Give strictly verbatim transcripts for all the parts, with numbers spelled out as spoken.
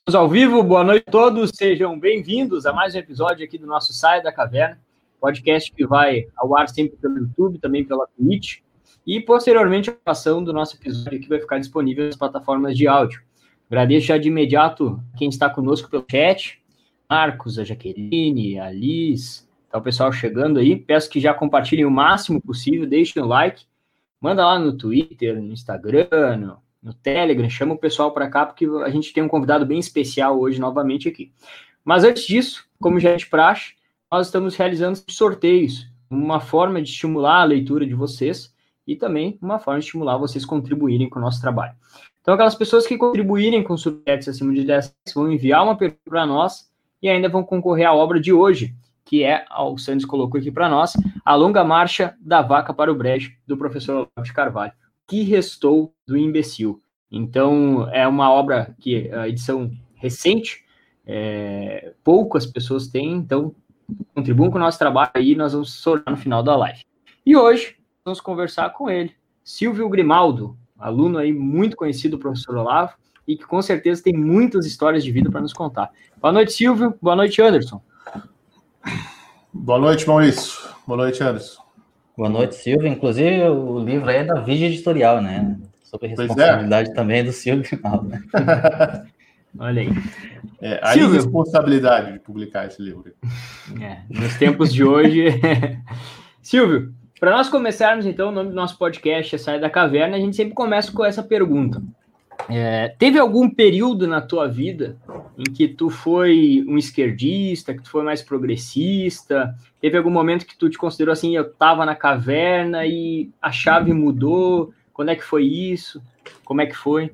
Estamos ao vivo, boa noite a todos, sejam bem-vindos a mais um episódio aqui do nosso Saia da Caverna, podcast que vai ao ar sempre pelo YouTube, também pela Twitch, e posteriormente a gravação do nosso episódio aqui vai ficar disponível nas plataformas de áudio. Agradeço já de imediato quem está conosco pelo chat, Marcos, a Jaqueline, a Liz, tá o pessoal chegando aí, peço que já compartilhem o máximo possível, deixem o like, manda lá no Twitter, no Instagram, no, no Telegram, chama o pessoal para cá, porque a gente tem um convidado bem especial hoje novamente aqui. Mas antes disso, como já é de praxe, nós estamos realizando sorteios, uma forma de estimular a leitura de vocês e também uma forma de estimular vocês contribuírem com o nosso trabalho. Então, aquelas pessoas que contribuírem com superchats acima de dez vão enviar uma pergunta para nós e ainda vão concorrer à obra de hoje, que é, o Santos colocou aqui para nós, A Longa Marcha da Vaca para o Brejo, do professor Olavo de Carvalho. Que restou do imbecil. Então, é uma obra que a edição recente, é, poucas pessoas têm, então contribuam com o nosso trabalho aí, nós vamos sortear no final da live. E hoje, vamos conversar com ele, Silvio Grimaldo, aluno aí muito conhecido do professor Olavo, e que com certeza tem muitas histórias de vida para nos contar. Boa noite, Silvio. Boa noite, Anderson. Boa noite, Maurício. Boa noite, Anderson. Boa noite, Silvio. Inclusive, o livro aí é da Vigia Editorial, né? Sobre responsabilidade é. também do Silvio Grimaldo, né? Olha aí. É, a Silvio. Irresponsabilidade de publicar esse livro. É, nos tempos de hoje. Silvio, para nós começarmos, então, o nome do nosso podcast é Saia da Caverna, a gente sempre começa com essa pergunta. É, teve algum período na tua vida em que tu foi um esquerdista, que tu foi mais progressista? Teve algum momento que tu te considerou assim, eu tava na caverna e a chave mudou? Quando é que foi isso? Como é que foi?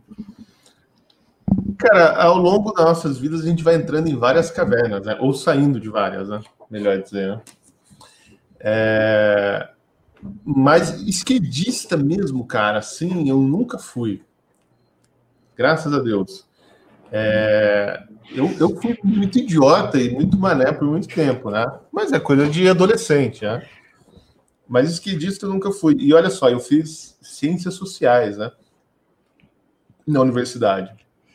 Cara, ao longo das nossas vidas a gente vai entrando em várias cavernas, né? Ou saindo de várias, né? Melhor dizer, né? É... Mas esquerdista mesmo, cara, assim, eu nunca fui. Graças a Deus. É... Eu, eu fui muito idiota e muito mané por muito tempo, né? Mas é coisa de adolescente, né? Mas esquerdista eu nunca fui. E olha só, eu fiz ciências sociais, né? Na universidade.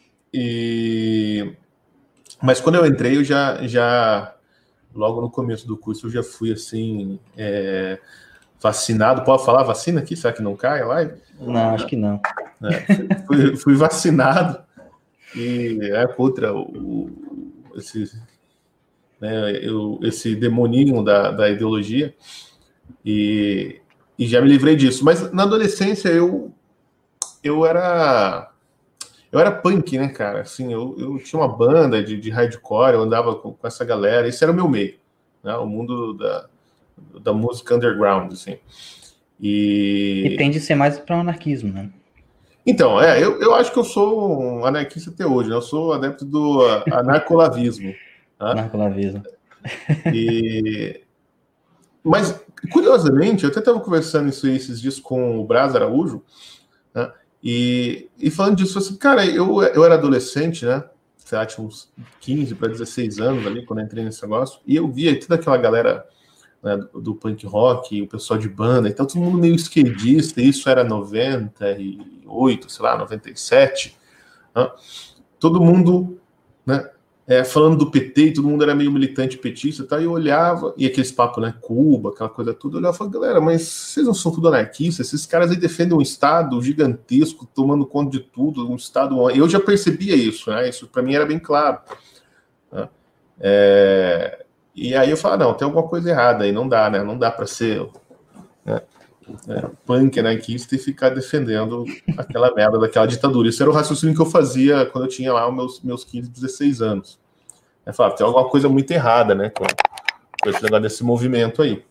E... Mas quando eu entrei, eu já, já... Logo no começo do curso, eu já fui, assim... É... Vacinado. Pode falar vacina aqui? Será que não cai a live? Não, acho que não. É, fui, fui vacinado e é contra o, esse, né, eu, esse demoninho da, da ideologia e, e já me livrei disso. Mas na adolescência eu, eu era eu era punk, né, cara? Assim, eu, eu tinha uma banda de, de hardcore, eu andava com, com essa galera, esse era o meu meio, né, o mundo da, da música underground, assim. E... e tende a ser mais para o anarquismo, né? Então, é, eu, eu acho que eu sou um anarquista até hoje, né? Eu sou adepto do anarcolavismo. Né? Anarcolavismo. E... Mas, curiosamente, eu até estava conversando isso esses dias com o Braz Araújo, né? e, e falando disso, assim, cara, eu, eu era adolescente, né? Sei lá, tinha uns quinze para dezesseis anos ali, quando eu entrei nesse negócio, e eu via toda aquela galera... Né, do, do punk rock, o pessoal de banda, então todo mundo meio esquerdista, isso era noventa e oito, sei lá, noventa e sete, né? Todo mundo, né, é, falando do P T, e todo mundo era meio militante petista, tá? E eu olhava, e aqueles papos, né, Cuba, aquela coisa toda, eu olhava e falava, galera, mas vocês não são tudo anarquistas? Esses caras aí defendem um Estado gigantesco, tomando conta de tudo, um Estado... Eu já percebia isso, né, isso para mim era bem claro, né? É... E aí eu falo, não, tem alguma coisa errada aí, não dá, né? Não dá para ser, né, é, punk anarquista e ficar defendendo aquela merda daquela ditadura. Isso era o raciocínio que eu fazia quando eu tinha lá os meus, meus quinze, dezesseis anos. Eu falava, tem alguma coisa muito errada, né, com, com esse negócio desse movimento aí.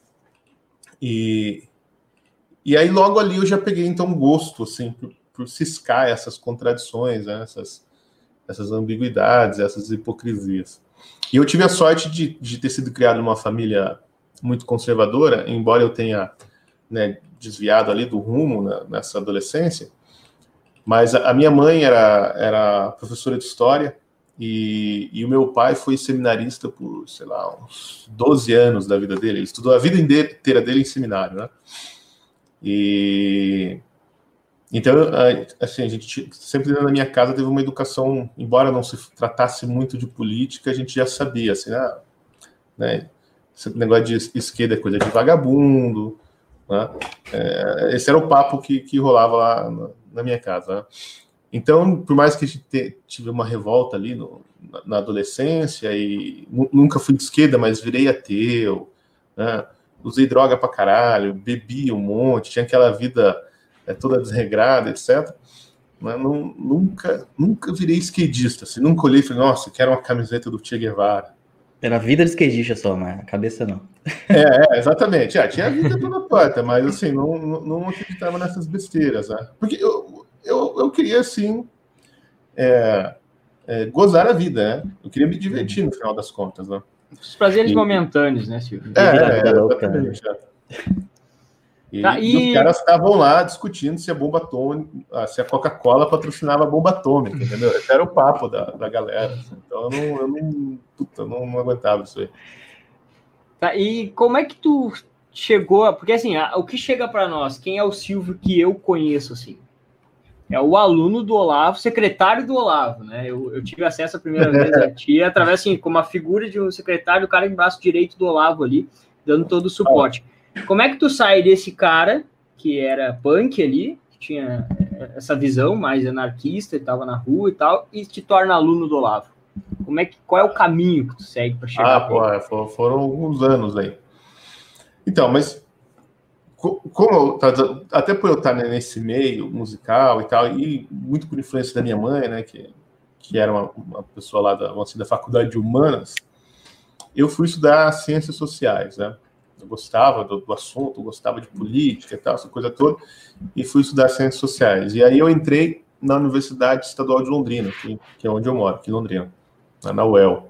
E, e aí logo ali eu já peguei, então, um gosto, assim, por, por ciscar essas contradições, né, essas, essas ambiguidades, essas hipocrisias. E eu tive a sorte de, de ter sido criado numa família muito conservadora, embora eu tenha, né, desviado ali do rumo, né, nessa adolescência, mas a, a minha mãe era, era professora de história e, e o meu pai foi seminarista por, sei lá, uns doze anos da vida dele. Ele estudou a vida inteira dele em seminário, né? E, Então, assim, a gente sempre na minha casa teve uma educação, embora não se tratasse muito de política, a gente já sabia, assim, ah, né, esse negócio de esquerda é coisa de vagabundo, né? É, esse era o papo que, que rolava lá na, na minha casa, né? Então, por mais que a gente tive uma revolta ali no, na, na adolescência, e nunca fui de esquerda, mas virei ateu, né? Usei droga pra caralho, bebi um monte, tinha aquela vida é, toda desregrada, etcétera. Mas não, nunca, nunca virei esquerdista, assim, nunca olhei e falei, nossa, quero uma camiseta do Che Guevara. Era a vida de esquerdista só, mas a cabeça não. É, é exatamente. Ah, tinha a vida toda torta, mas assim, não, não, não acreditava nessas besteiras, né? Porque eu, eu, eu queria, assim, é, é, gozar a vida, né? Eu queria me divertir no final das contas, né? Os prazeres e... momentâneos, né, Silvio? É, é, exatamente. É. E, tá, e... e os caras estavam lá discutindo se a bomba atômica, se a Coca-Cola patrocinava a bomba atômica, entendeu? Esse era o papo da, da galera. Assim. Então eu não, eu não, puta, não, não aguentava isso aí. Tá, e como é que tu chegou? Porque assim, a, o que chega para nós, quem é o Silvio que eu conheço, assim? É o aluno do Olavo, secretário do Olavo, né? Eu, eu tive acesso a primeira vez a ti através, assim, como a figura de um secretário, o cara em braço direito do Olavo ali, dando todo o suporte. Como é que tu sai desse cara, que era punk ali, que tinha essa visão mais anarquista, e estava na rua e tal, e te torna aluno do Olavo? Como é que, qual é o caminho que tu segue para chegar? Ah, pô, é, foram alguns anos aí. Então, mas como eu, até por eu estar nesse meio musical e tal, e muito por influência da minha mãe, né, que, que era uma, uma pessoa lá da, assim, da Faculdade de Humanas, eu fui estudar ciências sociais, né? Eu gostava do, do assunto, gostava de política e tal, essa coisa toda, e fui estudar ciências sociais. E aí eu entrei na Universidade Estadual de Londrina, que, que é onde eu moro, aqui em Londrina, na U E L.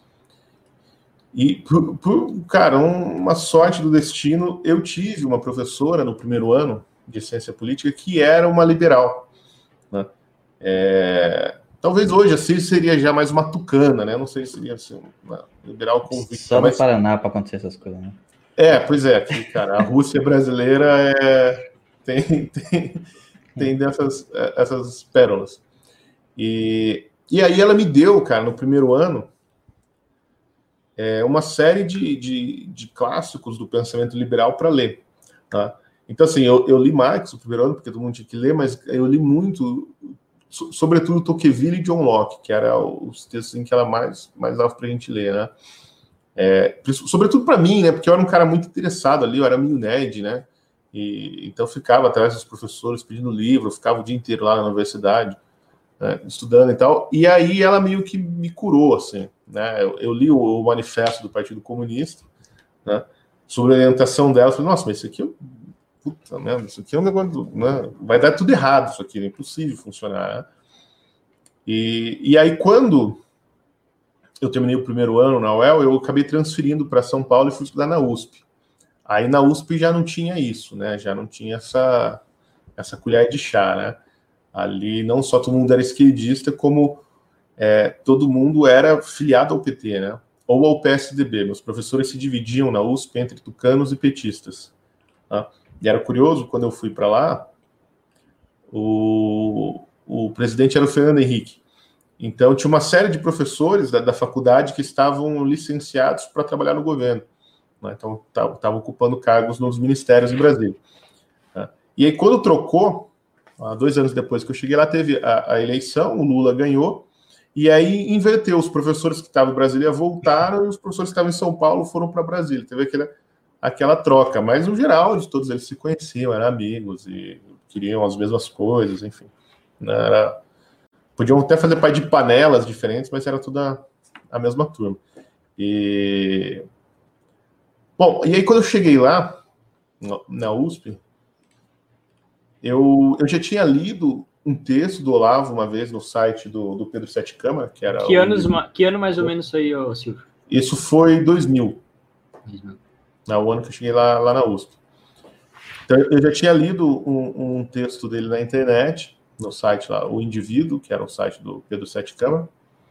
E, por, por, cara, um, uma sorte do destino, eu tive uma professora no primeiro ano de ciência política que era uma liberal, né? É, talvez hoje assim seria já mais uma tucana, né? Não sei se seria assim, uma liberal convicta. Só no mas... Paraná para acontecer essas coisas, né? É, pois é, aqui, cara, a Rússia brasileira é, tem, tem, tem dessas essas pérolas. E, e aí ela me deu, cara, no primeiro ano, é, uma série de, de, de clássicos do pensamento liberal para ler, tá? Então, assim, eu, eu li Marx no primeiro ano, porque todo mundo tinha que ler, mas eu li muito, sobretudo Tocqueville e John Locke, que eram os textos em que ela mais, mais dava para a gente ler, né? É, sobretudo para mim, né? Porque eu era um cara muito interessado ali, eu era meio nerd, né? E, então eu ficava atrás dos professores pedindo livro, eu ficava o dia inteiro lá na universidade, né, estudando e tal. E aí ela meio que me curou, assim, né? Eu, eu li o, o manifesto do Partido Comunista, né? Sobre a orientação dela, eu falei, nossa, mas isso aqui, puta merda, isso aqui é um negócio, né? Vai dar tudo errado, isso aqui, é impossível funcionar, né? E, e aí quando eu terminei o primeiro ano na U E L, eu acabei transferindo para São Paulo e fui estudar na U S P. Aí na U S P já não tinha isso, né? Já não tinha essa, essa colher de chá, né? Ali não só todo mundo era esquerdista, como é, todo mundo era filiado ao P T, né? Ou ao P S D B. Meus professores se dividiam na U S P entre tucanos e petistas. Tá? E era curioso, quando eu fui para lá, o, o presidente era o Fernando Henrique. Então, tinha uma série de professores da, da faculdade que estavam licenciados para trabalhar no governo, né? Então, estavam ocupando cargos nos ministérios em Brasília, né? E aí, quando trocou, dois anos depois que eu cheguei lá, teve a, a eleição, o Lula ganhou, e aí inverteu. Os professores que estavam em Brasília voltaram e os professores que estavam em São Paulo foram para Brasília. Teve aquela, aquela troca, mas, no geral, de todos eles se conheciam, eram amigos e queriam as mesmas coisas, enfim. Era... Podiam até fazer parte de panelas diferentes, mas era tudo a, a mesma turma. E... Bom, e aí quando eu cheguei lá, na U S P, eu, eu já tinha lido um texto do Olavo uma vez no site do, do Pedro Sete Câmara, que era... Que, anos, o... que ano mais ou menos foi, Silvio? Isso foi dois mil. No o ano que eu cheguei lá, lá na U S P. Então, eu já tinha lido um, um texto dele na internet, no site lá, O Indivíduo, que era o site do Pedro Sete Câmara,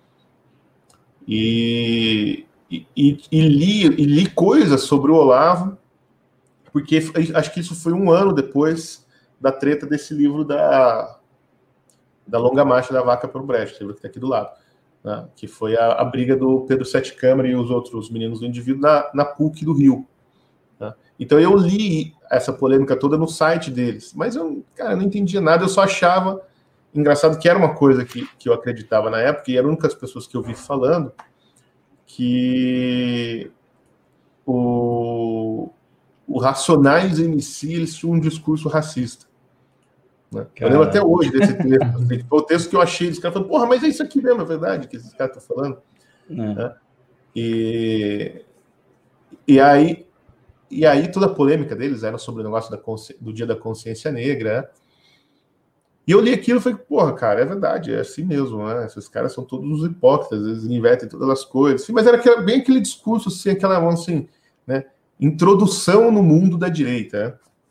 e, e, e, li, e li coisas sobre o Olavo, porque acho que isso foi um ano depois da treta desse livro da, da Longa Marcha da Vaca para o Brecht, livro que está aqui do lado, né? Que foi a, a briga do Pedro Sete Câmara e os outros meninos do indivíduo na, na P U C do Rio. Né? Então eu li essa polêmica toda no site deles, mas eu, cara, não entendia nada, eu só achava engraçado que era uma coisa que, que eu acreditava na época, e eram as únicas pessoas que eu vi falando, que o, o Racionais M C, eles tinham um discurso racista. Né? Eu lembro até hoje desse texto. Assim, foi o texto que eu achei, os caras falaram, porra, mas é isso aqui mesmo, é verdade, que esses caras estão falando. Né? E, e, aí, e aí toda a polêmica deles era sobre o negócio da do Dia da Consciência Negra, né? E eu li aquilo e falei, porra, cara, é verdade, é assim mesmo, né? Esses caras são todos os hipócritas, eles invertem todas as coisas. Assim, mas era aquele, bem aquele discurso, assim, aquela, assim, né? Introdução no mundo da direita, né?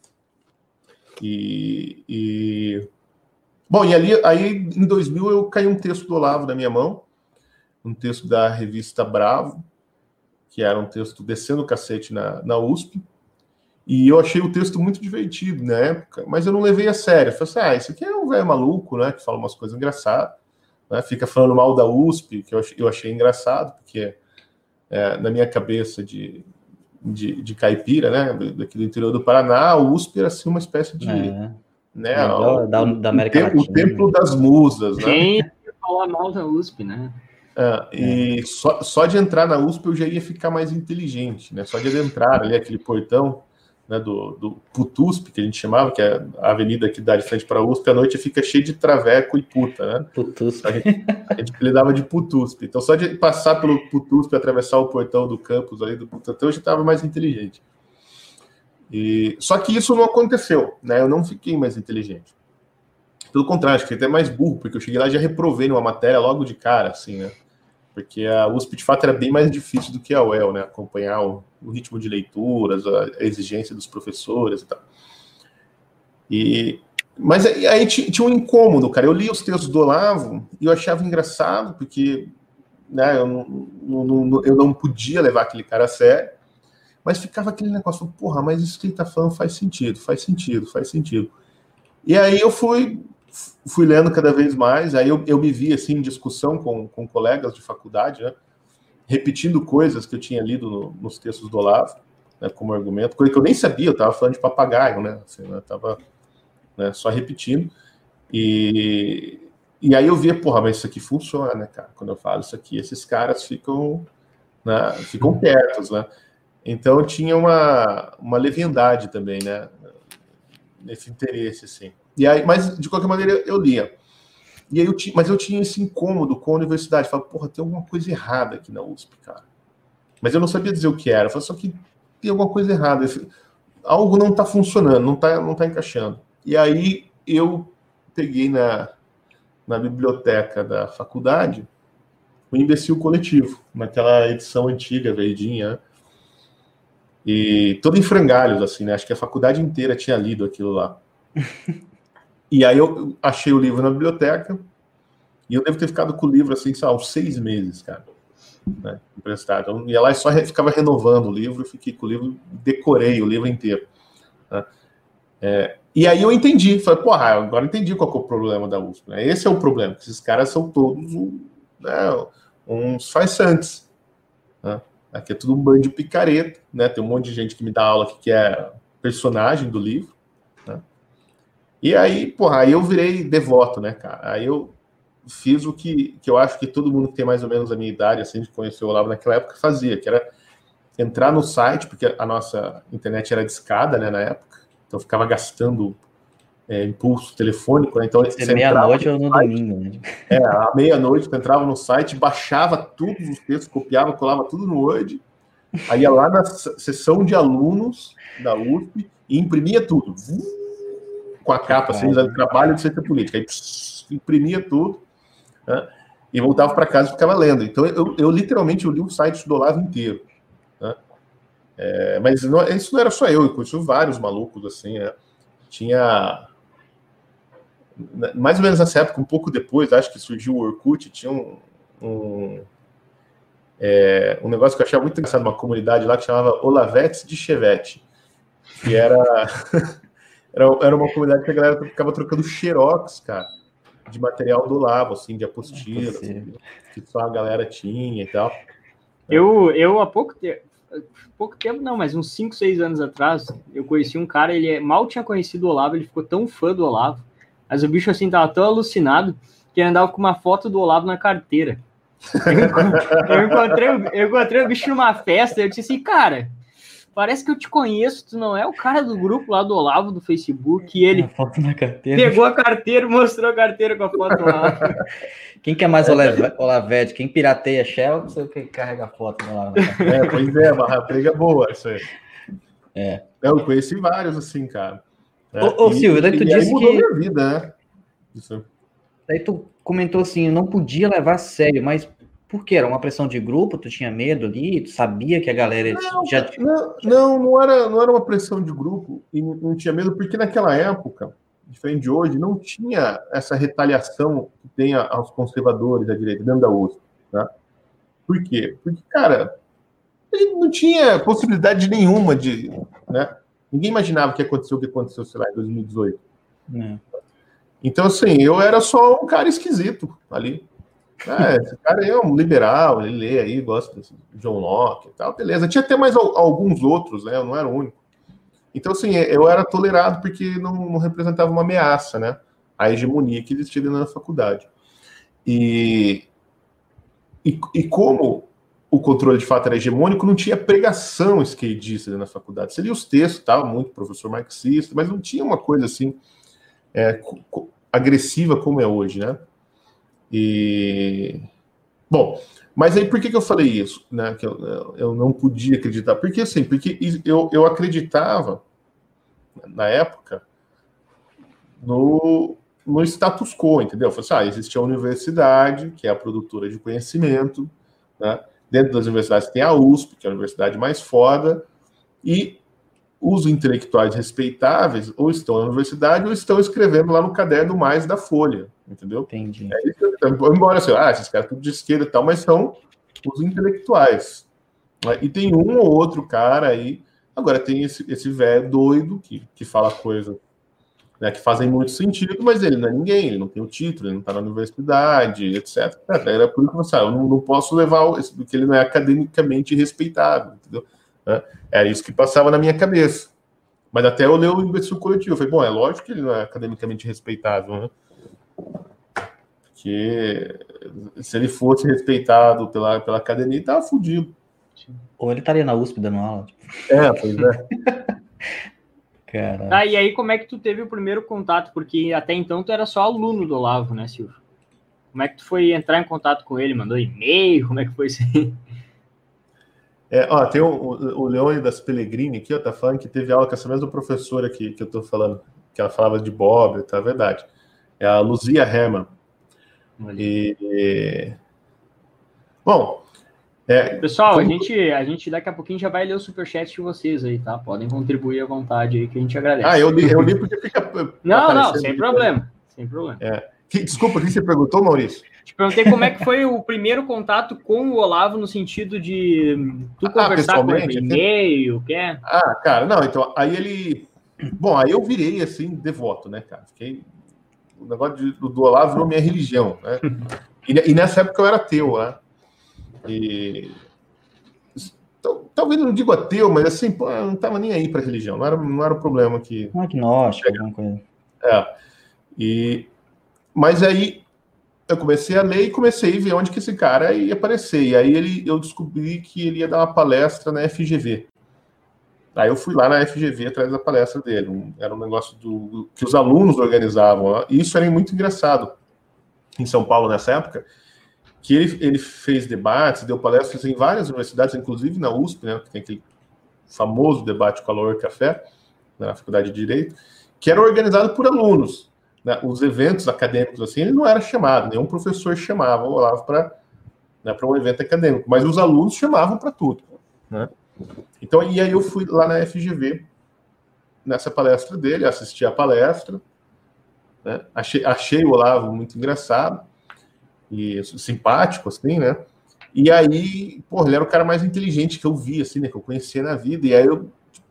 E, e... Bom, e ali, aí em dois mil eu caí um texto do Olavo na minha mão, um texto da revista Bravo, que era um texto descendo o cacete na, na U S P, e eu achei o texto muito divertido na época, mas eu não levei a sério. Eu falei assim, ah, esse aqui é um velho maluco, né, que fala umas coisas engraçadas, né, fica falando mal da U S P, que eu achei, eu achei engraçado, porque é, na minha cabeça de, de, de caipira, né, daqui do interior do Paraná, a U S P era assim uma espécie de... É. Né, o, da, da América o, Latina, o templo das musas, né? Quem ia falar mal da U S P, né? É, e é. Só, só de entrar na U S P eu já ia ficar mais inteligente, né? Só de entrar ali, aquele portão, né, do, do Putusp, que a gente chamava, que é a avenida que dá de frente para a U S P, à noite fica cheia de traveco e puta, né? Putusp. A gente, a gente apelidava de Putusp. Então, só de passar pelo Putusp e atravessar o portão do campus ali do Putatão, eu já estava mais inteligente. E, só que isso não aconteceu, né? Eu não fiquei mais inteligente. Pelo contrário, acho que até mais burro, porque eu cheguei lá e já reprovei numa matéria logo de cara, assim, né? Porque a U S P, de fato, era bem mais difícil do que a U E L, né? Acompanhar o, o ritmo de leituras, a, a exigência dos professores e tal. E, mas aí, aí tinha um incômodo, cara. Eu li os textos do Olavo e eu achava engraçado, porque né, eu, não, não, não, eu não podia levar aquele cara a sério, mas ficava aquele negócio, porra, mas isso que ele tá falando faz sentido, faz sentido, faz sentido. E aí eu fui... fui lendo cada vez mais, aí eu, eu me vi assim, em discussão com, com colegas de faculdade, né, repetindo coisas que eu tinha lido no, nos textos do Olavo, né, como argumento, coisa que eu nem sabia, eu estava falando de papagaio, né, assim, né, tava, né, só repetindo, e, e aí eu via, porra, mas isso aqui funciona, né, cara, quando eu falo isso aqui, esses caras ficam, né, ficam quietos, né, então eu tinha uma, uma leviandade também, né, nesse interesse, assim. E aí, mas, de qualquer maneira, eu lia. E aí eu tinha, mas eu tinha esse incômodo com a universidade. Eu falava, porra, tem alguma coisa errada aqui na U S P, cara. Mas eu não sabia dizer o que era. Eu falava, só que tem alguma coisa errada. Algo não está funcionando, não está não tá encaixando. E aí eu peguei na, na biblioteca da faculdade o Imbecil Coletivo, naquela edição antiga, verdinha, né? E todo em frangalhos, assim, né? Acho que a faculdade inteira tinha lido aquilo lá. E aí eu achei o livro na biblioteca e eu devo ter ficado com o livro, assim, sei lá, uns seis meses, cara, né, emprestado. Eu ia lá e só re, ficava renovando o livro, eu fiquei com o livro, decorei o livro inteiro. Né? É, e aí eu entendi, falei, porra, agora entendi qual que é o problema da U S P. Né? Esse é o problema, que esses caras são todos né, uns farsantes. Né? Aqui é tudo um bando de picareta, né? Tem um monte de gente que me dá aula que é personagem do livro. Né? E aí, porra, aí eu virei devoto, né, cara? Aí eu fiz o que, que eu acho que todo mundo que tem mais ou menos a minha idade, assim, de conhecer o Olavo naquela época, fazia, que era entrar no site, porque a nossa internet era discada, né, na época, então ficava gastando é, impulso telefônico, né? Então meia-noite ou no domingo, né? É, à meia-noite, tu entrava no site, baixava todos os textos, copiava, colava tudo no Word, aí ia lá na seção de alunos da U S P e imprimia tudo. Com a capa, assim, de trabalho de ciência política. Aí pss, imprimia tudo, né, e voltava para casa e ficava lendo. Então, eu, eu literalmente eu li o site do Olavo inteiro. Né? É, mas não, isso não era só eu, eu conheci vários malucos, assim, né? Tinha... Mais ou menos nessa época, um pouco depois, acho que surgiu o Orkut, tinha um... um É, um negócio que eu achava muito engraçado, uma comunidade lá que chamava Olavetes de Chevette, que era Era, era uma comunidade que a galera ficava trocando xerox, cara, de material do Olavo, assim, de apostila, assim, que só a galera tinha e tal. Eu, eu há pouco tempo, pouco tempo não, mas uns cinco, seis anos atrás, eu conheci um cara, ele mal tinha conhecido o Olavo, ele ficou tão fã do Olavo, mas o bicho, assim, tava tão alucinado que ele andava com uma foto do Olavo na carteira. Eu, eu, encontrei, eu encontrei o bicho numa festa, e eu disse assim, cara, parece que eu te conheço, tu não é o cara do grupo lá do Olavo, do Facebook, e ele foto na carteira. Pegou a carteira, mostrou a carteira com a foto lá. Quem quer mais Olavete? Quem pirateia Shell, não sei o que carrega a foto lá. É, pois é, uma rapariga boa, isso aí. É. Eu conheci vários, assim, cara. É. Ô, ô e, Silvio, daí tu e disse aí mudou que... minha vida, né? Isso. Daí tu comentou assim, não podia levar a sério, mas por quê? Era uma pressão de grupo? Tu tinha medo ali? Tu sabia que a galera não, já... Não, não, não, era, não era uma pressão de grupo e não, não tinha medo, porque naquela época, diferente de hoje, não tinha essa retaliação que tem aos conservadores da direita, dentro da U S P, tá? Por quê? Porque, cara, a gente não tinha possibilidade nenhuma de... Né? Ninguém imaginava que aconteceu o que aconteceu, sei lá, em dois mil e dezoito. É. Então, assim, eu era só um cara esquisito ali. É, esse cara é um liberal, ele lê aí, gosta de John Locke e tal, beleza. Tinha até mais alguns outros, né? Eu não era o único. Então, assim, eu era tolerado porque não, não representava uma ameaça, né? A hegemonia que existia dentro da faculdade. E, e, e como o controle de fato era hegemônico, não tinha pregação esquerdista dentro da faculdade. Você lia os textos, tal, muito professor marxista, mas não tinha uma coisa assim é, agressiva como é hoje, né? E... Bom, mas aí por que, que eu falei isso? Né? Que eu, eu não podia acreditar. Porque assim, porque eu, eu acreditava, na época, no, no status quo, entendeu? Eu falei assim, ah, existe a universidade, que é a produtora de conhecimento, né? Dentro das universidades tem a U S P, que é a universidade mais foda, e os intelectuais respeitáveis ou estão na universidade ou estão escrevendo lá no caderno mais da Folha, entendeu? Entendi. É isso que eu, embora assim, ah, esses caras tudo de esquerda e tal, mas são os intelectuais. E tem um ou outro cara aí, agora tem esse, esse velho doido que, que fala coisas, né, que fazem muito sentido, mas ele não é ninguém, ele não tem o título, ele não está na universidade, etcétera. Era por isso que eu falei, eu não, não posso levar, porque ele não é academicamente respeitado, entendeu? Era isso que passava na minha cabeça. Mas até eu ler o imbecil coletivo, eu falei, bom, é lógico que ele não é academicamente respeitável, né? Porque se ele fosse respeitado pela, pela academia, ele tava fudido. Ou ele estaria na U S P dando aula. Tipo. É, pois é. Caralho. Ah, e aí como é que tu teve o primeiro contato? Porque até então tu era só aluno do Olavo, né, Silvio? Como é que tu foi entrar em contato com ele? Mandou e-mail? Como é que foi isso aí? É, ó, tem o, o Leônidas Pellegrini aqui, ó, tá falando que teve aula com essa mesma professora aqui, que eu tô falando, que ela falava de Bob, tá, é verdade. É a Luzia Herman. E, e... Bom, é, pessoal, como... a, gente, a gente daqui a pouquinho já vai ler o superchat de vocês aí, tá? Podem contribuir à vontade aí, que a gente agradece. Ah, eu li, eu li porque fica... Não, não, sem problema, sem problema. É. Que, desculpa, o que você perguntou, Maurício? Te perguntei como é que foi o primeiro contato com o Olavo, no sentido de tu conversar ah, com ele, e-mail, o que é? Ah, cara, não, então, aí ele... Bom, aí eu virei, assim, devoto, né, cara? Fiquei... O negócio de, do Olavo virou minha religião, né? E, e nessa época eu era ateu, né? E... Talvez não digo ateu, mas assim, pô, eu não tava nem aí pra religião, não era, não era o problema que... Um agnóstico, alguma coisa. É, e... Mas aí eu comecei a ler e comecei a ver onde que esse cara ia aparecer. E aí ele, eu descobri que ele ia dar uma palestra na F G V. Aí eu fui lá na F G V atrás da palestra dele. Um, era um negócio do, que os alunos organizavam. E isso era muito engraçado em São Paulo nessa época, que ele, ele fez debates, deu palestras em várias universidades, inclusive na U S P, né, que tem aquele famoso debate com a Lower Café, na Faculdade de Direito, que era organizado por alunos. Né, os eventos acadêmicos, assim, ele não era chamado, nenhum professor chamava o Olavo para, né, para um evento acadêmico, mas os alunos chamavam para tudo. Né? Então, e aí eu fui lá na F G V, nessa palestra dele, assisti a palestra, né, achei, achei o Olavo muito engraçado e simpático, assim, né? E aí, pô, ele era o cara mais inteligente que eu vi, assim, né, que eu conhecia na vida, e aí eu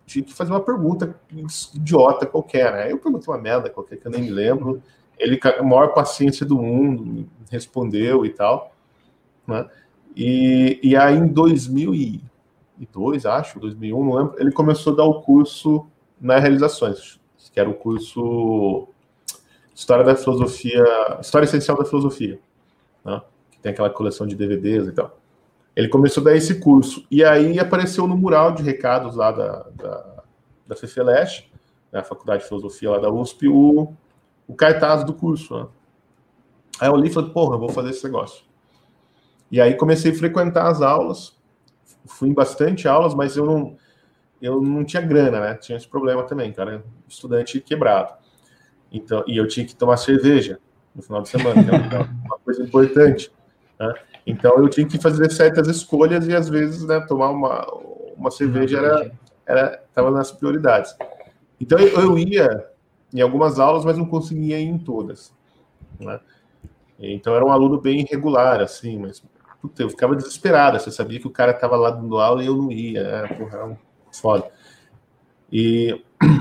tinha que fazer uma pergunta idiota qualquer, né? Eu perguntei uma merda qualquer que eu nem me lembro. Ele, com a maior paciência do mundo, respondeu e tal, né? E, e aí, em dois mil e dois, acho, dois mil e um, não lembro, ele começou a dar o curso na Realizações, que era o curso História da Filosofia, História Essencial da Filosofia, né? Que tem aquela coleção de D V Ds e tal. Ele começou a dar esse curso, e aí apareceu no mural de recados lá da, da, da FEFELESH, né, a Faculdade de Filosofia lá da U S P, o, o cartaz do curso, né? Aí eu li e falei, porra, eu vou fazer esse negócio. E aí comecei a frequentar as aulas, fui em bastante aulas, mas eu não, eu não tinha grana, né? Tinha esse problema também, cara, estudante quebrado. Então, e eu tinha que tomar cerveja no final de semana, que é uma coisa importante, né? Então eu tinha que fazer certas escolhas e às vezes, né, tomar uma, uma cerveja era, era estava nas prioridades. Então eu, eu ia em algumas aulas, mas não conseguia ir em todas, né? Então era um aluno bem irregular, assim, mas puta, eu ficava desesperado. Você sabia que o cara estava lá dando aula e eu não ia, né? Porra, era um foda. E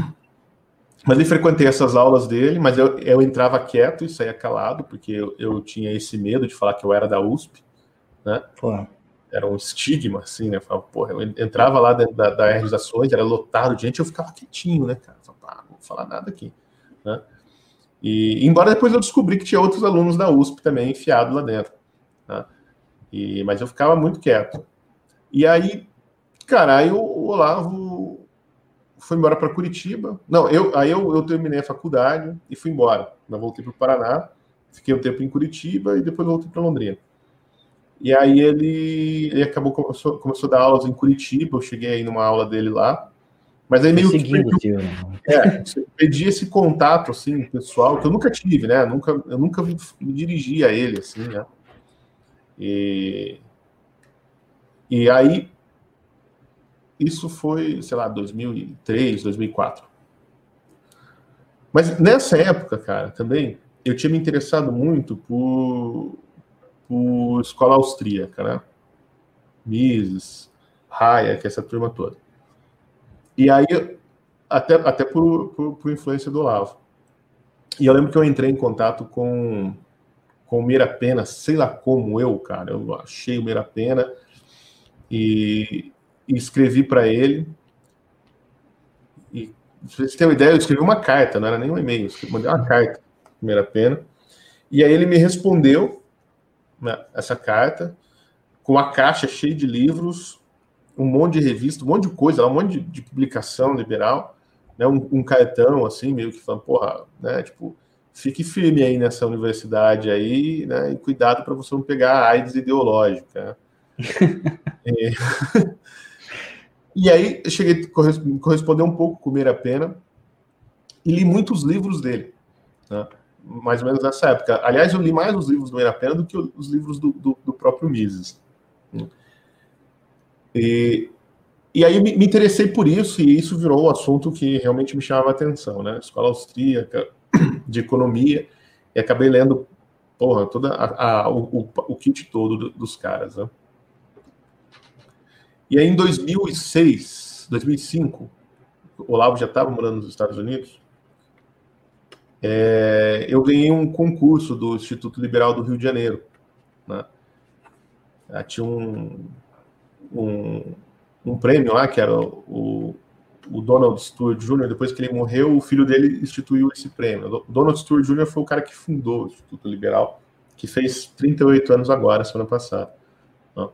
mas eu frequentei essas aulas dele, mas eu, eu entrava quieto e saía calado, porque eu, eu tinha esse medo de falar que eu era da U S P, né? Porra. Era um estigma, assim, né? Eu falava, porra, eu entrava lá dentro da, da Realizações, era lotado de gente, eu ficava quietinho, né, cara? Eu falava, ah, não vou falar nada aqui, né? E embora depois eu descobri que tinha outros alunos da U S P também enfiados lá dentro, né? E, mas eu ficava muito quieto. E aí, cara, aí o Olavo foi embora para Curitiba. Não, eu, aí eu, eu terminei a faculdade e fui embora. Eu voltei para o Paraná, fiquei um tempo em Curitiba e depois voltei para Londrina. E aí ele, ele acabou, começou, começou a dar aulas em Curitiba, eu cheguei aí numa aula dele lá, mas aí meio que pedi, é, pedi esse contato, assim, pessoal, que eu nunca tive, né, nunca, eu nunca me, me dirigi a ele, assim, né, e, e aí isso foi, sei lá, dois mil e três, dois mil e quatro. Mas nessa época, cara, também, eu tinha me interessado muito por, por escola austríaca, né? Mises, Hayek, essa turma toda. E aí, até, até por, por, por influência do Olavo. E eu lembro que eu entrei em contato com, com o Meira Pena, sei lá como eu, cara, eu achei o Meira Pena e... e escrevi para ele, e pra vocês terem uma ideia, eu escrevi uma carta, não era nem um e-mail, eu mandei uma carta, Meira Pena, e aí ele me respondeu, né, essa carta, com a caixa cheia de livros, um monte de revista, um monte de coisa, um monte de, de publicação liberal, né, um, um cartão, assim, meio que falando, porra, né, tipo, fique firme aí nessa universidade aí, né, e cuidado para você não pegar a AIDS ideológica, né? e... E aí, eu cheguei a corresponder um pouco com o Meira Pena e li muitos livros dele, né? Mais ou menos nessa época. Aliás, eu li mais os livros do Meira Pena do que os livros do, do, do próprio Mises. E, e aí me, me interessei por isso, e isso virou o assunto que realmente me chamava a atenção, né? Escola austríaca, de economia, e acabei lendo, porra, toda a, a, o, o kit todo do, dos caras, né? E aí, em dois mil e seis, dois mil e cinco, o Olavo já estava morando nos Estados Unidos, é, eu ganhei um concurso do Instituto Liberal do Rio de Janeiro, né? Tinha um, um, um prêmio lá, que era o, o Donald Stewart Júnior Depois que ele morreu, o filho dele instituiu esse prêmio. O Donald Stewart Júnior foi o cara que fundou o Instituto Liberal, que fez trinta e oito anos agora, semana passada, né?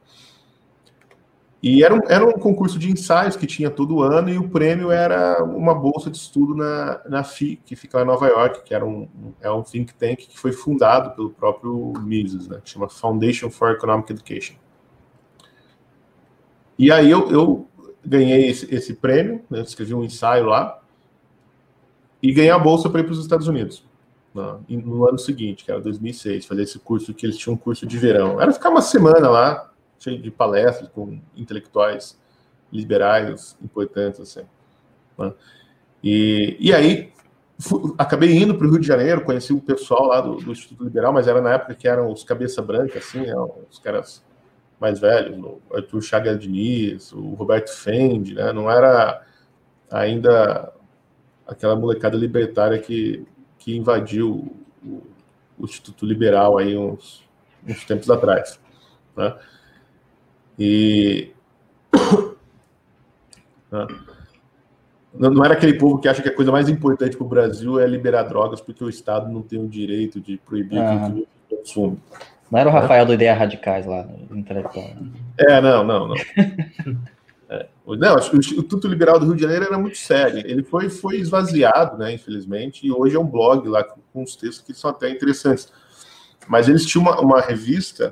E era um, era um concurso de ensaios que tinha todo ano, e o prêmio era uma bolsa de estudo na, na F I, que fica lá em Nova York, que era um, é um think tank que foi fundado pelo próprio Mises, né, que chama Foundation for Economic Education. E aí eu, eu ganhei esse, esse prêmio, né, escrevi um ensaio lá, e ganhei a bolsa para ir para os Estados Unidos, né, no ano seguinte, que era dois mil e seis, fazer esse curso, que eles tinham um curso de verão. Era ficar uma semana lá, cheio de palestras com intelectuais liberais importantes, assim, né? E, e aí, fui, acabei indo para o Rio de Janeiro, conheci o pessoal lá do, do Instituto Liberal, mas era na época que eram os cabeça branca, assim, né, os caras mais velhos, o Arthur Chagas Diniz, o Roberto Fendi, né, não era... ainda aquela molecada libertária que, que invadiu o, o Instituto Liberal aí uns, uns tempos atrás, né? E né? Não, não era aquele povo que acha que a coisa mais importante para o Brasil é liberar drogas porque o Estado não tem o direito de proibir uhum. que o consumo. Não era o Rafael, né? Do Ideias Radicais lá, intelectual. É, não, não, não. É. Não, o Instituto Liberal do Rio de Janeiro era muito sério. Ele foi, foi esvaziado, né, infelizmente, e hoje é um blog lá com uns textos que são até interessantes. Mas eles tinham uma, uma revista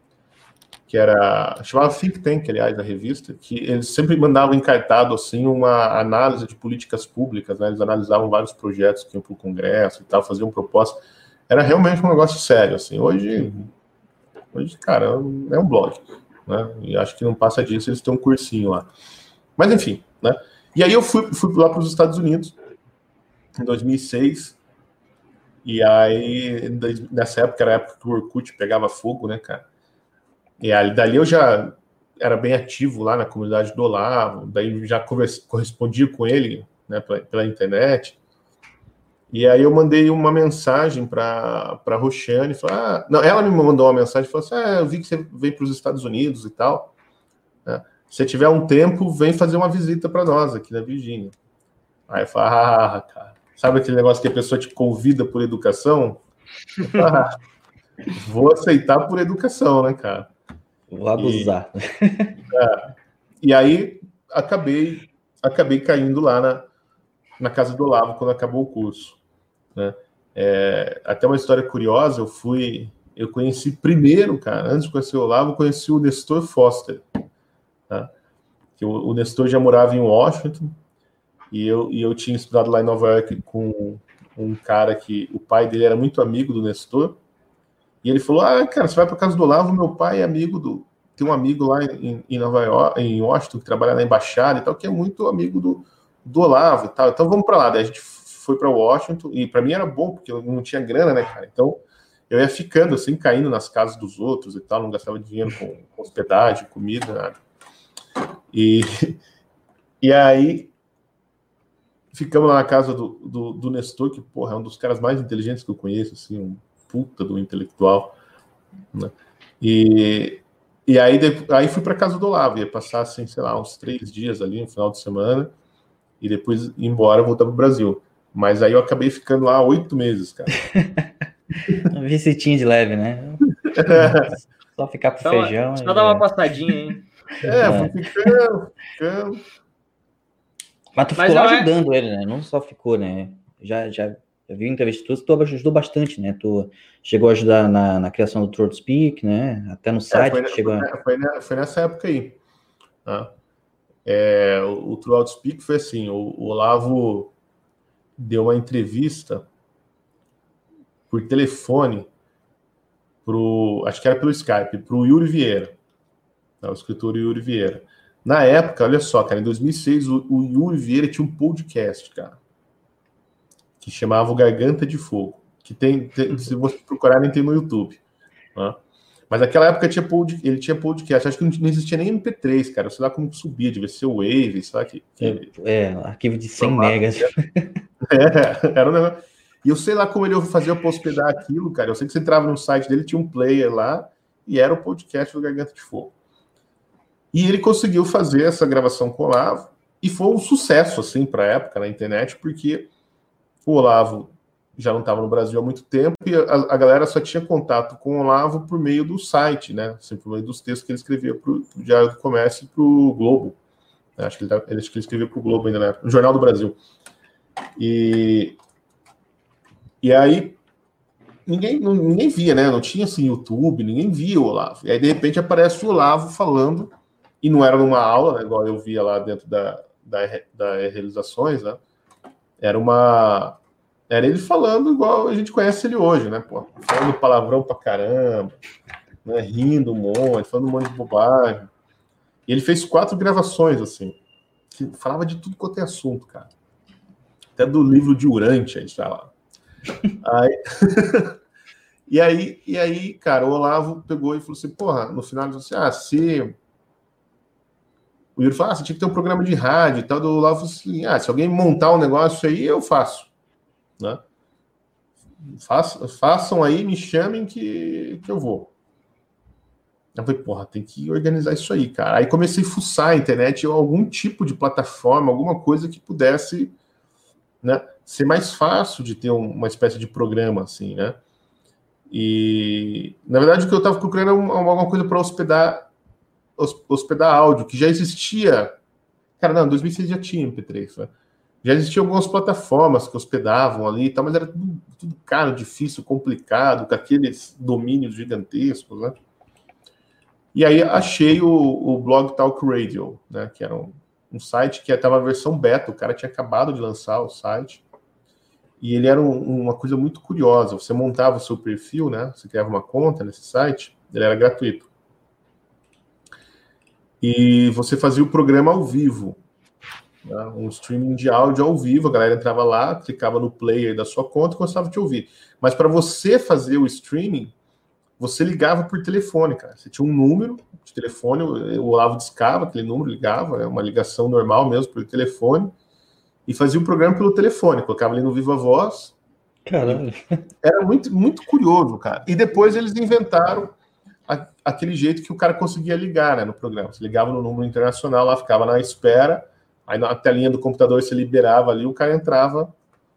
que era, chamava Think Tank, aliás, a revista, que eles sempre mandavam encartado, assim, uma análise de políticas públicas, né? Eles analisavam vários projetos que iam para o Congresso e tal, faziam propostas. Era realmente um negócio sério, assim. Hoje, hoje cara, é um blog, né? E acho que não passa disso, eles têm um cursinho lá. Mas, enfim, né? E aí eu fui, fui lá para os Estados Unidos, em dois mil e seis, e aí, nessa época, era a época que o Orkut pegava fogo, né, cara? E aí, dali eu já era bem ativo lá na comunidade do Olavo, daí já correspondia com ele, né, pela, pela internet. E aí eu mandei uma mensagem para a Roxane, falei, ah, não, ela me mandou uma mensagem e falou assim, ah, eu vi que você veio para os Estados Unidos e tal, né? Se tiver um tempo, vem fazer uma visita para nós aqui na Virgínia. Aí eu falei, ah, cara, sabe aquele negócio que a pessoa te convida por educação? Eu falei, ah, vou aceitar por educação, né, cara? Vou abusar. E, é, e aí acabei, acabei caindo lá na, na casa do Olavo quando acabou o curso, né? É, até uma história curiosa, eu fui, eu conheci primeiro, cara, antes de conhecer o Olavo, eu conheci o Nestor Foster, tá? Que o, o Nestor já morava em Washington e eu, e eu tinha estudado lá em Nova York com um cara que o pai dele era muito amigo do Nestor. E ele falou, ah, cara, você vai para casa do Olavo, meu pai é amigo do... Tem um amigo lá em, em Nova York, em Washington, que trabalha na embaixada e tal, que é muito amigo do, do Olavo e tal. Então vamos para lá. Daí a gente foi para Washington, e para mim era bom, porque eu não tinha grana, né, cara? Então eu ia ficando assim, caindo nas casas dos outros e tal, não gastava dinheiro com, com hospedagem, comida, nada. E, e aí ficamos lá na casa do, do, do Nestor, que, porra, é um dos caras mais inteligentes que eu conheço, assim, um puta do intelectual, né? E, e aí, aí fui para casa do Olavo, ia passar, assim, sei lá, uns três dias ali, no final de semana, e depois ir embora, voltar para o Brasil. Mas aí eu acabei ficando lá oito meses, cara. Um visitinho de leve, né? É. Só ficar pro só, feijão. Só e... dar uma passadinha, hein? É, é. fui ficando, ficando. Mas tu ficou Mas lá ajudando é... ele, né? Não só ficou, né? Já, já... Eu vi entrevistas, tu ajudou bastante, né? Tu chegou a ajudar na, na criação do Truth Speak, né? Até no site. É, foi, chegou foi, a... foi, foi nessa época aí. Tá? É, o, o Truth Speak foi assim, o, o Olavo deu uma entrevista por telefone pro, acho que era pelo Skype, para o Yuri Vieira, tá? O escritor Yuri Vieira. Na época, olha só, cara, em dois mil e seis, o, o Yuri Vieira tinha um podcast, cara, que chamava o Garganta de Fogo, que tem, tem se vocês procurarem, tem no YouTube, né? Mas naquela época tinha pod, ele tinha podcast, acho que não existia nem M P três, cara, sei lá como subia, devia ser o Wave, sei lá que... que é, arquivo de cem megas. É, era um negócio... E eu sei lá como ele fazia para hospedar aquilo, cara, eu sei que você entrava no site dele, tinha um player lá, e era o podcast do Garganta de Fogo. E ele conseguiu fazer essa gravação com o Olavo, e foi um sucesso, assim, para a época, na internet, porque o Olavo já não estava no Brasil há muito tempo e a, a galera só tinha contato com o Olavo por meio do site, né? Sempre por meio dos textos que ele escrevia para o Diário do Comércio e para o Globo. Acho que ele, ele, acho que ele escrevia para o Globo ainda, né? No Jornal do Brasil. E, e aí ninguém, não, ninguém via, né? Não tinha assim YouTube, ninguém via o Olavo. E aí, de repente, aparece o Olavo falando, e não era numa aula, né? Igual eu via lá dentro da, da, da realizações, né? Era uma... Era ele falando igual a gente conhece ele hoje, né? Pô, falando palavrão pra caramba, né? Rindo um monte, falando um monte de bobagem. E ele fez quatro gravações, assim, que falava de tudo quanto é assunto, cara. Até do livro de Urântia, aí lá. Aí... e, aí, e aí, cara, o Olavo pegou e falou assim, porra, no final ele falou assim, ah, se... o Yuri falou, ah, você tinha que ter um programa de rádio e tal, do Olavo assim, ah, se alguém montar um negócio aí, eu faço, né? Façam, façam aí, me chamem que, que eu vou. Eu falei, porra, tem que organizar isso aí, cara. Aí comecei a fuçar a internet, algum tipo de plataforma, alguma coisa que pudesse, né, ser mais fácil de ter uma espécie de programa, assim, né? E, na verdade, o que eu estava procurando era alguma coisa para hospedar, hospedar áudio, que já existia. Cara, não, em dois mil e seis já tinha M P três, né? Já existiam algumas plataformas que hospedavam ali e tal, mas era tudo, tudo caro, difícil, complicado, com aqueles domínios gigantescos, né? E aí achei o, o Blog Talk Radio, né, que era um, um site que estava a versão beta, o cara tinha acabado de lançar o site, e ele era um, uma coisa muito curiosa, você montava o seu perfil, né, você criava uma conta nesse site, ele era gratuito. E você fazia o programa ao vivo, né, um streaming de áudio ao vivo, a galera entrava lá, clicava no player da sua conta e começava a te ouvir. Mas para você fazer o streaming, você ligava por telefone, cara. Você tinha um número de telefone, o Olavo discava aquele número, ligava, é uma ligação normal mesmo por telefone, e fazia o programa pelo telefone, colocava ali no Viva Voz. Caralho. Era muito, muito curioso, cara. E depois eles inventaram a, aquele jeito que o cara conseguia ligar, né, no programa. Você ligava no número internacional, lá ficava na espera, aí na telinha do computador você liberava ali, o cara entrava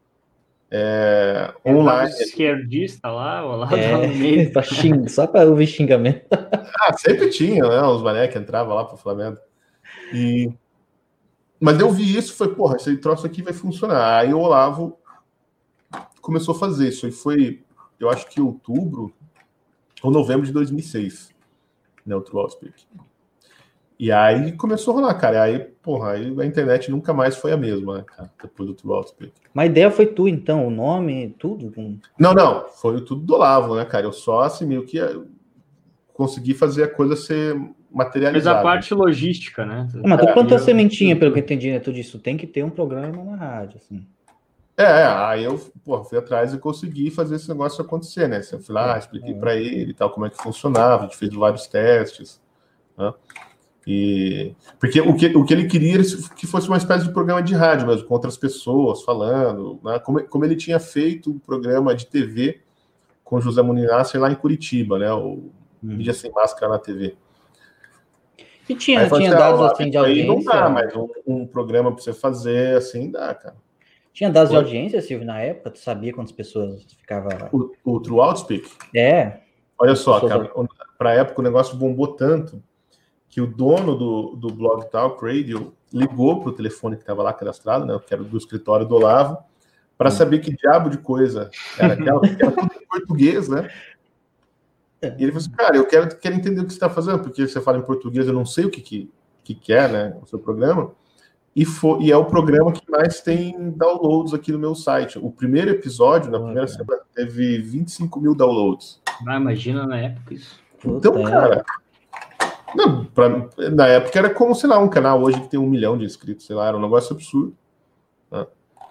É, online. Esquerdista lá, ou lá é, no meio. Só para ouvir xingamento. Ah, sempre tinha, né? Os mané que entravam lá para o Flamengo. E... Mas eu vi isso e falei, porra, esse troço aqui vai funcionar. Aí o Olavo começou a fazer isso. E foi, eu acho que outubro ou novembro de dois mil e seis, né? O True Outspeak. E aí começou a rolar, cara. Aí, porra, aí a internet nunca mais foi a mesma, né, cara, depois do True Outspeak. Mas a ideia foi tu, então, o nome, tudo? Não, não, foi tudo do Olavo, né, cara? Eu só, assim, meio que consegui fazer a coisa ser materializada. Mas a parte logística, né? Ah, mas tu plantou a sementinha, pelo que eu entendi, né? Tu disse, tu tem que ter um programa na rádio, assim. É, aí eu porra, fui atrás e consegui fazer esse negócio acontecer, né? Eu fui lá, expliquei é. para ele e tal, como é que funcionava, a gente fez vários testes, né? E... Porque o que, o que ele queria era que fosse uma espécie de programa de rádio mesmo, com outras pessoas falando, né? Como, como ele tinha feito um programa de T V com José Muninasser lá em Curitiba, né? O hum. Mídia Sem Máscara na T V. E tinha, tinha dados assim, assim de audiência? Aí não dá, mas um, um programa para você fazer assim dá, cara. Tinha dados Foi. de audiência, Silvio, na época? Tu sabia quantas pessoas ficava... O, o True Outspeak? É. Olha só, cara, para a época o negócio bombou tanto que o dono do, do Blog Talk Radio ligou para o telefone que estava lá cadastrado, né, que era do escritório do Olavo, para hum. saber que diabo de coisa era aquela, porque era tudo em português, né? É. E ele falou assim, cara, eu quero, quero entender o que você está fazendo, porque você fala em português, eu não sei o que, que, que, que é, né, o seu programa, e, for, e é o programa que mais tem downloads aqui no meu site. O primeiro episódio, na primeira Olha. semana, teve vinte e cinco mil downloads. Ah, imagina na época isso. Então, Puta cara... Não, pra, na época era como, sei lá, um canal hoje que tem um milhão de inscritos, sei lá, era um negócio absurdo. Né?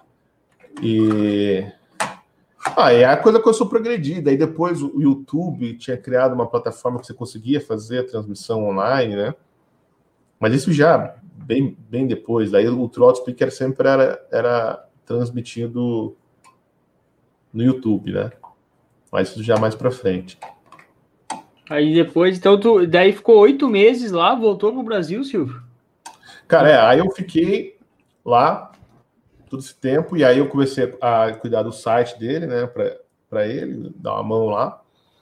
E... Ah, e a coisa começou a progredir. Daí depois o YouTube tinha criado uma plataforma que você conseguia fazer a transmissão online, né? Mas isso já bem, bem depois. Daí o True Outspeak sempre era, era transmitido no YouTube, né? Mas isso já mais pra frente. Aí depois, então, tu, daí ficou oito meses lá, voltou pro Brasil, Silvio? Cara, é, aí eu fiquei lá todo esse tempo, e aí eu comecei a cuidar do site dele, né, para ele, dar uma mão lá.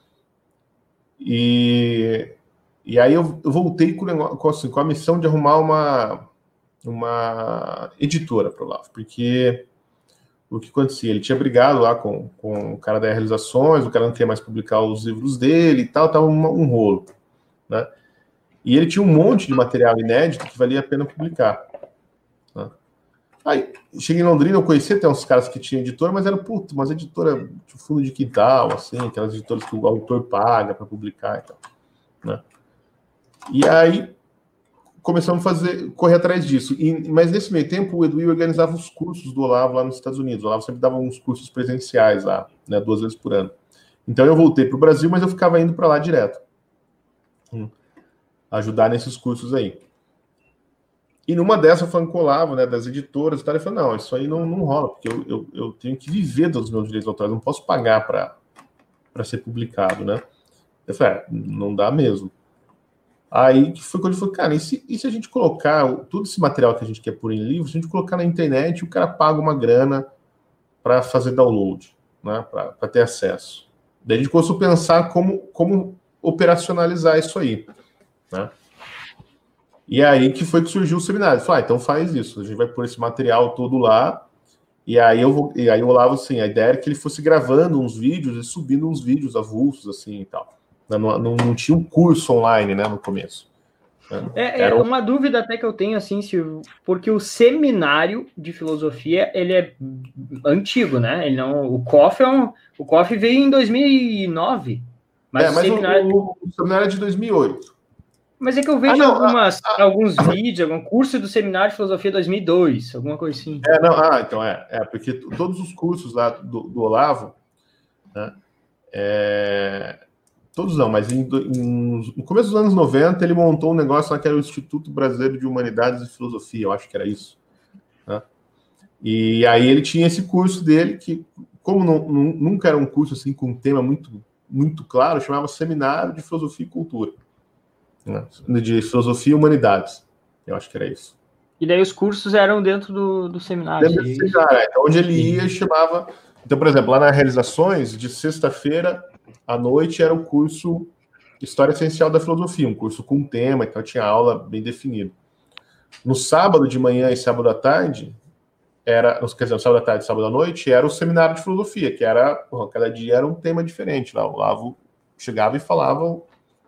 E, e aí eu, eu voltei com, com, assim, com a missão de arrumar uma, uma editora para o Olavo, porque o que acontecia? Ele tinha brigado lá com, com o cara da Realizações, o cara não queria mais publicar os livros dele e tal, tava um, um rolo, né? E ele tinha um monte de material inédito que valia a pena publicar, né? Aí, cheguei em Londrina, eu conheci até uns caras que tinham editora, mas era, puto, umas editoras de fundo de quintal, assim, aquelas editoras que o autor paga para publicar e tal, né? E aí, começamos a fazer, correr atrás disso. E, mas nesse meio tempo, o Edu organizava os cursos do Olavo lá nos Estados Unidos. O Olavo sempre dava uns cursos presenciais lá, né, duas vezes por ano. Então eu voltei para o Brasil, mas eu ficava indo para lá direto. Hum, ajudar nesses cursos aí. E numa dessas, falando com o Olavo, né, das editoras e tal, ele falou, não, isso aí não, não rola, porque eu, eu, eu tenho que viver dos meus direitos autorais, não posso pagar para ser publicado, né? Eu falei, é, não dá mesmo. Aí que foi quando ele falou, cara, e se, e se a gente colocar todo esse material que a gente quer pôr em livro, se a gente colocar na internet, o cara paga uma grana para fazer download, né, para ter acesso. Daí a gente começou a pensar como, como operacionalizar isso aí, né? E aí que foi que surgiu o seminário. Falei, ah, então faz isso, a gente vai pôr esse material todo lá, e aí eu vou, e aí o Olavo, assim, a ideia era que ele fosse gravando uns vídeos e subindo uns vídeos avulsos, assim, e tal. Não, não, não tinha um curso online, né, no começo. Né? É, é uma dúvida até que eu tenho, assim, Silvio, porque o seminário de filosofia, ele é antigo, né? Ele não, o C O F é um, o C O F veio em dois mil e nove. Mas, é, mas o seminário... o, o seminário é de dois mil e oito. Mas é que eu vejo ah, não, algumas, ah, alguns ah, vídeos, algum curso do seminário de filosofia dois mil e dois, alguma coisa assim. É, não, ah, então é, é porque todos os cursos lá do, do Olavo, né, é, todos não, mas em, em, no começo dos anos noventa ele montou um negócio lá que era o Instituto Brasileiro de Humanidades e Filosofia, eu acho que era isso. Né? E aí ele tinha esse curso dele, que como não, não, nunca era um curso assim com um tema muito, muito claro, chamava Seminário de Filosofia e Cultura. De Filosofia e Humanidades. Eu acho que era isso. E daí os cursos eram dentro do, do seminário. Dentro do seminário, então, onde ele ia, chamava... Então, por exemplo, lá nas realizações, de sexta-feira à noite era o curso História Essencial da Filosofia, um curso com tema, então tinha aula bem definida. No sábado de manhã e sábado à tarde, era, quer dizer, no sábado à tarde e sábado à noite, era o seminário de filosofia, que era, porra, cada dia era um tema diferente. Lá o Olavo chegava e falava...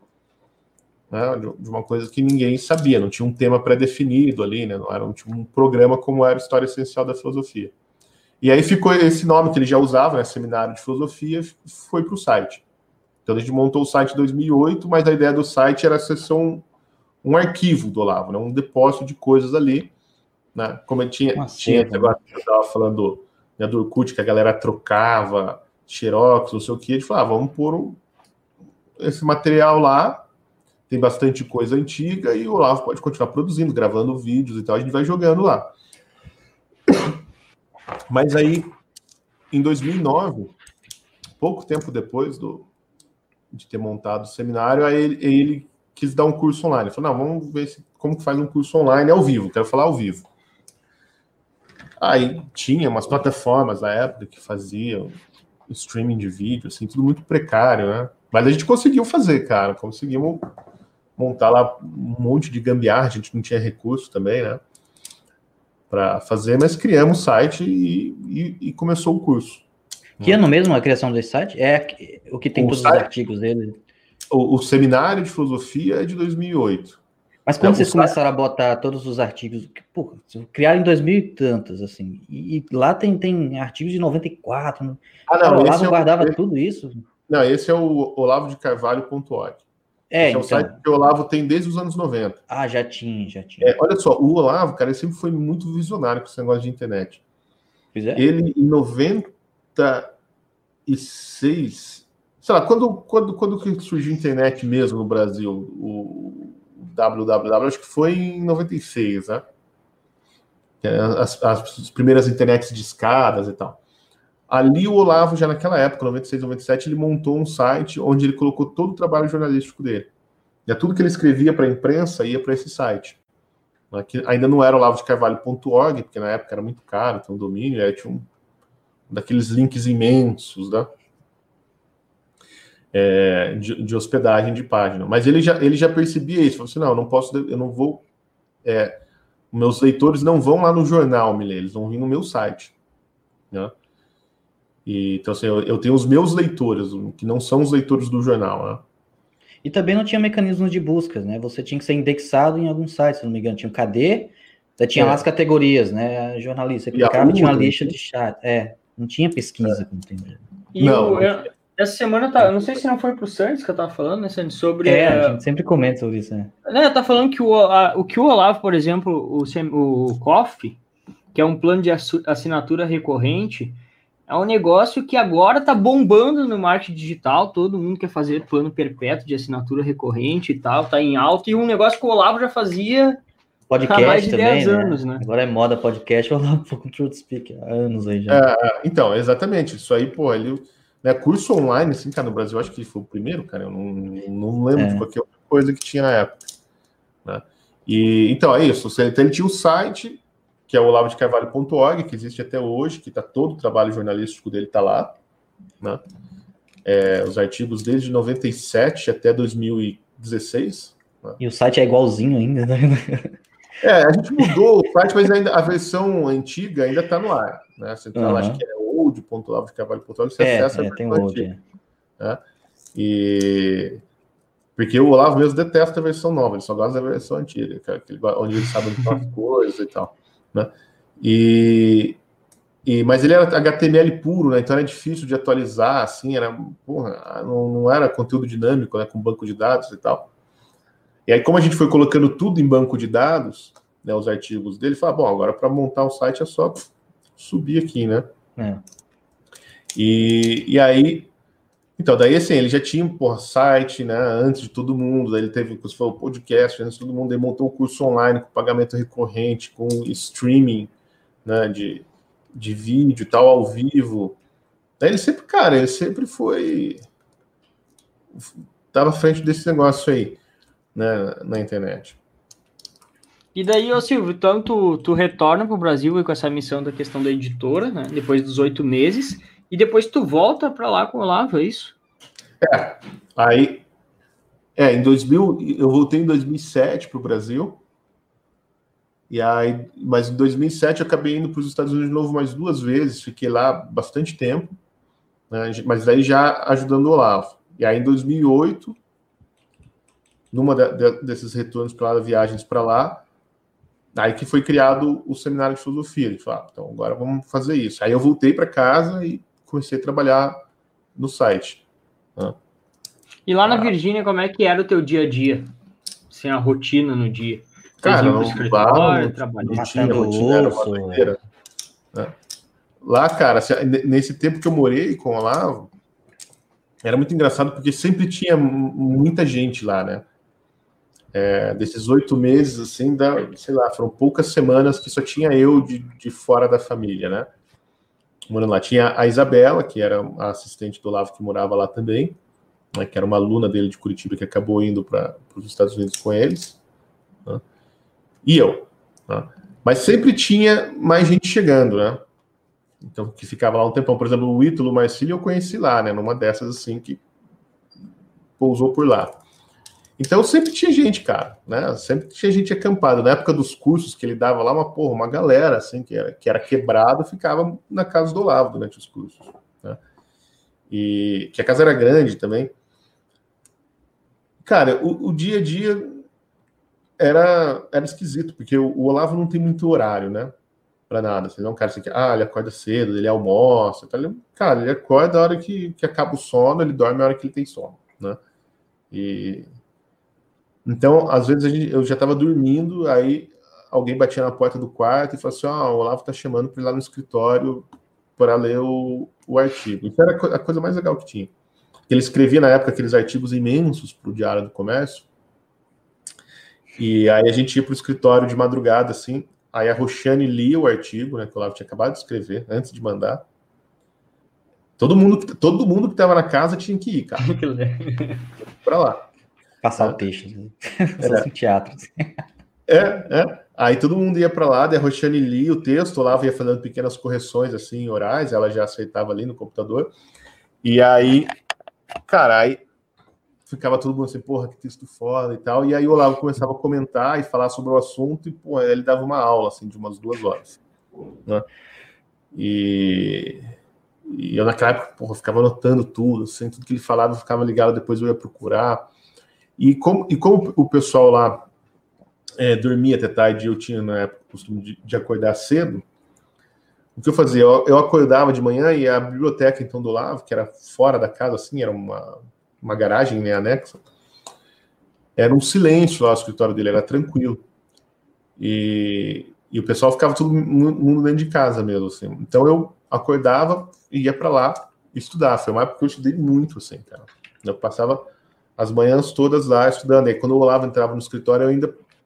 Né, de uma coisa que ninguém sabia, não tinha um tema pré-definido ali, né, não era um, tinha um programa como era a História Essencial da Filosofia. E aí ficou esse nome que ele já usava, né, Seminário de Filosofia, foi para o site. Então a gente montou o site em dois mil e oito, mas a ideia do site era ser um, um arquivo do Olavo, né, um depósito de coisas ali, né, como ele tinha, tinha esse negócio que eu estava falando, né, do Orkut, que a galera trocava xerox, não sei o que, a gente falava, ah, vamos pôr um, esse material lá. Tem bastante coisa antiga e o Olavo pode continuar produzindo, gravando vídeos e tal, a gente vai jogando lá. Mas aí, em dois mil e nove, pouco tempo depois do, de ter montado o seminário, aí ele, ele quis dar um curso online. Ele falou, não, vamos ver se, como que faz um curso online ao vivo, quero falar ao vivo. Aí tinha umas plataformas na época que faziam streaming de vídeo, assim, tudo muito precário, né? Mas a gente conseguiu fazer, cara, conseguimos montar lá um monte de gambiarra, a gente não tinha recurso também, né, para fazer, mas criamos o site e, e, e começou o curso. Que ano mesmo a criação desse site? É o que tem o todos site, os artigos dele? O, o seminário de filosofia é de dois mil e oito. Mas quando é, vocês começaram site... a botar todos os artigos, pô, criaram em dois mil e tantos, assim, e, e lá tem, tem artigos de noventa e quatro, ah, não, o Olavo é guardava o... tudo isso? Não, esse é o olavo de carvalho ponto org. É, esse então... é o site que o Olavo tem desde os anos noventa. Ah, já tinha, já tinha. É, olha só, o Olavo, cara, ele sempre foi muito visionário com esse negócio de internet. Pois é. Ele, em noventa e seis, sei lá, quando, quando, quando que surgiu a internet mesmo no Brasil, o W W W, acho que foi em noventa e seis, né? As, as primeiras internets de escadas e tal. Ali o Olavo, já naquela época, noventa e seis, noventa e sete, ele montou um site onde ele colocou todo o trabalho jornalístico dele. E tudo que ele escrevia para a imprensa ia para esse site. Que ainda não era olavo de carvalho ponto org, porque na época era muito caro, tem um domínio, aí tinha um daqueles links imensos, né? É, de, de hospedagem de página. Mas ele já, ele já percebia isso, falou assim, não, eu não posso, eu não vou... É, meus leitores não vão lá no jornal, me ler, eles vão vir no meu site, né? E, então, assim, eu, eu tenho os meus leitores, que não são os leitores do jornal, né? E também não tinha mecanismos de buscas, né? Você tinha que ser indexado em algum site, se não me engano. Tinha o C A D, tinha é. lá as categorias, né? Jornalista, você clicava e tinha uma lista de chat. É, não tinha pesquisa. É. Como tem. E não. O, eu, essa semana, tá, eu não sei se não foi pro Santos que eu tava falando, né, Santos, sobre... É, a gente sempre comenta sobre isso, né? Né, tá falando que o, a, o que o Olavo, por exemplo, o, o C O F, que é um plano de assinatura recorrente, é um negócio que agora tá bombando no marketing digital, todo mundo quer fazer plano perpétuo de assinatura recorrente e tal, tá em alta, e um negócio que o Olavo já fazia Podcast há mais de também, dez né? anos, né? Agora é moda podcast, eu falo com o Truth Speak há anos aí já. É, então, exatamente. Isso aí, pô, ele, né, curso online, assim, cara, no Brasil, acho que ele foi o primeiro, cara. Eu não, não lembro é. de qualquer outra coisa que tinha na época. Né? E, então, é isso. Então, ele tinha o site, que é o olavo de carvalho ponto org, que existe até hoje, que tá todo o trabalho jornalístico dele tá lá. Né? É, os artigos desde noventa e sete até dois mil e dezesseis. Né? E o site é igualzinho ainda, né? É, a gente mudou o site, mas ainda a versão antiga ainda está no ar. Né? Você entra lá, acho que é old ponto olavo de carvalho ponto org, você é, acessa é, a tem versão old, antiga. Né? E... Porque o Olavo mesmo detesta a versão nova, ele só gosta da versão antiga, cara, onde ele sabe onde estão as coisas e tal. Né? E... E, mas ele era H T M L puro, né? Então era difícil de atualizar, assim, era, porra, não, não era conteúdo dinâmico, né? Com banco de dados e tal. E aí, como a gente foi colocando tudo em banco de dados, né, os artigos dele, fala, bom, agora para montar um site é só pff, subir aqui, né? É. E, e aí, então, daí assim, ele já tinha um site, né, antes de todo mundo, daí ele teve, como se for, o podcast, antes de todo mundo, ele montou o curso online com pagamento recorrente, com streaming, né, de, de vídeo e tal, ao vivo. Daí ele sempre, cara, ele sempre foi... Estava à frente desse negócio aí. Né, na internet. E daí, ô Silvio, então tu, tu retorna para o Brasil com essa missão da questão da editora, né, depois dos oito meses, e depois tu volta para lá com o Olavo, é isso? É, aí, é, em dois mil, eu voltei em dois mil e sete para o Brasil, e aí, mas em dois mil e sete eu acabei indo para os Estados Unidos de novo mais duas vezes, fiquei lá bastante tempo, né, mas aí já ajudando o Olavo. E aí em dois mil e oito... numa de, de, desses retornos para lá, viagens para lá, aí que foi criado o seminário de filosofia. Ele falou, ah, então agora vamos fazer isso. Aí eu voltei para casa e comecei a trabalhar no site. Né? E lá na ah. Virgínia, como é que era o teu dia a dia? Assim, a rotina no dia? Cara, não, lá não, trabalhando, não tinha rotina, era uma doideira. Né? Lá, cara, nesse tempo que eu morei com o Olavo, era muito engraçado porque sempre tinha muita gente lá, né? É, desses oito meses, assim, da, sei lá, foram poucas semanas que só tinha eu de, de fora da família, né? Morando lá. Tinha a Isabela, que era a assistente do Olavo, que morava lá também, né, que era uma aluna dele de Curitiba, que acabou indo para os Estados Unidos com eles. Né? E eu. Né? Mas sempre tinha mais gente chegando, né? Então, que ficava lá um tempão. Por exemplo, o Ítalo Marcílio eu conheci lá, né? Numa dessas, assim, que pousou por lá. Então sempre tinha gente, cara, né? Sempre tinha gente acampada. Na época dos cursos que ele dava lá, uma porra, uma galera assim que era, que era quebrada, ficava na casa do Olavo durante os cursos, né? E que a casa era grande também. Cara, o, o dia a dia era, era esquisito, porque o, o Olavo não tem muito horário, né? Pra nada. Assim, não é um cara assim que, ah, ele acorda cedo, ele almoça. Tá? Ele, cara, ele acorda a hora que, que acaba o sono, ele dorme a hora que ele tem sono, né? E então, às vezes a gente, eu já estava dormindo, aí alguém batia na porta do quarto e falou assim, ah, o Olavo está chamando para ir lá no escritório para ler o, o artigo. Isso era a coisa mais legal que tinha. Ele escrevia na época aqueles artigos imensos para o Diário do Comércio, e aí a gente ia para o escritório de madrugada, assim, aí a Roxane lia o artigo, né, que o Olavo tinha acabado de escrever, antes de mandar. Todo mundo, todo mundo que estava na casa tinha que ir, cara. Para lá. Passar é. o texto, é. um teatro. É, é. Aí todo mundo ia para lá, daí a Roxane lia o texto, lá ia fazendo pequenas correções assim, orais, ela já aceitava ali no computador. E aí, cara, aí ficava todo mundo assim, porra, que texto foda e tal. E aí o Olavo começava a comentar e falar sobre o assunto, e pô, ele dava uma aula assim de umas duas horas. Né? E, e eu naquela época, porra, ficava anotando tudo, assim, tudo que ele falava, eu ficava ligado, depois eu ia procurar. E como, e como o pessoal lá é, dormia até tarde, eu tinha na época o costume de, de acordar cedo, o que eu fazia? Eu, eu acordava de manhã e a biblioteca então do Olavo, que era fora da casa, assim, era uma, uma garagem meio anexa, era um silêncio lá, o escritório dele era tranquilo. E, e o pessoal ficava todo mundo dentro de casa mesmo, assim. Então eu acordava e ia para lá estudar. Foi uma época que eu estudei muito, assim, cara. Eu passava as manhãs todas lá estudando. Aí quando o Olavo entrava no escritório, eu ainda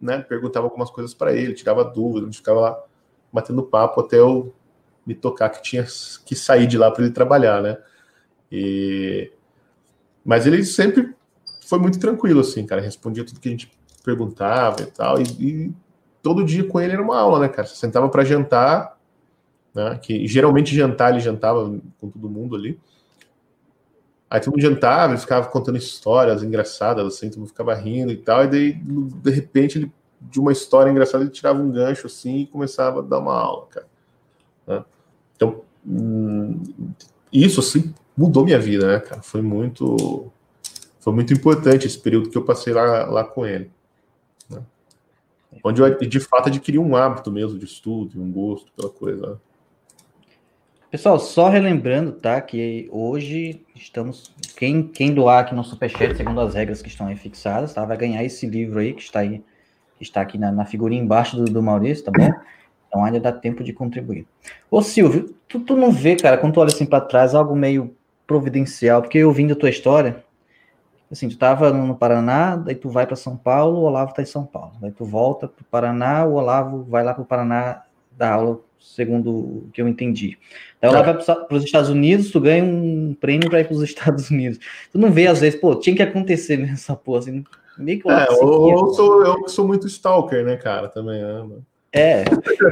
né, perguntava algumas coisas para ele, tirava dúvidas, a gente ficava lá batendo papo até eu me tocar que tinha que sair de lá para ele trabalhar, né? E... Mas ele sempre foi muito tranquilo, assim, cara, respondia tudo que a gente perguntava e tal, e, e todo dia com ele era uma aula, né, cara? Você sentava para jantar, né, que geralmente jantar, ele jantava com todo mundo ali. Aí todo mundo jantava, ele ficava contando histórias engraçadas, assim, todo mundo ficava rindo e tal, e daí, de repente, ele, de uma história engraçada, ele tirava um gancho, assim, e começava a dar uma aula, cara. Né? Então, hum, isso, assim, mudou minha vida, né, cara? Foi muito, foi muito importante esse período que eu passei lá, lá com ele. Né? Onde eu, de fato, adquiri um hábito mesmo de estudo, um gosto pela coisa, né? Pessoal, só relembrando, tá, que hoje estamos, quem, quem doar aqui no Superchat, segundo as regras que estão aí fixadas, tá, vai ganhar esse livro aí, que está aí, que está aqui na, na figurinha embaixo do, do Maurício, tá bom? Então ainda dá tempo de contribuir. Ô Silvio, tu, tu não vê, cara, quando tu olha assim para trás, algo meio providencial, porque eu ouvindo a tua história, assim, tu tava no Paraná, daí tu vai para São Paulo, o Olavo tá em São Paulo, daí tu volta pro Paraná, o Olavo vai lá pro Paraná dar aula, segundo o que eu entendi. Daí o Olavo vai para os Estados Unidos, tu ganha um prêmio para ir para os Estados Unidos. Tu não vê, às vezes, pô, tinha que acontecer nessa porra, assim, meio que é, eu, eu, sou, eu sou muito stalker, né, cara, também, né? É.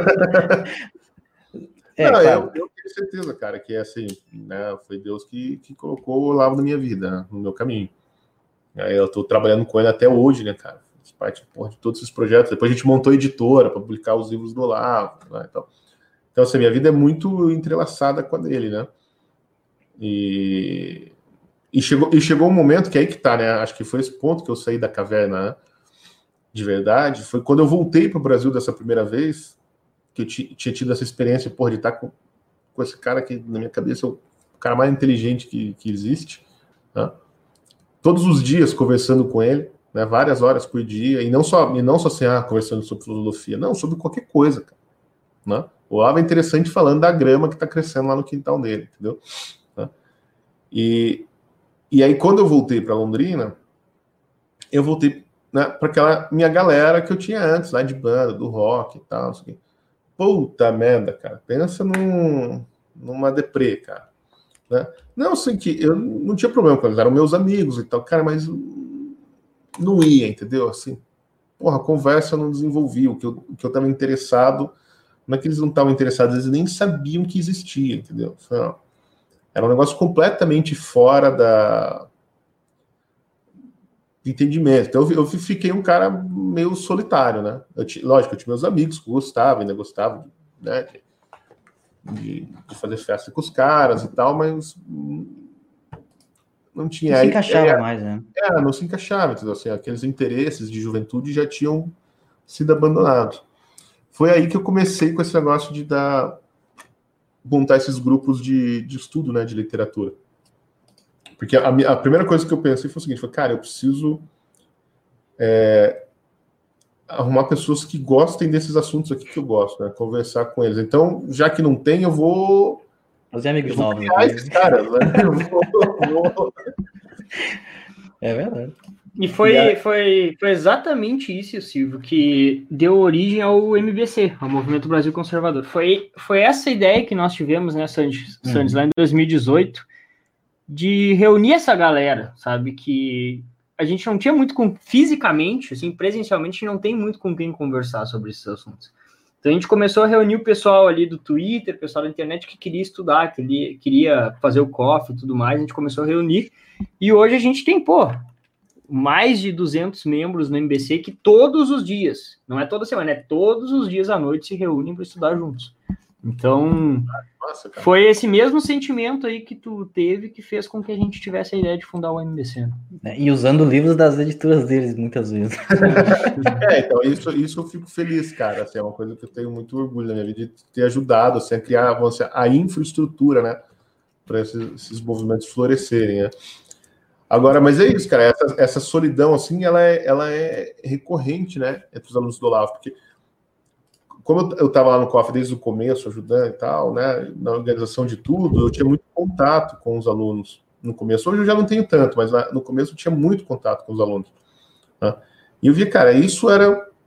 é, não, eu, eu tenho certeza, cara, que é assim, né, foi Deus que, que colocou o Olavo na minha vida, né, no meu caminho. Aí eu tô trabalhando com ele até hoje, né, cara, fiz parte, porra, de todos esses projetos. Depois a gente montou a editora para publicar os livros do Olavo, né, então... Então, assim, minha vida é muito entrelaçada com a dele, né? E, e, chegou, e chegou um momento que aí que tá, né? Acho que foi esse ponto que eu saí da caverna, né? De verdade. Foi quando eu voltei para o Brasil dessa primeira vez, que eu tinha tido essa experiência, porra, de estar com, com esse cara que, na minha cabeça, é o cara mais inteligente que, que existe, né? Todos os dias conversando com ele, né? Várias horas por dia, e não só, e não só assim, ah, conversando sobre filosofia, não, sobre qualquer coisa, cara, né? O Olavo é interessante falando da grama que está crescendo lá no quintal dele, entendeu? E, e aí, quando eu voltei para Londrina, eu voltei, né, para aquela minha galera que eu tinha antes, lá de banda, do rock e tal. Assim. Puta merda, cara. Pensa num, numa deprê, cara. Né? Não, assim, que eu não tinha problema com eles, eram meus amigos e tal, cara, mas não ia, entendeu? Assim, porra, a conversa eu não desenvolvi, o que eu, o que eu tava interessado. Não é que eles não estavam interessados, eles nem sabiam que existia, entendeu? Era um negócio completamente fora da... de entendimento. Então eu, eu fiquei um cara meio solitário, né? Eu, lógico, eu tinha meus amigos que gostavam, ainda gostavam, né, de, de fazer festa com os caras e tal, mas não tinha... Não se encaixava é, mais, né? É, não se encaixava, entendeu? Assim, aqueles interesses de juventude já tinham sido abandonados. Foi aí que eu comecei com esse negócio de dar, montar esses grupos de, de estudo, né, de literatura. Porque a, a primeira coisa que eu pensei foi o seguinte, foi, cara, eu preciso é, arrumar pessoas que gostem desses assuntos aqui que eu gosto, né, conversar com eles. Então, já que não tem, eu vou... Fazer amigos eu vou novos. criar esses caras, né? Eu vou, eu vou... É verdade. E foi, e foi, foi exatamente isso, Silvio, que deu origem ao M B C, ao Movimento Brasil Conservador. Foi, foi essa ideia que nós tivemos, né, Sandes, uhum. Sandes, lá em dois mil e dezoito, de reunir essa galera, sabe, que a gente não tinha muito com, fisicamente, assim, presencialmente, a gente não tem muito com quem conversar sobre esses assuntos. Então a gente começou a reunir o pessoal ali do Twitter, o pessoal da internet que queria estudar, que queria, queria fazer o coffee e tudo mais, a gente começou a reunir, e hoje a gente tem, pô, mais de duzentos membros no M B C que todos os dias, não é toda semana, é todos os dias à noite se reúnem para estudar juntos. Então, Nossa, foi esse mesmo sentimento aí que tu teve que fez com que a gente tivesse a ideia de fundar o M B C. É, e usando livros das editoras deles, muitas vezes. É, então, isso, isso eu fico feliz, cara. Assim, é uma coisa que eu tenho muito orgulho na minha vida, de ter ajudado assim, a criar assim, a infraestrutura, né, para esses, esses movimentos florescerem, né? Agora, mas é isso, cara, essa, essa solidão, assim, ela é, ela é recorrente, né, entre os alunos do Olavo, porque como eu estava lá no C O F desde o começo, ajudando e tal, né, na organização de tudo, eu tinha muito contato com os alunos no começo. Hoje eu já não tenho tanto, mas no começo eu tinha muito contato com os alunos, né? E eu vi, cara, isso era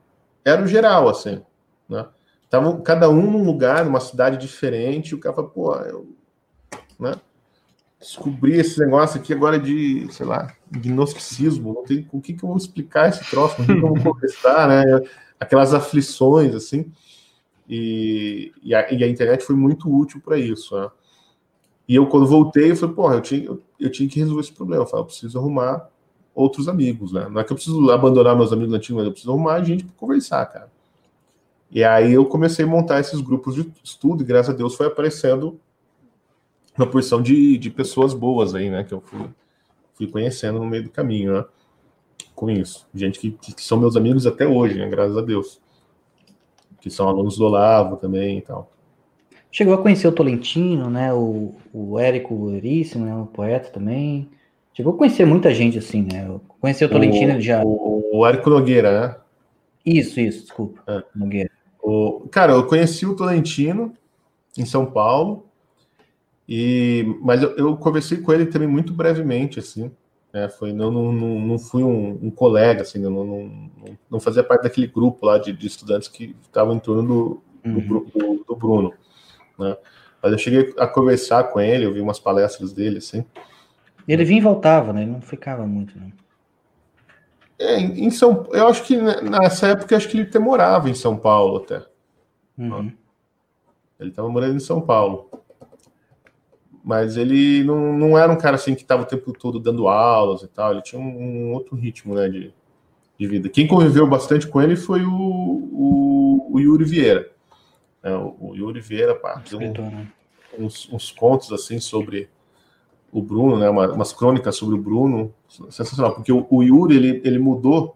era o geral, assim, né? Tava cada um num lugar, numa cidade diferente, o cara fala, pô, eu, né? Descobri esse negócio aqui agora de, sei lá, gnosticismo, não tem com o que, que eu vou explicar esse troço, com o que, que eu vou conversar, né? Aquelas aflições, assim, e, e, a, e a internet foi muito útil para isso, né? E eu, quando voltei, eu falei, porra, eu tinha, eu, eu tinha que resolver esse problema, eu falei, eu preciso arrumar outros amigos, né? Não é que eu preciso abandonar meus amigos antigos, mas eu preciso arrumar gente para conversar, cara. E aí eu comecei a montar esses grupos de estudo, e graças a Deus foi aparecendo uma porção de, de pessoas boas aí, né? Que eu fui, fui conhecendo no meio do caminho, né? Com isso. Gente que, que são meus amigos até hoje, né? Graças a Deus. Que são alunos do Olavo também e tal. Chegou a conhecer o Tolentino, né? O, o Érico Veríssimo, né? O poeta também. Chegou a conhecer muita gente assim, né? Conheceu o Tolentino, o, ele já... O, o Érico Nogueira, né? Isso, isso, desculpa. É. Nogueira. O, cara, eu conheci o Tolentino em São Paulo, e, mas eu, eu conversei com ele também muito brevemente, assim, né? Foi, não, não, não, não fui um, um colega, assim, não, não, não fazia parte daquele grupo lá de, de estudantes que estavam em torno do, uhum. do, do, do Bruno, né? Mas eu cheguei a conversar com ele, eu vi umas palestras dele, assim. Ele vinha e voltava, né? Ele não ficava muito, né? É, em São, eu acho que nessa época eu acho que ele até morava em São Paulo até. Uhum. Ele estava morando em São Paulo, mas ele não, não era um cara assim que estava o tempo todo dando aulas e tal. Ele tinha um, um outro ritmo, né, de, de vida. Quem conviveu bastante com ele foi o, o, o Yuri Vieira. É, o, o Yuri Vieira, pá, tem um, uns, uns contos assim sobre o Bruno, né, uma, umas crônicas sobre o Bruno, sensacional, porque o, o Yuri, ele, ele mudou,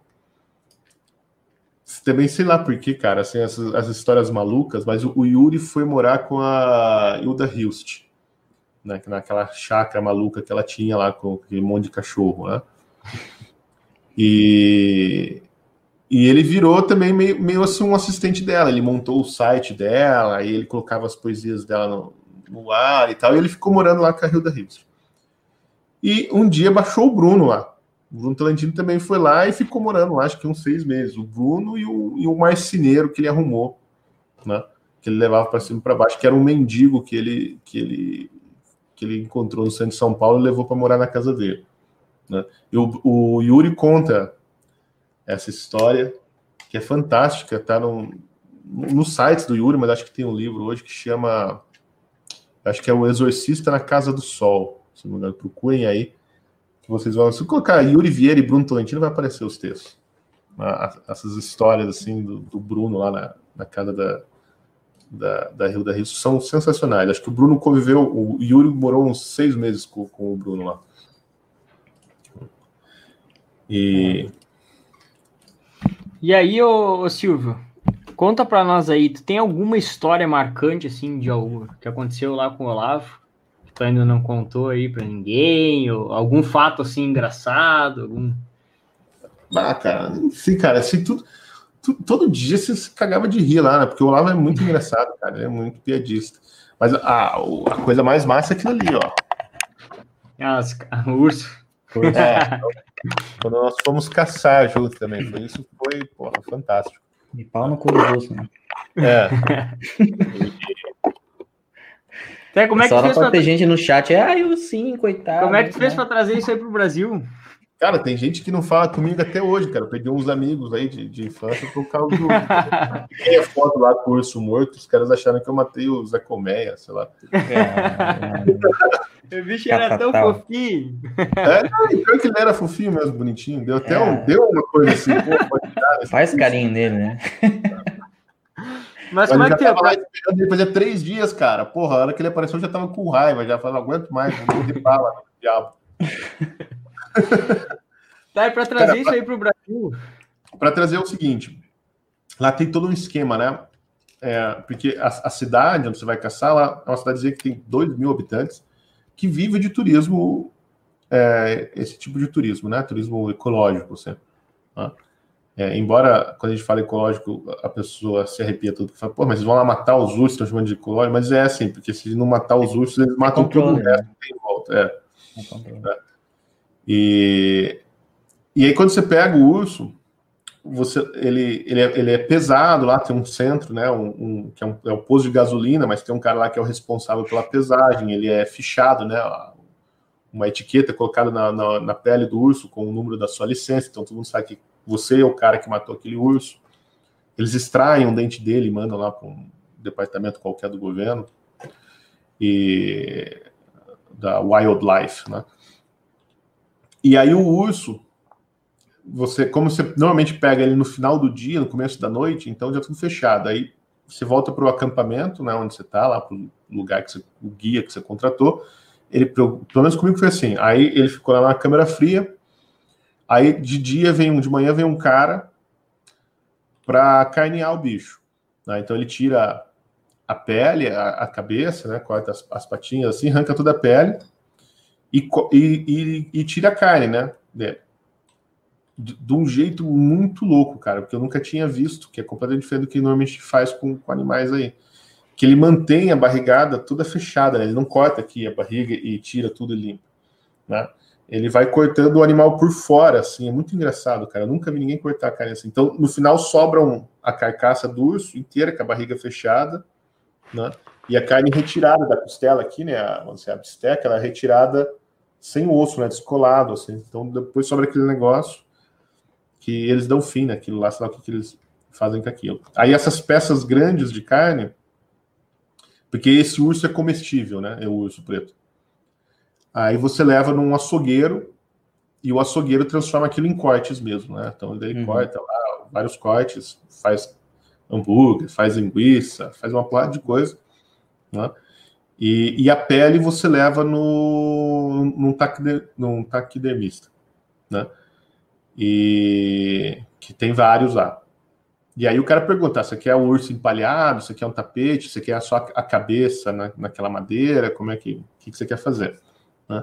também sei lá por que, cara, assim, essas, as histórias malucas, mas o, o Yuri foi morar com a Hilda Hilst, né, naquela chácara maluca que ela tinha lá com aquele monte de cachorro, né, e, e ele virou também meio, meio assim um assistente dela, ele montou o site dela, e ele colocava as poesias dela no, no ar e tal, e ele ficou morando lá com a Hilda Hilst. E um dia baixou o Bruno lá. O Bruno Tolentino também foi lá e ficou morando lá, acho que uns seis meses. O Bruno e o, e o marceneiro que ele arrumou, né? Que ele levava para cima e para baixo, que era um mendigo que ele, que ele, que ele encontrou no centro de São Paulo e levou para morar na casa dele, né? E o, o Yuri conta essa história, que é fantástica, tá no, no site do Yuri, mas acho que tem um livro hoje que chama, acho que é O Exorcista na Casa do Sol. Se não me engano, procurem aí, que vocês vão... Se colocar Yuri Vieira e Bruno Tolentino, vai aparecer os textos. Essas histórias, assim, do, do Bruno lá na, na casa da, da, da Hilda Hilst são sensacionais. Acho que o Bruno conviveu... O Yuri morou uns seis meses com, com o Bruno lá. E... E aí, ô, ô Silvio, conta pra nós aí, tu tem alguma história marcante, assim, de algo que aconteceu lá com o Olavo? Tu ainda não contou aí pra ninguém, ou algum fato assim engraçado, algum... Ah, cara, sim, cara, assim, tudo, tudo, todo dia você se cagava de rir lá, né? Porque o Olavo é muito engraçado, cara, ele é muito piadista. Mas a, a coisa mais massa é aquilo ali, ó. As, o urso. É, quando nós fomos caçar junto também, foi isso, foi, porra, fantástico. E pau no cu do urso, né? É. Até como é que Só fez pode pra... ter gente no chat, ah, eu sim, coitado. Como é que tu fez né? pra trazer isso aí pro Brasil? Cara, tem gente que não fala comigo até hoje, cara. Eu perdi uns amigos aí de, de infância por causa do... Tem a foto lá com o urso morto, os caras acharam que eu matei o Zé Colmeia, sei lá. O bicho era tão fofinho. É, não, pior que ele era fofinho mesmo, bonitinho. Deu até é. um, deu uma coisa assim. Pô, pode dar, faz carinho nele, né? Mas, Mas como é que tava lá esperando ele fazia três dias, cara. Porra, a hora que ele apareceu eu já tava com raiva, já falei, não aguento mais, vou morrer bala, diabo. Tá, e pra trazer cara, isso pra, aí pro Brasil? Pra trazer o seguinte, lá tem todo um esquema, né? É, porque a, a cidade onde você vai caçar, lá é uma cidadezinha que tem dois mil habitantes, que vive de turismo, é, esse tipo de turismo, né? Turismo ecológico, assim. Né? É, embora, quando a gente fala ecológico, a pessoa se arrepia tudo, fala, pô, mas eles vão lá matar os ursos, estão chamando de ecológico, mas é assim, porque se não matar os ursos, eles matam é todo o resto que tem em volta. É. É. E, e aí, quando você pega o urso, você, ele, ele, é, ele é pesado lá, tem um centro, né, um, um, que é, um, é um posto de gasolina, mas tem um cara lá que é o responsável pela pesagem, ele é fichado, né, uma etiqueta colocada na, na, na pele do urso com o número da sua licença, então todo mundo sabe que você é o cara que matou aquele urso. Eles extraem um dente dele e mandam lá para um departamento qualquer do governo, e da Wildlife, né? E aí o urso, você, como você normalmente pega ele no final do dia, no começo da noite, então já tudo fechado. Aí você volta para o acampamento, né, onde você está, lá para o lugar que você, o guia que você contratou. Ele, pelo menos comigo foi assim. Aí ele ficou lá na câmera fria. Aí de dia vem um, de manhã vem um cara para carnear o bicho, né? Então ele tira a pele, a, a cabeça, né, corta as, as patinhas assim, arranca toda a pele e, e, e, e tira a carne, né, dele. De, de um jeito muito louco, cara, porque eu nunca tinha visto, que é completamente diferente do que normalmente faz com, com animais aí. Que ele mantém a barrigada toda fechada, né? Ele não corta aqui a barriga e tira tudo limpo, né? Ele vai cortando o animal por fora, assim, é muito engraçado, cara. Eu nunca vi ninguém cortar a carne assim. Então, no final, sobra um, a carcaça do urso inteira, com a barriga fechada, né? E a carne retirada da costela aqui, né? A, a bisteca, ela é retirada sem o osso, né? Descolado, assim. Então, depois sobra aquele negócio que eles dão fim naquilo lá, sei lá o que, que eles fazem com aquilo. Aí, essas peças grandes de carne, porque esse urso é comestível, né? É o urso preto. Aí você leva num açougueiro e o açougueiro transforma aquilo em cortes mesmo, né? Então ele uhum. corta lá vários cortes, faz hambúrguer, faz linguiça, faz uma porrada de coisa, né? E, e a pele você leva no, num, taquider, num taquidermista, né? E que tem vários lá. E aí o cara pergunta, você quer um urso empalhado, você quer um tapete, você quer só a cabeça na, naquela madeira, como é que, que, que você quer fazer? Né?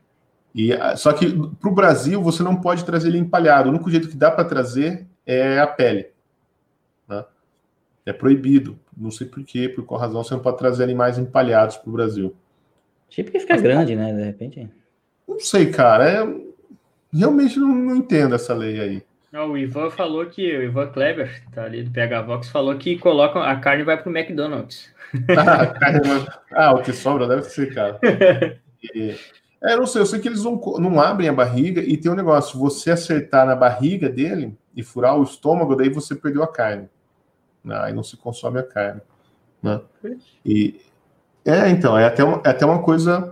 E, só que para o Brasil você não pode trazer ele empalhado. O único jeito que dá para trazer é a pele, né? É proibido. Não sei por quê, por qual razão você não pode trazer animais empalhados para o Brasil. Tipo que fica Mas, grande, né? De repente. Não sei, cara. É... Realmente não, não entendo essa lei aí. Não, o Ivan falou que, o Ivan Kleber, tá ali do P H Vox, falou que colocam, a carne vai pro McDonald's. Ah, carne, ah, o que sobra deve ser, cara. E, é, não sei, eu sei que eles não, não abrem a barriga e tem um negócio, você acertar na barriga dele e furar o estômago, daí você perdeu a carne. Aí não se consome a carne, né? E, é, então, é até uma, é até uma coisa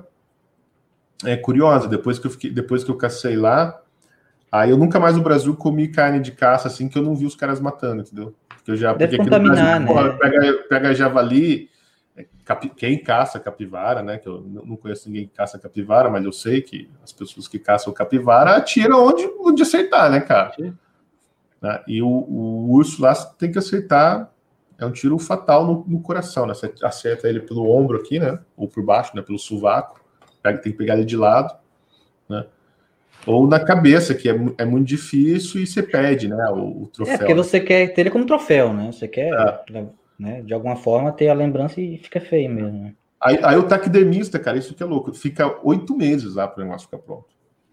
é, curiosa, depois que, eu fiquei, depois que eu cacei lá, aí eu nunca mais no Brasil comi carne de caça assim que eu não vi os caras matando, entendeu? Porque eu já Deve porque contaminar, aqui no Brasil, né? Pô, pega, pega javali, capi, quem caça capivara, né? Que eu não conheço ninguém que caça capivara, mas eu sei que as pessoas que caçam capivara atiram onde, onde acertar, né, cara? Né? E o, o urso lá tem que acertar, é um tiro fatal no, no coração, né? Você acerta ele pelo ombro aqui, né? Ou por baixo, né? Pelo sovaco, pega, tem que pegar ele de lado, né? Ou na cabeça, que é, é muito difícil e você perde, né, o, o troféu. É, porque você quer ter ele como troféu, né? Você quer, é. né, de alguma forma, ter a lembrança e fica feio mesmo. Né? Aí, aí o taquidermista, cara, isso que é louco, fica oito meses lá para o negócio ficar pronto.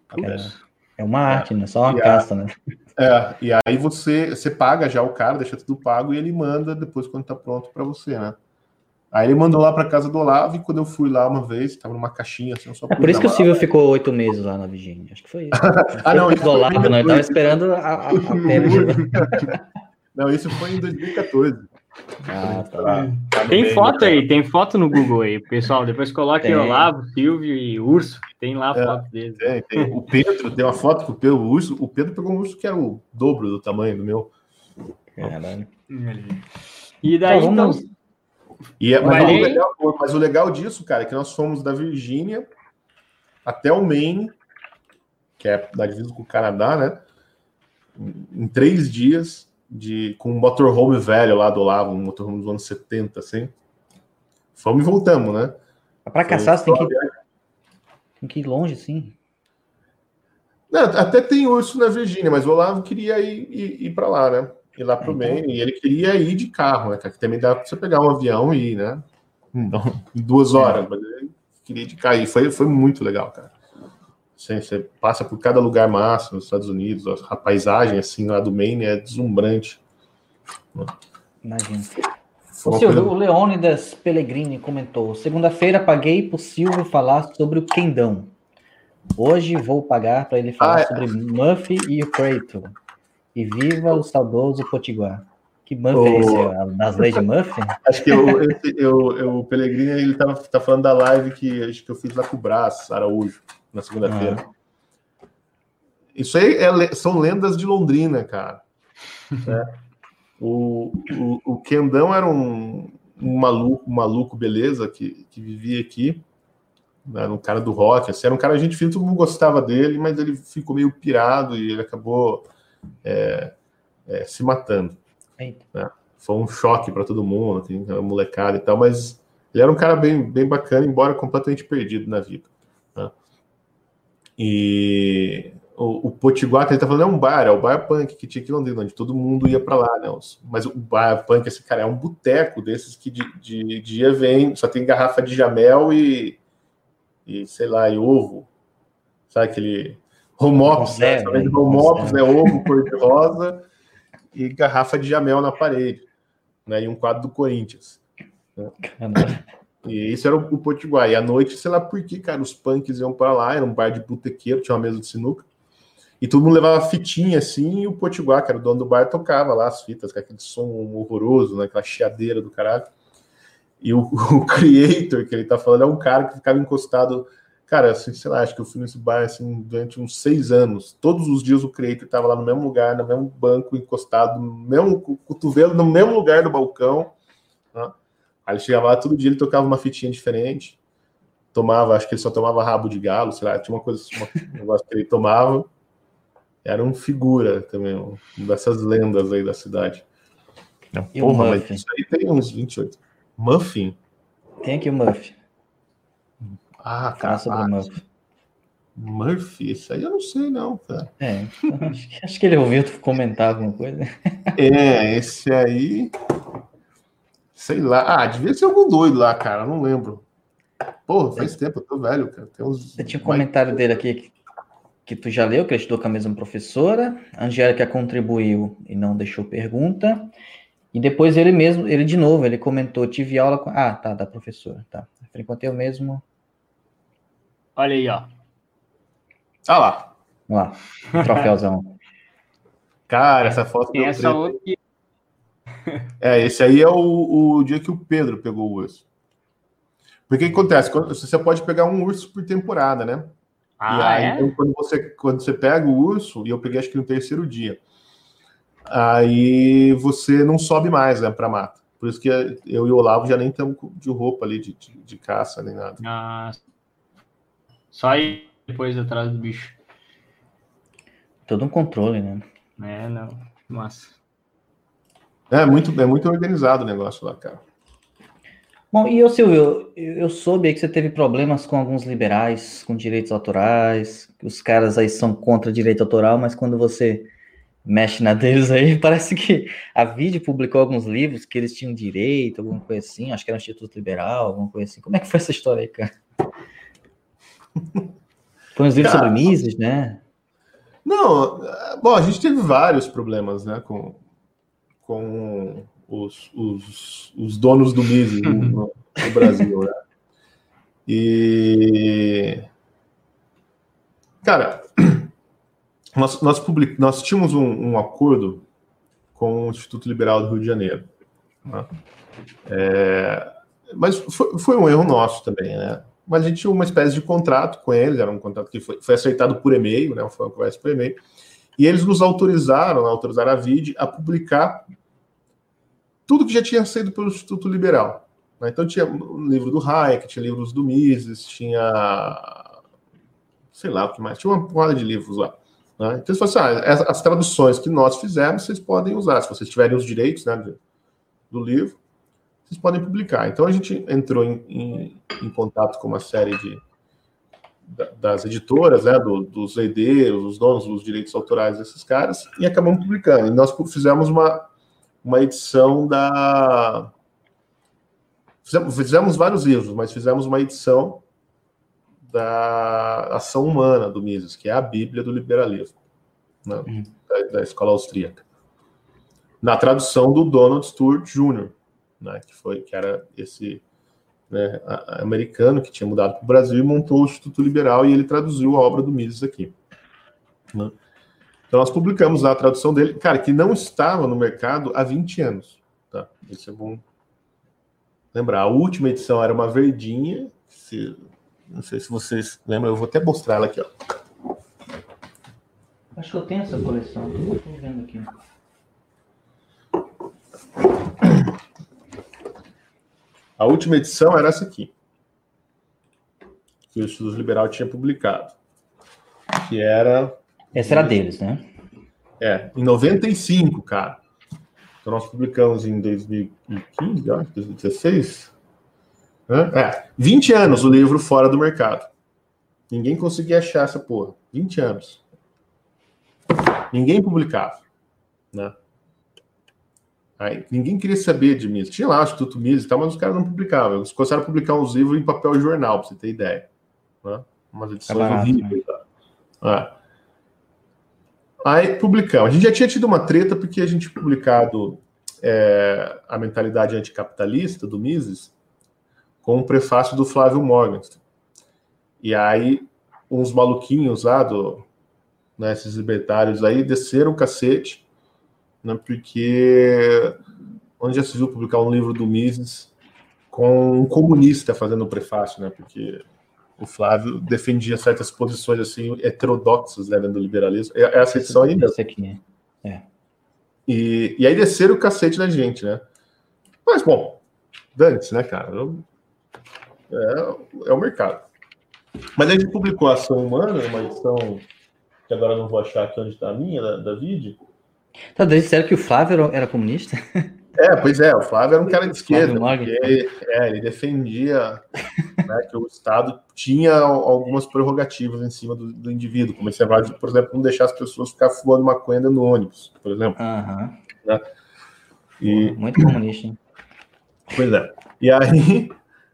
É, é uma arte, é. né? Só uma e caça, a, né? É, e aí você, você paga já o cara, deixa tudo pago e ele manda depois quando tá pronto para você, né? Aí ele mandou lá para casa do Olavo e quando eu fui lá uma vez, tava numa caixinha assim, eu só É por isso que o Silvio ficou oito meses lá na Virgínia. Acho que foi isso. ah, não, isso do Olavo, não, ele tava esperando a, a, a pele. Não, isso foi em dois mil e quatorze. Ah, tá. Lá, tá tem meio, foto aí, tem foto no Google aí, pessoal. Depois coloque tem. Olavo, Silvio e Urso. Tem lá a é, foto deles. Tem, tem. O Pedro tem uma foto com o Pedro, o urso. O Pedro pegou um urso que era o dobro do tamanho do meu. Caralho. E daí, tá, então. E é, mas, o legal, mas o legal disso, cara, é que nós fomos da Virgínia até o Maine, que é da divisa com o Canadá, né? Em três dias, de, com um motorhome velho lá do Olavo, um motorhome dos anos setenta, assim. Fomos e voltamos, né? Para caçar, você tem que, tem que ir longe, sim. Não, até tem urso na Virgínia, mas o Olavo queria ir, ir, ir para lá, né? Ir lá pro Maine, então... e ele queria ir de carro, né, cara? Que também dá para você pegar um avião e ir, né? Não, duas horas, é. Mas ele queria ir de carro. E foi, foi muito legal, cara. Assim, você passa por cada lugar massa nos Estados Unidos, a paisagem assim lá do Maine é deslumbrante. Imagina. O Silvio, coisa... o Leônidas Pellegrini comentou: segunda-feira paguei pro Silvio falar sobre o Quendão. Hoje vou pagar para ele falar ah, é. sobre Murphy e o Creighton. E viva o saudoso Potiguar. Que Murphy o... é esse? Das leis de Murphy? Acho que eu, eu, eu, eu, o Pellegrini ele tá, tá falando da live que, acho que eu fiz lá com o Brás Araújo, na segunda-feira. Ah. Isso aí é, são lendas de Londrina, cara. Né? O, o, o Quendão era um, um maluco, um maluco, beleza, que, que vivia aqui. Era um cara do rock, assim, era um cara, a gente fina, todo mundo gostava dele, mas ele ficou meio pirado e ele acabou é, é, se matando. Né? Foi um choque para todo mundo, assim, molecada e tal, mas ele era um cara bem, bem bacana, embora completamente perdido na vida. Né? E o, o Potiguar que ele tá falando é um bar, é o bar punk que tinha aqui em Londrina, onde todo mundo ia para lá, né? Mas o bar punk, esse cara é um boteco desses que de, de dia vem, só tem garrafa de Jamel e e sei lá, e ovo, sabe aquele homops, né? Né? Homops, né? Ovo cor-de-rosa e garrafa de Jamel na parede, né? E um quadro do Corinthians. Né? E isso era o, o Potiguar. E à noite, sei lá por que, cara, os punks iam para lá, era um bar de botequeiro, tinha uma mesa de sinuca, e todo mundo levava fitinha assim, e o Potiguar, que era o dono do bar, tocava lá as fitas, com aquele som horroroso, né? Aquela chiadeira do caralho. E o, o Creator, que ele tá falando, é um cara que ficava encostado... Cara, assim, sei lá, acho que eu fui nesse bar, assim, durante uns seis anos. Todos os dias o Creator tava lá no mesmo lugar, no mesmo banco, encostado, no mesmo cotovelo, no mesmo lugar do balcão. Né? Aí ele chegava lá, todo dia ele tocava uma fitinha diferente. Tomava, acho que ele só tomava rabo de galo, sei lá, tinha uma coisa, uma, um negócio que ele tomava. Era um figura também, um dessas lendas aí da cidade. E porra, mas isso aí tem uns vinte e oito. Muffin? Tem aqui o Murphy. Ah, cara. Sobre o Murphy. Murphy? Isso aí eu não sei, não, cara. É, acho, acho que ele ouviu tu comentar alguma coisa. É, esse aí. Sei lá. Ah, devia ser algum doido lá, cara. Não lembro. Porra, faz é. tempo, eu tô velho, cara. Tem uns... Eu tinha um comentário dele aqui que, que tu já leu, que ele estudou com a mesma professora. A Angélica contribuiu e não deixou pergunta. E depois ele mesmo, ele de novo, ele comentou, tive aula com... Ah, tá, da professora, tá. Frequentei o mesmo... Olha aí, ó. Ah lá. Vamos lá, troféuzão. Cara, essa foto... Tem essa outra... É, esse aí é o, o dia que o Pedro pegou o urso. Porque o que acontece? Quando, você pode pegar um urso por temporada, né? Ah, e aí, é? então, quando, você, quando você pega o urso, e eu peguei acho que no terceiro dia, aí você não sobe mais, né, pra mata. Por isso que eu e o Olavo já nem estamos de roupa ali de, de, de caça, nem nada. Ah, só ir depois atrás do bicho. Todo um controle, né? É, não. Massa. É muito, é muito organizado o negócio lá, cara. Bom, e eu, Silvio, eu, eu soube aí que você teve problemas com alguns liberais, com direitos autorais, que os caras aí são contra direito autoral, mas quando você mexe na deles aí, parece que a Vide publicou alguns livros que eles tinham direito, alguma coisa assim, acho que era um Instituto Liberal, alguma coisa assim. Como é que foi essa história aí, cara? Foi uns livros cara, sobre Mises, né? Não, bom, a gente teve vários problemas, né, com, com os, os, os donos do Mises no, no Brasil, né? E... Cara... Nós, nós, public... nós tínhamos um, um acordo com o Instituto Liberal do Rio de Janeiro. Né? É... Mas foi, foi um erro nosso também, né? Mas a gente tinha uma espécie de contrato com eles, era um contrato que foi, foi aceitado por e-mail, né? Foi uma conversa por e-mail, e eles nos autorizaram, autorizaram a Vide a publicar tudo que já tinha saído pelo Instituto Liberal. Né? Então tinha o livro do Hayek, tinha livros do Mises, tinha... sei lá o que mais, tinha uma porrada de livros lá. Né? Então, eles falaram assim, ah, as traduções que nós fizemos, vocês podem usar. Se vocês tiverem os direitos, né, do, do livro, vocês podem publicar. Então, a gente entrou em, em, em contato com uma série de, da, das editoras, né, do, dos herdeiros, os donos dos direitos autorais desses caras, e acabamos publicando. E nós fizemos uma, uma edição da... Fizemos, fizemos vários livros, mas fizemos uma edição da Ação Humana do Mises, que é a Bíblia do liberalismo, né, hum. da, da escola austríaca. Na tradução do Donald Stewart Júnior, né, que, foi, que era esse né, a, a americano que tinha mudado para o Brasil e montou o Instituto Liberal, e ele traduziu a obra do Mises aqui. Né. Então nós publicamos lá a tradução dele, cara, que não estava no mercado há vinte anos. Tá? Isso é bom lembrar. A última edição era uma verdinha, se, não sei se vocês lembram, eu vou até mostrar ela aqui, ó. Acho que eu tenho essa coleção, estou vendo aqui. A última edição era essa aqui, que o Instituto Liberal tinha publicado, que era... Essa era deles, né? É, em noventa e cinco, cara. Então nós publicamos em dois mil e quinze, ó, dois mil e dezesseis. É, vinte anos o livro fora do mercado. Ninguém conseguia achar essa porra. vinte anos. Ninguém publicava, né? Aí, ninguém queria saber de Mises. Tinha lá o Instituto Mises e tal, mas os caras não publicavam. Eles começaram a publicar uns livros em papel jornal, pra você ter ideia. Né? Umas edições é barato, horríveis. Né? É. Aí publicamos. A gente já tinha tido uma treta porque a gente tinha publicado é, a mentalidade anticapitalista do Mises com o prefácio do Flávio Morgenstern. E aí uns maluquinhos lá, do, né, esses libertários aí, desceram o cacete, né, porque onde já se viu publicar um livro do Mises com um comunista fazendo o prefácio, né, porque o Flávio defendia certas posições assim heterodoxas, né, do liberalismo. É essa edição aí mesmo. Aqui, é. E, e aí desceram o cacete na gente, né? Mas, bom, dane-se, né, cara? É, é o mercado. Mas a gente publicou a Ação Humana, uma edição que agora eu não vou achar aqui onde está a minha, da, da vídeo. Tá, daí disseram que o Flávio era comunista? É, pois é, o Flávio era um cara de esquerda, porque é, ele defendia né, que o Estado tinha algumas prerrogativas em cima do, do indivíduo, como esse negócio de, por exemplo, não deixar as pessoas ficar fumando maconha no ônibus, por exemplo. Uhum. Né? E... Muito comunista, hein? Pois é. E aí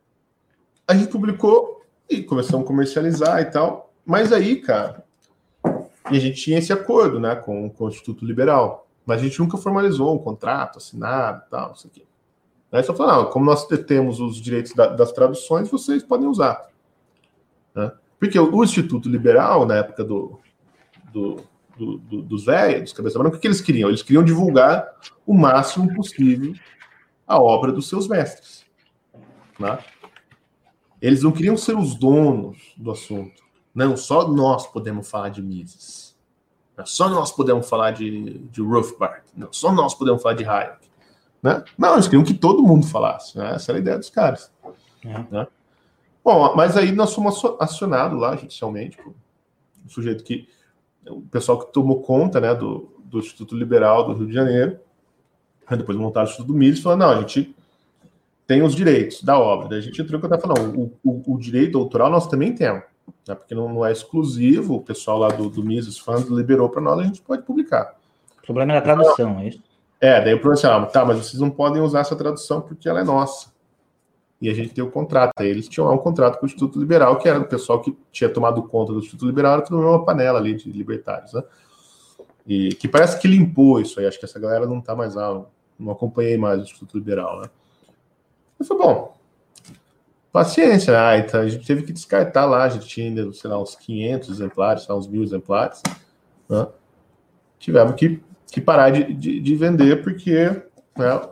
a gente publicou e começamos a comercializar e tal, mas aí, cara, e a gente tinha esse acordo, né, com, com o Instituto Liberal. Mas a gente nunca formalizou um contrato assinado e tal, isso aqui. Aí só falou, não, como nós temos os direitos da, das traduções, vocês podem usar. Né? Porque o, o Instituto Liberal, na época do, do, do, do, dos velhos, dos cabeça branca, o que eles queriam? Eles queriam divulgar o máximo possível a obra dos seus mestres. Né? Eles não queriam ser os donos do assunto. Não, só nós podemos falar de Mises. Só nós podemos falar de, de Rothbard. Não, só nós podemos falar de Hayek. Né? Não, eles queriam que todo mundo falasse. Né? Essa era a ideia dos caras. É. Né? Bom, mas aí nós fomos acionados lá, judicialmente, o sujeito que... O pessoal que tomou conta, né, do, do Instituto Liberal do Rio de Janeiro, depois montaram o Instituto Mises, falou, não, a gente tem os direitos da obra. Daí a gente entrou e eu estava falando, o, o, o direito autoral nós também temos. Né, porque não, não é exclusivo, o pessoal lá do, do Mises Fund liberou para nós, a gente pode publicar. O problema é a tradução, é isso? É, daí o problema é assim, ah, tá, mas vocês não podem usar essa tradução porque ela é nossa. E a gente tem o contrato. Aí eles tinham lá um contrato com o Instituto Liberal, que era o pessoal que tinha tomado conta do Instituto Liberal, era tudo uma panela ali de libertários, né? E que parece que limpou isso aí, acho que essa galera não tá mais lá, não acompanhei mais o Instituto Liberal, né? Eu falei, bom, paciência, ah, então a gente teve que descartar lá, a gente tinha ainda, sei lá, uns quinhentos exemplares, sei lá, uns mil exemplares, né? Tivemos que, que parar de, de, de vender, porque, né,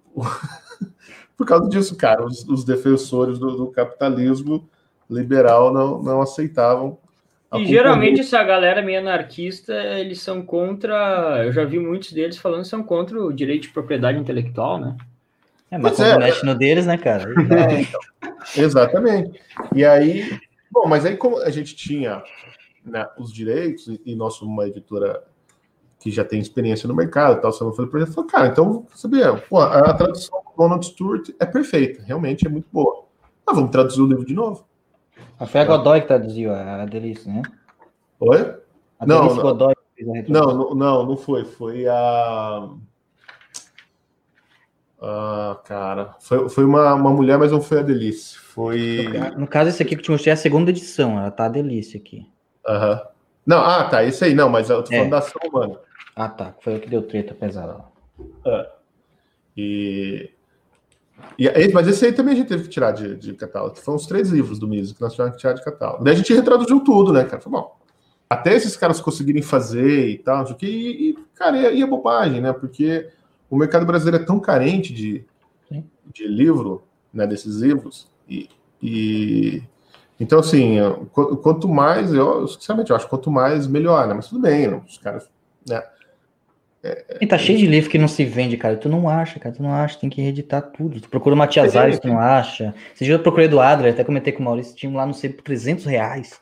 por causa disso, cara, os, os defensores do, do capitalismo liberal não, não aceitavam. E geralmente essa galera meio anarquista, eles são contra, eu já vi muitos deles falando que são contra o direito de propriedade intelectual, né? É, mas quando é, mexe no deles, né, cara? É, então, exatamente. E aí, bom, mas aí como a gente tinha, né, os direitos, e, e nós somos uma editora que já tem experiência no mercado, tal, você não foi projeto, falou, cara, então, sabia, pô, a, a tradução do Donald Stewart é perfeita, realmente é muito boa. Ah, vamos traduzir o livro de novo. Ah, foi a Godoy que traduziu a Delícia, né? Oi? A não, Delícia não, Godoy fez a não, não, não, não foi, foi a... Ah, cara, foi, foi uma, uma mulher, mas não foi a Delícia. Foi. No caso, esse aqui que eu te mostrei é a segunda edição, ela tá a Delícia aqui. Aham. Uhum. Não, ah, tá, esse aí, não, mas eu tô falando é. da ação humana. Ah, tá, foi o que deu treta pesada lá. É. E, e. Mas esse aí também a gente teve que tirar de, de catálogo, que foram os três livros do Mises que nós tivemos que tirar de catálogo. Daí a gente retraduziu tudo, né, cara? Foi bom. Até esses caras conseguirem fazer e tal, e, e cara, e a bobagem, né? Porque o mercado brasileiro é tão carente de, de livro, né, desses livros, e, e então, assim, quanto mais, eu, sinceramente, eu acho que quanto mais, melhor, né? Mas tudo bem, né? Os caras, né? É, e tá é, cheio de livro que não se vende, cara. Tu não acha, cara. Tu não acha, tem que reeditar tudo. Tu procura Matias Ares, tu não acha. Esse dia eu procurei do Adler, até comentei com o Maurício, tinha lá, não sei, por trezentos reais.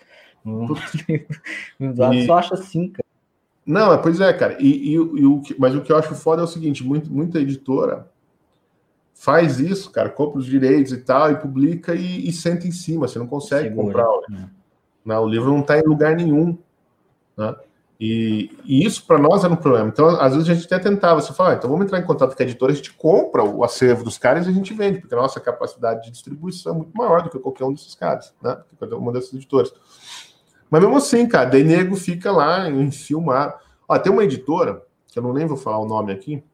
E... Só acha assim, cara. Não, pois é, cara. E, e, e o que, mas o que eu acho foda é o seguinte: muito, muita editora faz isso, cara, compra os direitos e tal, e publica e, e senta em cima. Você não consegue Segura, comprar o livro. Né? O livro não está em lugar nenhum. Né? E, e isso para nós era um problema. Então, às vezes a gente até tentava, você fala, ah, então vamos entrar em contato com a editora, a gente compra o acervo dos caras e a gente vende, porque a nossa capacidade de distribuição é muito maior do que qualquer um desses caras, né? Do que qualquer uma dessas editoras. Mas mesmo assim, cara, daí nego fica lá em filmar. Ó, tem uma editora, que eu não nem vou falar o nome aqui,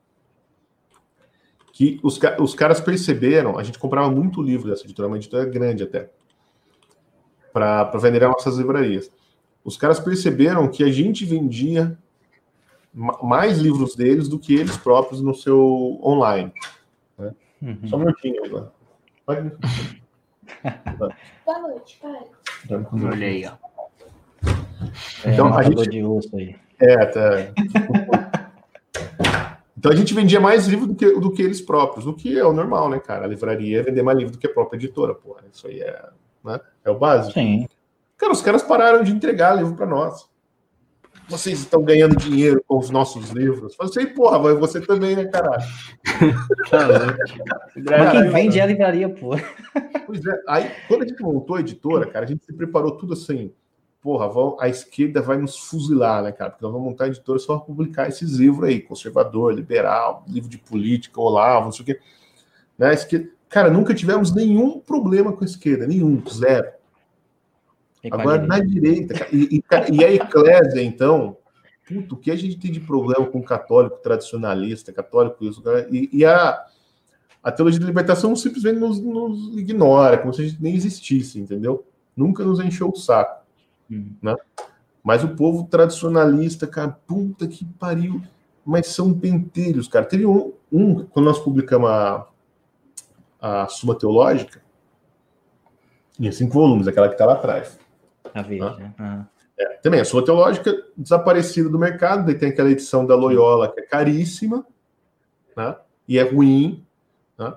que os, os caras perceberam, a gente comprava muito livro dessa editora, uma editora grande até, para vender as nossas livrarias. Os caras perceberam que a gente vendia mais livros deles do que eles próprios no seu online. Né? Uhum. Só um minutinho agora. Pode... Boa noite, pai. Olha aí, ó. Então, é, a gente... de osso aí. É, tá. Então a gente vendia mais livro do que, do que eles próprios, o que é o normal, né, cara? A livraria é vender mais livro do que a própria editora, porra. Isso aí é, né? É o básico. Sim. Cara, os caras pararam de entregar livro para nós. Vocês estão ganhando dinheiro com os nossos livros. Eu falei, porra, mas você também, né, caralho? Mas quem vende é a livraria, pô. Pois é. Aí, quando a gente montou a editora, cara, a gente se preparou tudo assim. Porra, vão, a esquerda vai nos fuzilar, né, cara? Porque nós vamos montar a editora só para publicar esses livros aí, conservador, liberal, livro de política, Olavo, não sei o quê. Né, a esquerda... Cara, nunca tivemos nenhum problema com a esquerda, nenhum, zero. Agora, na direita, cara, e, e, e a eclésia, então, puto, o que a gente tem de problema com o católico tradicionalista, católico isso, cara, e, e a, a teologia da libertação simplesmente nos, nos ignora, como se a gente nem existisse, entendeu? Nunca nos encheu o saco. Hum. Né? Mas o povo tradicionalista, cara, puta que pariu, mas são pentelhos, cara. Teve um, um quando nós publicamos a, a Suma Teológica, em cinco volumes, aquela que tá lá atrás. A verde, né? Uhum. É, também, a Suma Teológica desaparecida do mercado, daí tem aquela edição da Loyola que é caríssima, né? E é ruim, né?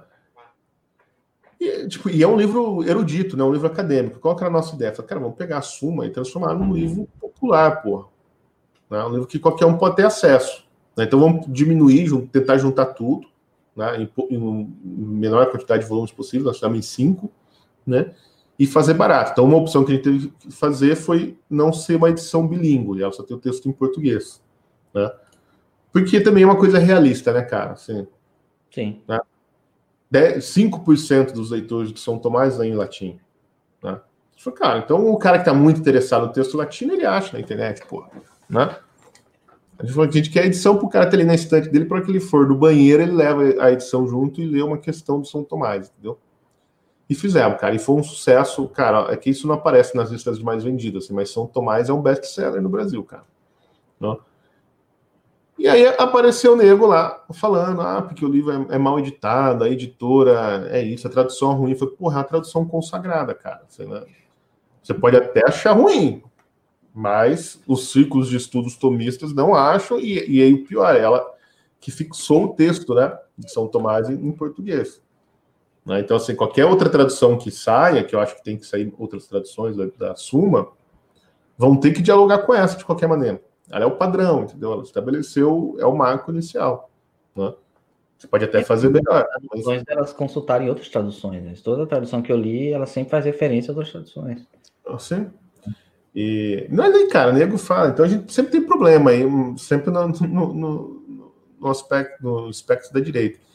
E, tipo, e é um livro erudito, né? Um livro acadêmico. Qual que era a nossa ideia? Falei, cara, vamos pegar a Suma e transformar num livro popular, porra. Né? Um livro que qualquer um pode ter acesso. Né? Então vamos diminuir, tentar juntar tudo, né? em, em menor quantidade de volumes possível, nós estamos em cinco, né? E fazer barato. Então uma opção que a gente teve que fazer foi não ser uma edição bilíngue, ela só tem o texto em português. Né? Porque também é uma coisa realista, né, cara? Assim, Sim. Né? cinco por cento dos leitores de São Tomás lêem em latim. Né? Cara, então o cara que está muito interessado no texto latino, ele acha na internet, porra. Né? A gente falou que a gente quer a edição para o cara ter ali na estante dele, para que ele for do banheiro, ele leva a edição junto e lê uma questão do São Tomás, entendeu? E fizemos, cara, e foi um sucesso, cara, é que isso não aparece nas listas de mais vendidas, assim, mas São Tomás é um best-seller no Brasil, cara. Né? E aí apareceu o nego lá, falando, ah, porque o livro é, é mal editado, a editora é isso, a tradução é ruim. Eu falei, porra, é a tradução consagrada, cara. Você, né? Você pode até achar ruim, mas os círculos de estudos tomistas não acham, e, e aí o pior, ela que fixou o texto, né, de São Tomás em, em português. Né? Então, assim, qualquer outra tradução que saia, que eu acho que tem que sair outras traduções da, da Suma, vão ter que dialogar com essa de qualquer maneira. Ela é o padrão, entendeu? Ela estabeleceu, é o marco inicial. Né? Você pode até fazer melhor. As traduções, mas... elas consultarem outras traduções. Né? Toda tradução que eu li, ela sempre faz referência a outras traduções. Sim. E não é nem, cara, nego fala. Então a gente sempre tem problema aí, sempre no, no, no, no, aspecto, no aspecto da direita.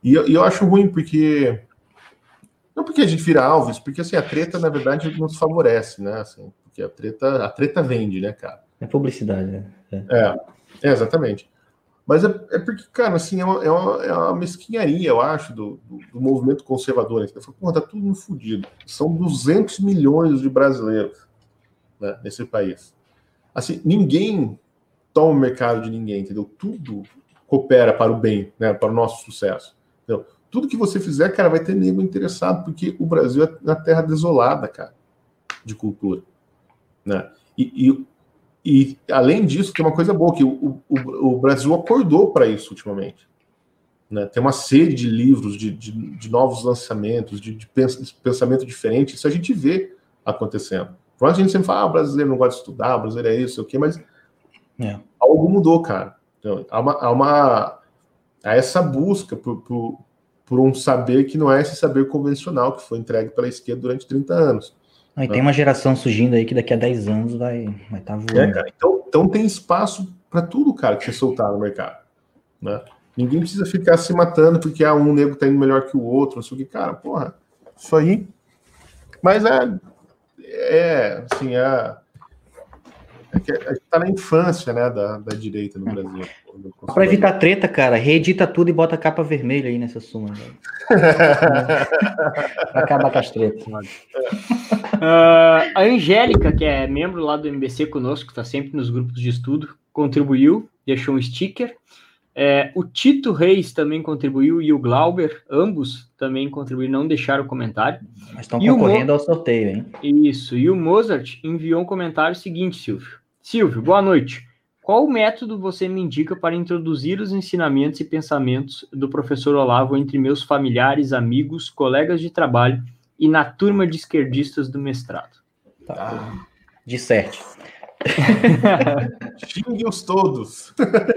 E eu, e eu acho ruim porque... Não porque a gente vira alvo, porque assim, a treta, na verdade, nos favorece, né? Assim, porque a treta, a treta vende, né, cara? É publicidade, né? É, é, é exatamente. Mas é, é porque, cara, assim, é uma, é uma, é uma mesquinharia, eu acho, do, do, do movimento conservador. Então, pô, tá tudo fodido. São duzentos milhões de brasileiros, né, nesse país. Assim, ninguém toma o mercado de ninguém, entendeu? Tudo coopera para o bem, né, para o nosso sucesso. Entendeu? Tudo que você fizer, cara, vai ter nego interessado, porque o Brasil é uma terra desolada, cara, de cultura, né? E, e, e além disso, tem uma coisa boa, que o, o, o Brasil acordou para isso ultimamente, né? Tem uma série de livros, de, de, de novos lançamentos, de, de pensamento diferente, isso a gente vê acontecendo. Por mais que a gente sempre fala, ah, o brasileiro não gosta de estudar, o brasileiro é isso, o quê, mas é. algo mudou, cara. Então, há, uma, há, uma, há essa busca por, por por um saber que não é esse saber convencional que foi entregue pela esquerda durante trinta anos. Ah, e né? Tem uma geração surgindo aí que daqui a dez anos vai estar vai tá voando. É, cara, então, então tem espaço para tudo, cara, que você soltar no mercado. Né? Ninguém precisa ficar se matando porque ah, um nego tá indo melhor que o outro, não sei o que. Cara, porra, isso aí... Mas é... É, assim, é... É que a gente tá na infância, né, da, da direita no Brasil. Para evitar treta, cara, reedita tudo e bota a capa vermelha aí nessa suma. Para acabar com as tretas. Uh, a Angélica, que é membro lá do M B C conosco, está sempre nos grupos de estudo, contribuiu, deixou um sticker. É, o Tito Reis também contribuiu e o Glauber, ambos também contribuíram, não deixaram comentário. Mas estão concorrendo Mo... ao sorteio, hein? Isso, e o Mozart enviou um comentário seguinte, Silvio. Silvio, boa noite. Qual método você me indica para introduzir os ensinamentos e pensamentos do professor Olavo entre meus familiares, amigos, colegas de trabalho e na turma de esquerdistas do mestrado? Tá. Disserte. Xingue-os todos.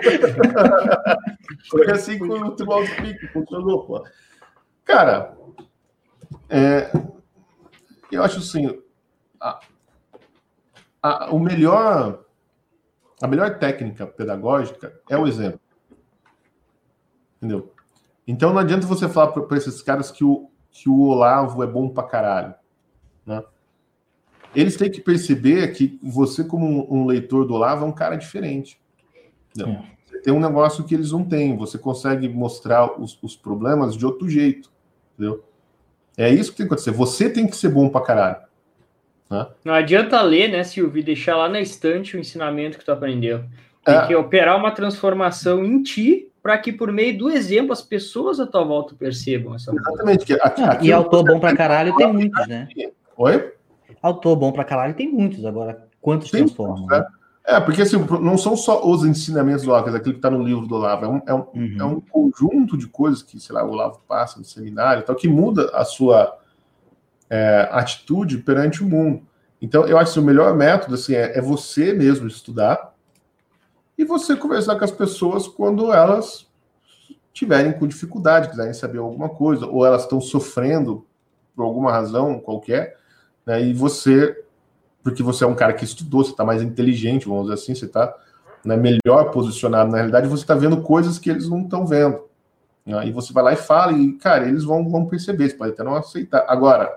Foi assim que o Tribunal do Pico funcionou, pô. Cara, é, eu acho assim, a, a, o melhor, a melhor técnica pedagógica é o exemplo. Entendeu? Então não adianta você falar para esses caras que o, que o Olavo é bom pra caralho, né? Eles têm que perceber que você, como um, um leitor do Olavo, é um cara diferente. É. Você tem um negócio que eles não têm. Você consegue mostrar os, os problemas de outro jeito. Entendeu? É isso que tem que acontecer. Você tem que ser bom pra caralho. Né? Não adianta ler, né, Silvio, e deixar lá na estante o ensinamento que tu aprendeu. Tem é. que operar uma transformação em ti para que, por meio do exemplo, as pessoas à tua volta percebam essa coisa. Exatamente. Que aqui, aqui e autor bom pra caralho tem muitos, né? Oi? Autor bom pra caralho tem muitos, agora quantos tem transformam? Né? É, porque assim, não são só os ensinamentos do Olavo, aquilo que está no livro do Olavo, é um, é, um, uhum. é um conjunto de coisas que, sei lá, o Olavo passa no seminário e tal, que muda a sua é, atitude perante o mundo. Então, eu acho que o melhor método assim, é, é você mesmo estudar e você conversar com as pessoas quando elas tiverem com dificuldade, quiserem saber alguma coisa, ou elas estão sofrendo por alguma razão qualquer. Né, e você, porque você é um cara que estudou, você está mais inteligente, vamos dizer assim, você está, né, melhor posicionado na realidade, você está vendo coisas que eles não estão vendo. Né, e você vai lá e fala, e, cara, eles vão, vão perceber, você pode até não aceitar. Agora,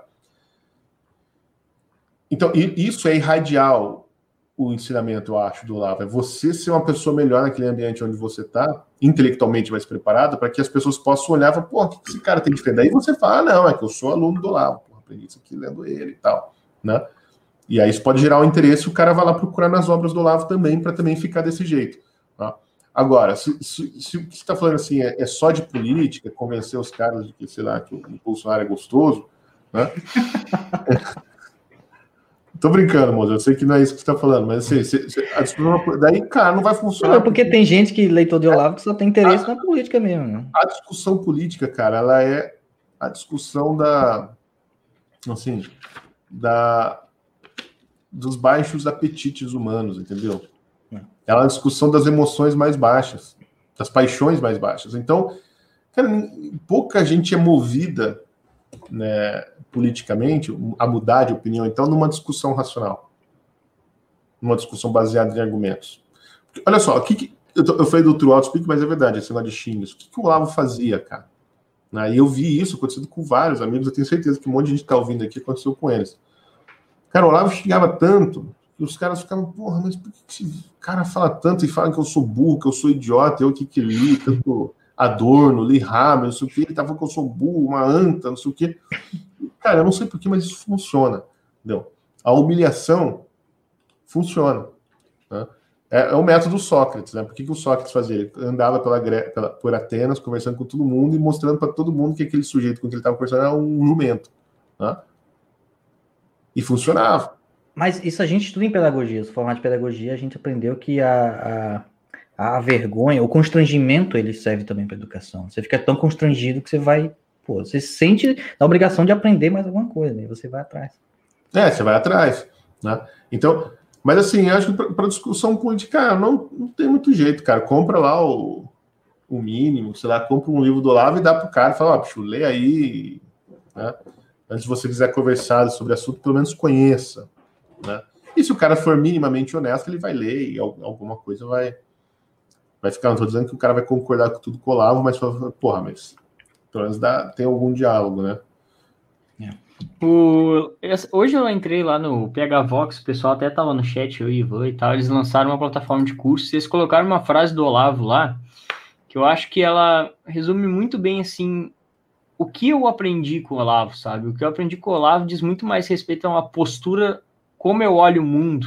então, isso é irradiar o ensinamento, eu acho, do Olavo. É você ser uma pessoa melhor naquele ambiente onde você está, intelectualmente mais preparada, para que as pessoas possam olhar e falar, pô, o que esse cara tem de diferente? Daí você fala, ah, não, é que eu sou aluno do Olavo. Aprendi isso aqui lendo ele e tal, né? E aí isso pode gerar um interesse, o cara vai lá procurar nas obras do Olavo também, para também ficar desse jeito. Tá? Agora, se, se, se o que você está falando assim é, é só de política, convencer os caras de que, sei lá, que o Bolsonaro é gostoso, né? Tô brincando, moço, eu sei que não é isso que você está falando, mas assim, se, se, a discussão, daí, cara, não vai funcionar. Não, porque, porque tem gente que, leitor de Olavo, que só tem interesse a, na política mesmo. Né? A discussão política, cara, ela é a discussão da, assim, da, dos baixos apetites humanos, entendeu? É uma discussão das emoções mais baixas, das paixões mais baixas. Então, cara, pouca gente é movida, né, politicamente a mudar de opinião, então, numa discussão racional, numa discussão baseada em argumentos. Porque, olha só, o que, que eu, tô, eu falei do True Outspeak, mas é verdade, esse negócio de xingos. O que, que o Olavo fazia, cara? Né? E eu vi isso acontecendo com vários amigos, eu tenho certeza que um monte de gente está ouvindo aqui, aconteceu com eles. Cara, o Olavo xingava tanto, e os caras ficavam, porra, mas por que esse cara fala tanto e fala que eu sou burro, que eu sou idiota, eu que, que li, tanto Adorno, li Haber, não sei o que, ele tá falando que eu sou burro, uma anta, não sei o que. Cara, eu não sei porquê, mas isso funciona. Entendeu? A humilhação funciona. Né? É, é o método Sócrates, né? Por que, que o Sócrates fazia? Ele andava pela, pela, por Atenas, conversando com todo mundo e mostrando para todo mundo que aquele sujeito com quem ele estava conversando era um jumento. Né? E funcionava. Mas isso a gente estuda em pedagogia, no formato de pedagogia, a gente aprendeu que a, a, a vergonha, o constrangimento, ele serve também para educação. Você fica tão constrangido que você vai, pô, você se sente na obrigação de aprender mais alguma coisa, né? Você vai atrás. É, você vai atrás, né? Então, mas assim, eu acho que para discussão política, cara, não, não tem muito jeito, cara. Compra lá o, o mínimo, sei lá, compra um livro do Olavo e dá pro cara e fala, ó, bicho, lê aí, né? Antes de você quiser conversar sobre o assunto, pelo menos conheça, né? E se o cara for minimamente honesto, ele vai ler e alguma coisa vai, vai ficar. Não estou dizendo que o cara vai concordar com tudo com o Olavo, mas porra, mas pelo menos dá, tem algum diálogo, né? É. O, hoje eu entrei lá no P H Vox, o pessoal até estava no chat, eu e Ivan e tal, eles lançaram uma plataforma de cursos, eles colocaram uma frase do Olavo lá, que eu acho que ela resume muito bem, assim, o que eu aprendi com o Olavo, sabe? O que eu aprendi com o Olavo diz muito mais respeito a uma postura, como eu olho o mundo,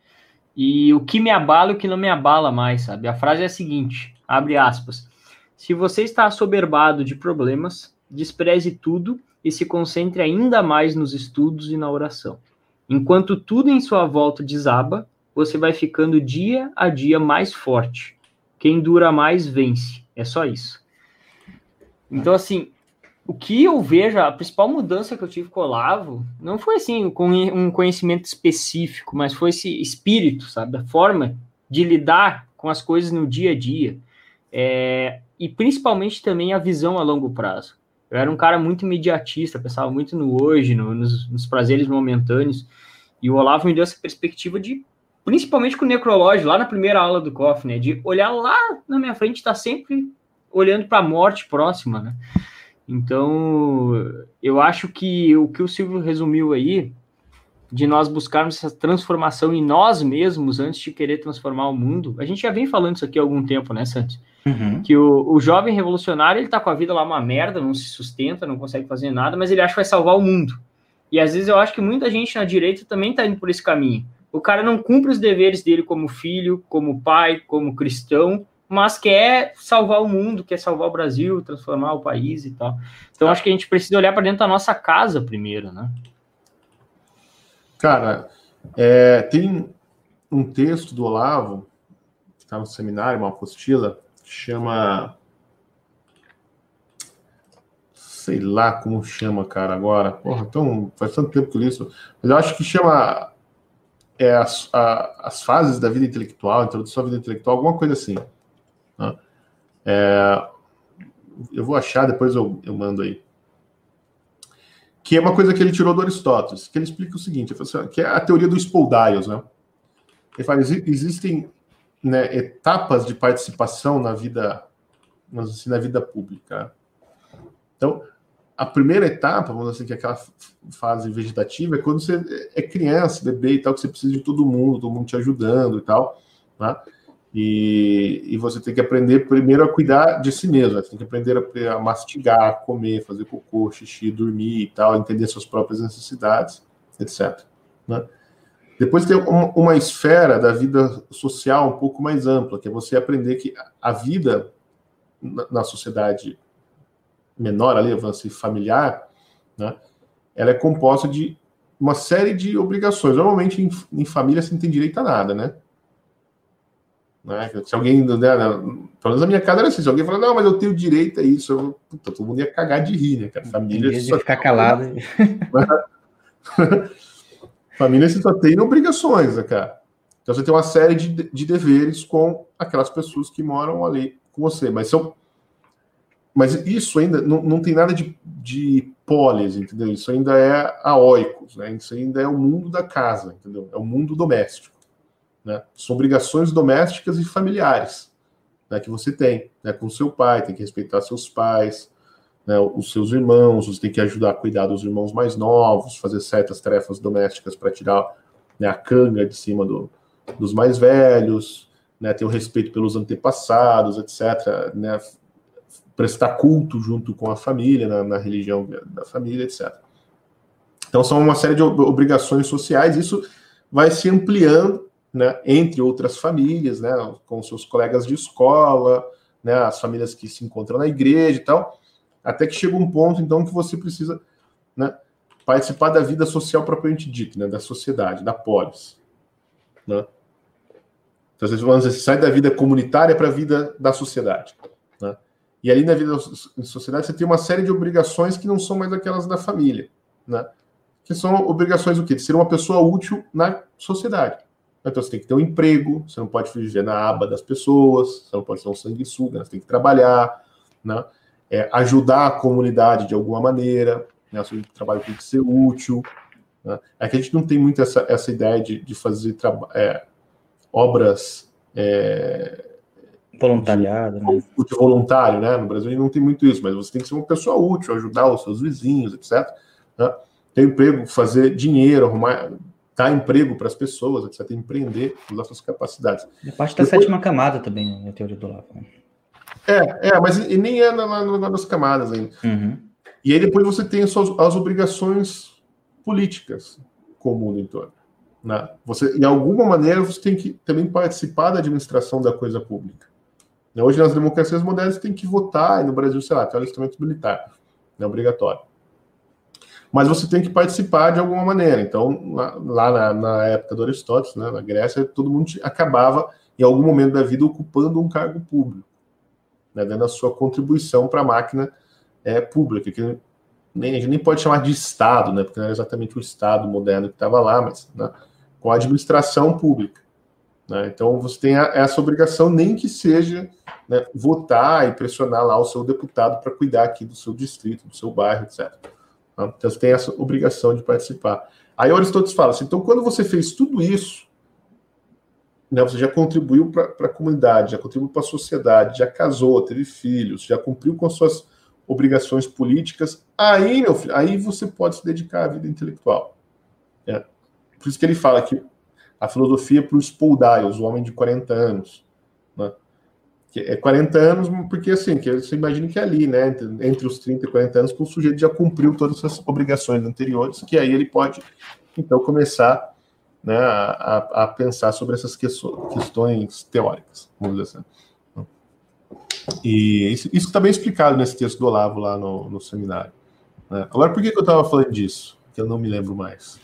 e o que me abala e o que não me abala mais, sabe? A frase é a seguinte, abre aspas, se você está assoberbado de problemas, despreze tudo e se concentre ainda mais nos estudos e na oração. Enquanto tudo em sua volta desaba, você vai ficando dia a dia mais forte. Quem dura mais vence. É só isso. Então, assim, o que eu vejo, a principal mudança que eu tive com o Olavo, não foi, assim, com um conhecimento específico, mas foi esse espírito, sabe? A forma de lidar com as coisas no dia a dia. É, e principalmente também a visão a longo prazo. Eu era um cara muito imediatista, pensava muito no hoje, no, nos, nos prazeres momentâneos, e o Olavo me deu essa perspectiva de, principalmente com o necrológio, lá na primeira aula do C O F, né, de olhar lá na minha frente, estar tá sempre olhando para a morte próxima, né? Então, eu acho que o que o Silvio resumiu aí, de nós buscarmos essa transformação em nós mesmos antes de querer transformar o mundo, a gente já vem falando isso aqui há algum tempo, né, Santos? Uhum. Que o, o jovem revolucionário, ele tá com a vida lá uma merda, não se sustenta, não consegue fazer nada, mas ele acha que vai salvar o mundo. E às vezes eu acho que muita gente na direita também tá indo por esse caminho. O cara não cumpre os deveres dele como filho, como pai, como cristão, mas quer salvar o mundo, quer salvar o Brasil, transformar o país e tal. Então acho que a gente precisa olhar para dentro da nossa casa primeiro, né? Cara, é, tem um texto do Olavo, que está no seminário, uma apostila, que chama... Sei lá como chama, cara, agora. Porra, tão, faz tanto tempo que eu li isso. Mas eu acho que chama é, as, a, as fases da vida intelectual, introdução à vida intelectual, alguma coisa assim. Né? É, eu vou achar, depois eu, eu mando aí. Que é uma coisa que ele tirou do Aristóteles, que ele explica o seguinte, que é a teoria dos spoldaios, né? Ele fala, existem, né, etapas de participação na vida, assim, na vida pública. Então, a primeira etapa, vamos dizer assim, que é aquela fase vegetativa, é quando você é criança, bebê e tal, que você precisa de todo mundo, todo mundo te ajudando e tal, né? E, e você tem que aprender primeiro a cuidar de si mesmo, né? Você tem que aprender a, a mastigar, a comer, fazer cocô, xixi, dormir e tal, entender suas próprias necessidades, etcétera. Né? Depois tem uma, uma esfera da vida social um pouco mais ampla, que é você aprender que a vida na, na sociedade menor, ali, assim, familiar, né? Ela é composta de uma série de obrigações. Normalmente em, em família você não tem direito a nada, né? Né? Se alguém, né, pelo menos na minha casa era assim, se alguém falar, não, mas eu tenho direito a isso, eu, puta, todo mundo ia cagar de rir, né, cara? Família em vez de ficar calado. Família você só tem obrigações, né, cara? Então você tem uma série de, de deveres com aquelas pessoas que moram ali com você, mas são mas isso ainda não, não tem nada de, de polis, entendeu? Isso ainda é aoicos, né? Isso ainda é o mundo da casa, entendeu? É o mundo doméstico. Né? São obrigações domésticas e familiares, né, que você tem, né, com seu pai, tem que respeitar seus pais, né, os seus irmãos, você tem que ajudar a cuidar dos irmãos mais novos, fazer certas tarefas domésticas para tirar, né, a canga de cima do, dos mais velhos, né, ter o respeito pelos antepassados, etcétera, né, prestar culto junto com a família, na, na religião da família, etcétera. Então, são uma série de obrigações sociais, isso vai se ampliando, né, entre outras famílias, né, com seus colegas de escola, né, as famílias que se encontram na igreja e tal, até que chega um ponto, então, que você precisa, né, participar da vida social propriamente dita, né, da sociedade, da polis. Né? Então, você sai da vida comunitária para a vida da sociedade. Né? E ali na vida da sociedade você tem uma série de obrigações que não são mais aquelas da família. Né? Que são obrigações o quê? De ser uma pessoa útil na sociedade. Então você tem que ter um emprego, você não pode viver na aba das pessoas, você não pode ser um sanguessuga, você tem que trabalhar, né? É, ajudar a comunidade de alguma maneira, né? O seu trabalho tem que ser útil. Né? É que a gente não tem muito essa, essa ideia de, de fazer é, obras... É, voluntariado, de, né? de voluntário, né? No Brasil a gente não tem muito isso, mas você tem que ser uma pessoa útil, ajudar os seus vizinhos, etcétera. Né? Ter emprego, fazer dinheiro, arrumar... dar emprego para as pessoas, etcétera, empreender, usar suas capacidades. É parte da Depois... sétima camada também, na teoria do Olavo. É, é, mas e nem é na, na, na, nas camadas ainda. Uhum. E aí depois você tem as, suas, as obrigações políticas com o mundo em torno. Né? Você, de alguma maneira, você tem que também participar da administração da coisa pública. Né? Hoje, nas democracias modernas, você tem que votar, e no Brasil, sei lá, tem o alistamento militar, é obrigatório. Mas você tem que participar de alguma maneira. Então, lá, lá na, na época do Aristóteles, né, na Grécia, todo mundo acabava, em algum momento da vida, ocupando um cargo público, né, dando a sua contribuição para a máquina é, pública, que nem, a gente nem pode chamar de Estado, né, porque não era exatamente o Estado moderno que estava lá, mas né, com a administração pública. Né, então, você tem a, essa obrigação, nem que seja né, votar e pressionar lá o seu deputado para cuidar aqui do seu distrito, do seu bairro, etcétera. Então, você tem essa obrigação de participar. Aí Aristóteles fala assim, então, quando você fez tudo isso, né, você já contribuiu para a comunidade, já contribuiu para a sociedade, já casou, teve filhos, já cumpriu com as suas obrigações políticas, aí, meu filho, aí você pode se dedicar à vida intelectual. É. Por isso que ele fala que a filosofia é para o Spoldaios, o homem de quarenta anos. Né? Que é quarenta anos, porque assim, que você imagina que é ali, né, entre, entre os trinta e quarenta anos, que o sujeito já cumpriu todas essas obrigações anteriores, que aí ele pode, então, começar né, a, a pensar sobre essas questões teóricas, vamos dizer assim. E isso está bem explicado nesse texto do Olavo lá no, no seminário. Né? Agora, por que, que eu estava falando disso? Que eu não me lembro mais.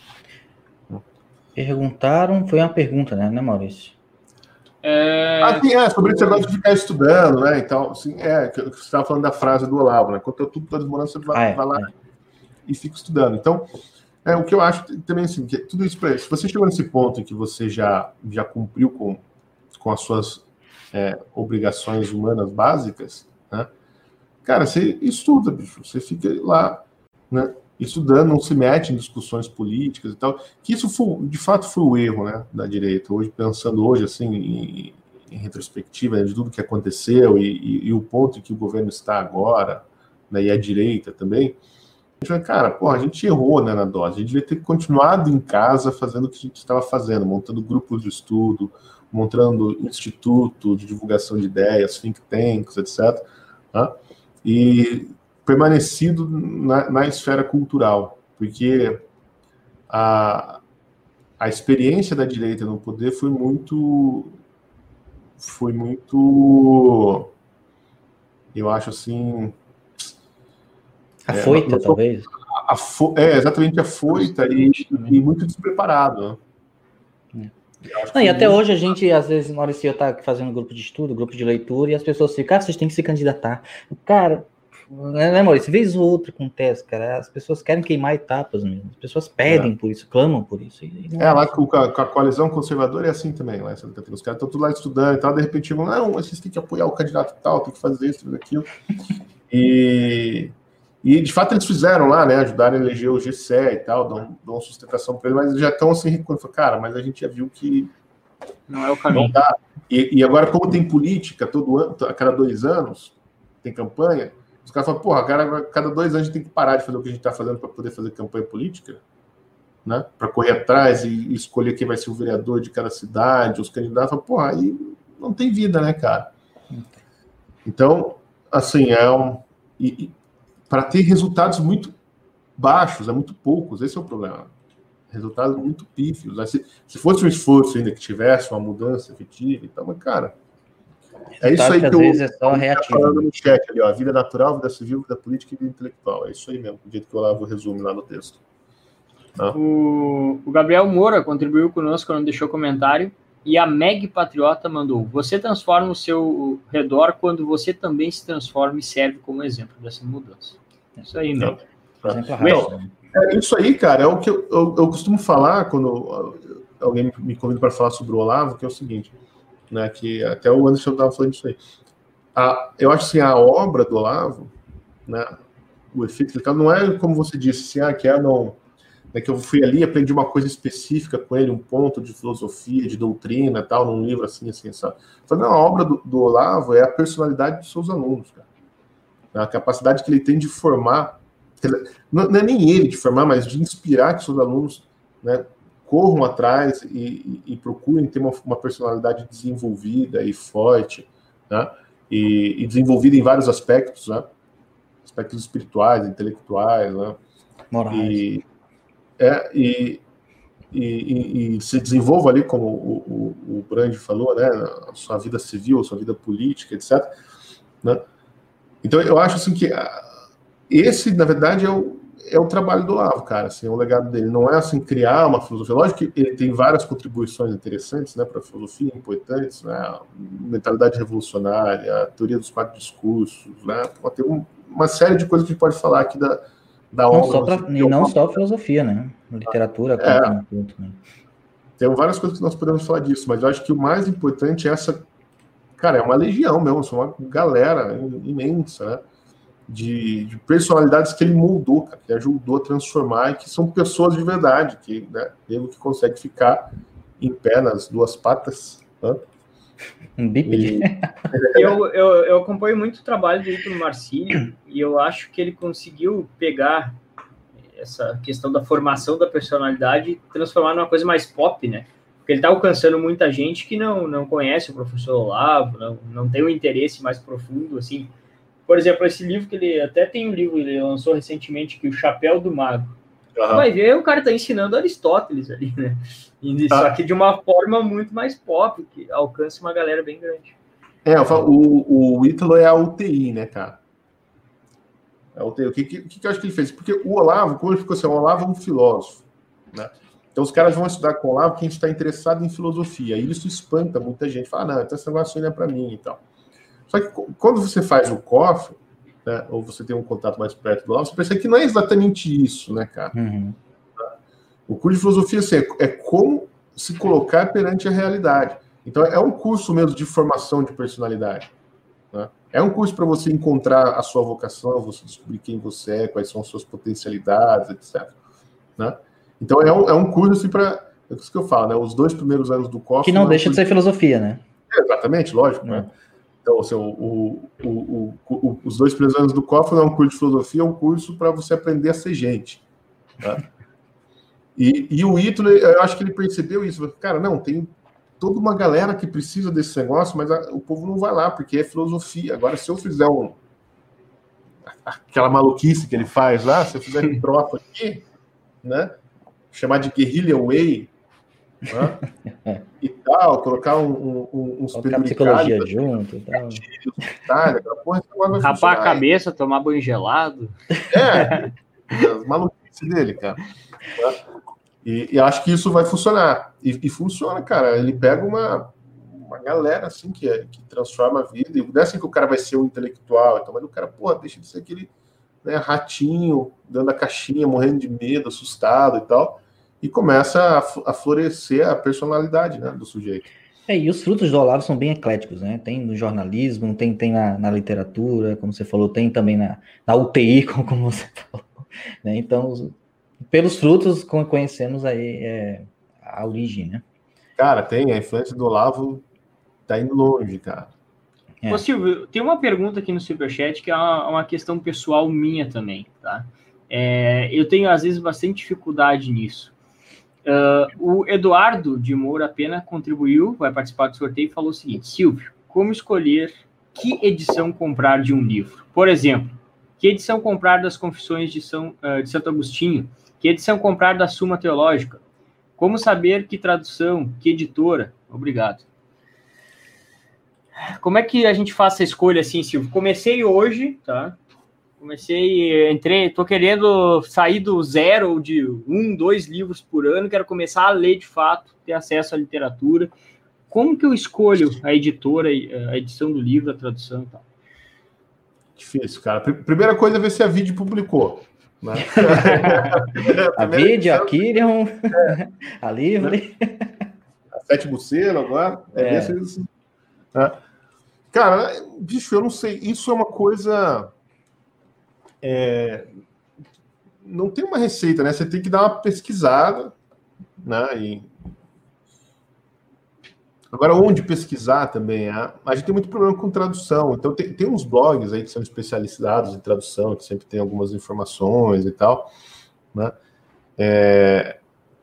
Perguntaram, foi uma pergunta, né, né Maurício? É... Ah, sim, é, sobre esse negócio de ficar estudando, né, então, assim, é, que você estava falando da frase do Olavo, né, quando tudo está desmoronando, você vai, ah, é, vai lá é. e fica estudando. Então, é, o que eu acho também, assim, que tudo isso, pra, se você chegou nesse ponto em que você já, já cumpriu com, com as suas é, obrigações humanas básicas, né, cara, você estuda, bicho, você fica lá, né, estudando, não se mete em discussões políticas e tal, que isso foi, de fato foi o erro, né, da direita, hoje, pensando hoje, assim, em, em retrospectiva, né, de tudo que aconteceu e, e, e o ponto em que o governo está agora, né, e a direita também, a gente vai, cara, pô, a gente errou, né, na dose, a gente devia ter continuado em casa fazendo o que a gente estava fazendo, montando grupos de estudo, montando instituto de divulgação de ideias, think tanks, etcétera, né, e permanecido na, na esfera cultural, porque a, a experiência da direita no poder foi muito, foi muito, eu acho assim... Afoita, é, talvez? A, a, é, exatamente, afoita e, e muito despreparado. Né? Não, e até muito... hoje a gente, às vezes, na hora que eu tá fazendo grupo de estudo, grupo de leitura, e as pessoas ficam, ah, vocês têm que se candidatar. Cara... Né, Maurício? Vez ou outra acontece, cara. As pessoas querem queimar etapas mesmo. As pessoas pedem é. por isso, clamam por isso. E é, lá com, com a coalizão conservadora é assim também. Lá, os caras estão tudo lá estudando e tal, de repente vão, não, vocês têm que apoiar o candidato tal, tem que fazer isso, fazer aquilo. E, e de fato eles fizeram lá, né? Ajudaram a eleger o G C E e tal, dão, dão sustentação para ele, mas eles já estão assim, cara, mas a gente já viu que não é o caminho. E, e agora, como tem política todo ano, a cada dois anos, tem campanha. Os caras falam, porra, cara, cada dois anos a gente tem que parar de fazer o que a gente está fazendo para poder fazer campanha política, né? Para correr atrás e, e escolher quem vai ser o vereador de cada cidade, os candidatos. Falam, porra, aí não tem vida, né, cara? Então, assim, é um... E, e, para ter resultados muito baixos, é muito poucos, esse é o problema. Resultados muito pífios. Né? Se, se fosse um esforço ainda que tivesse uma mudança efetiva, então, mas, cara, é isso aí que, que eu é só reativo. falando no chat ali, ó, vida natural, vida civil, vida política e vida intelectual. É isso aí mesmo, do jeito que o Olavo resume lá no texto. Tá? O, o Gabriel Moura contribuiu conosco, não deixou comentário, e a Meg Patriota mandou: você transforma o seu redor quando você também se transforma e serve como exemplo dessa mudança. É isso aí, Meg. Então, é isso aí, cara, é o que eu, eu, eu costumo falar quando alguém me convida para falar sobre o Olavo, que é o seguinte, né, que até o Anderson estava falando disso aí. A, eu acho assim, a obra do Olavo, né, o efeito clicado, não é como você disse, assim, ah, que, é, não, né, que eu fui ali e aprendi uma coisa específica com ele, um ponto de filosofia, de doutrina, tal, num livro assim, assim, sabe? Então, não, a obra do, do Olavo é a personalidade dos seus alunos, cara. A capacidade que ele tem de formar, não, não é nem ele de formar, mas de inspirar que seus alunos, né, corram atrás e, e, e procurem ter uma, uma personalidade desenvolvida e forte, né, e, e desenvolvida em vários aspectos, né, aspectos espirituais, intelectuais, né, morais. E, é, e, e, e se desenvolva ali, como o, o, o Brandi falou, né, a sua vida civil, a sua vida política, etcétera, né. Então, eu acho assim que esse, na verdade, é o, é o trabalho do Olavo, cara, assim, é o legado dele. Não é assim criar uma filosofia. Lógico que ele tem várias contribuições interessantes, né, para a filosofia, importantes, né, a mentalidade revolucionária, a teoria dos quatro discursos, né, pode ter um, uma série de coisas que a gente pode falar aqui da, da não obra. Só pra, e não só filosofia, né, literatura. É, como tudo, né? Tem várias coisas que nós podemos falar disso, mas eu acho que o mais importante é essa, cara, é uma legião mesmo, é uma galera imensa, né, De, de personalidades que ele moldou, cara, que ajudou a transformar e que são pessoas de verdade, que, né, ele que consegue ficar em pé nas duas patas. Né? Um bípede. E... eu, eu, eu acompanho muito o trabalho do Ítalo Marcílio e eu acho que ele conseguiu pegar essa questão da formação da personalidade e transformar numa coisa mais pop, né? Porque ele está alcançando muita gente que não, não conhece o professor Olavo, não, não tem um interesse mais profundo, assim. Por exemplo, esse livro que ele até tem um livro, ele lançou recentemente, que é o Chapéu do Mago. Uhum. Vai ver, o cara está ensinando Aristóteles ali, né? E, ah. Só que de uma forma muito mais pop, que alcança uma galera bem grande. É, eu falo, o, o Ítalo é a U T I, né, cara? É a U T I. O que, que, que eu acho que ele fez? Porque o Olavo, como ele ficou assim, o Olavo é um filósofo, né? Então os caras vão estudar com o Olavo quem está interessado em filosofia. E isso espanta muita gente. Fala, ah, não, então esse negócio não é para mim e tal. Só que quando você faz o C O F, né, ou você tem um contato mais perto do Olavo, você percebe que não é exatamente isso, né, cara? Uhum. O curso de filosofia assim, é, é como se colocar perante a realidade. Então, é um curso mesmo de formação de personalidade. Né? É um curso para você encontrar a sua vocação, você descobrir quem você é, quais são as suas potencialidades, etcétera. Né? Então, é um, é um curso assim, para... É isso que eu falo, né? Os dois primeiros anos do C O F... Que não, não deixa é um de ser filosofia, né? É, exatamente, lógico, né? Então, assim, o, o, o, o, os dois primeiros anos do C O F não é um curso de filosofia, é um curso para você aprender a ser gente. Tá? E, e o Ítalo, eu acho que ele percebeu isso. Cara, não, tem toda uma galera que precisa desse negócio, mas a, o povo não vai lá, porque é filosofia. Agora, se eu fizer um, aquela maluquice que ele faz lá, se eu fizer um troço aqui, né, chamar de guerrilha way, né, e tal, colocar um, um, uns colocar psicologia junto, tal. Rapar a cabeça, tomar banho gelado. É, as maluquices dele, cara. E, e acho que isso vai funcionar. E, e funciona, cara. Ele pega uma, uma galera assim que, é, que transforma a vida. E não é assim que o cara vai ser um intelectual, então, mas o cara, porra, deixa de ser aquele, né, ratinho, dando a caixinha, morrendo de medo, assustado e tal. E começa a, a florescer a personalidade, né, do sujeito. É, e os frutos do Olavo são bem ecléticos, né? Tem no jornalismo, tem, tem na, na literatura, como você falou, tem também na, na U T I, como, como você falou. Né? Então, os, pelos frutos conhecemos aí é, a origem, né? Cara, tem, a influência do Olavo tá indo longe, cara. É. Ô, Silvio, tem uma pergunta aqui no Superchat que é uma, uma questão pessoal minha também, tá? É, eu tenho, às vezes, bastante dificuldade nisso. Uh, o Eduardo de Moura Pena contribuiu, vai participar do sorteio e falou o seguinte: Silvio, como escolher que edição comprar de um livro? Por exemplo, que edição comprar das Confissões de, São, uh, de Santo Agostinho? Que edição comprar da Suma Teológica? Como saber que tradução, que editora? Obrigado. Como é que a gente faz essa escolha assim, Silvio? Comecei hoje, tá? Comecei, entrei, tô querendo sair do zero, de um, dois livros por ano, quero começar a ler de fato, ter acesso à literatura. Como que eu escolho a editora, a edição do livro, a tradução e tal? Difícil, cara. Primeira coisa é ver se a Vide publicou. Né? a Vide, a Kirion, é. a Livre. A Sétimo Selo agora. É. É se... é. Cara, bicho, eu não sei. Isso é uma coisa... É... Não tem uma receita, né? Você tem que dar uma pesquisada, né? E... Agora, onde pesquisar também? A gente tem muito problema com tradução. Então, tem, tem uns blogs aí que são especializados em tradução, que sempre tem algumas informações e tal, né? É,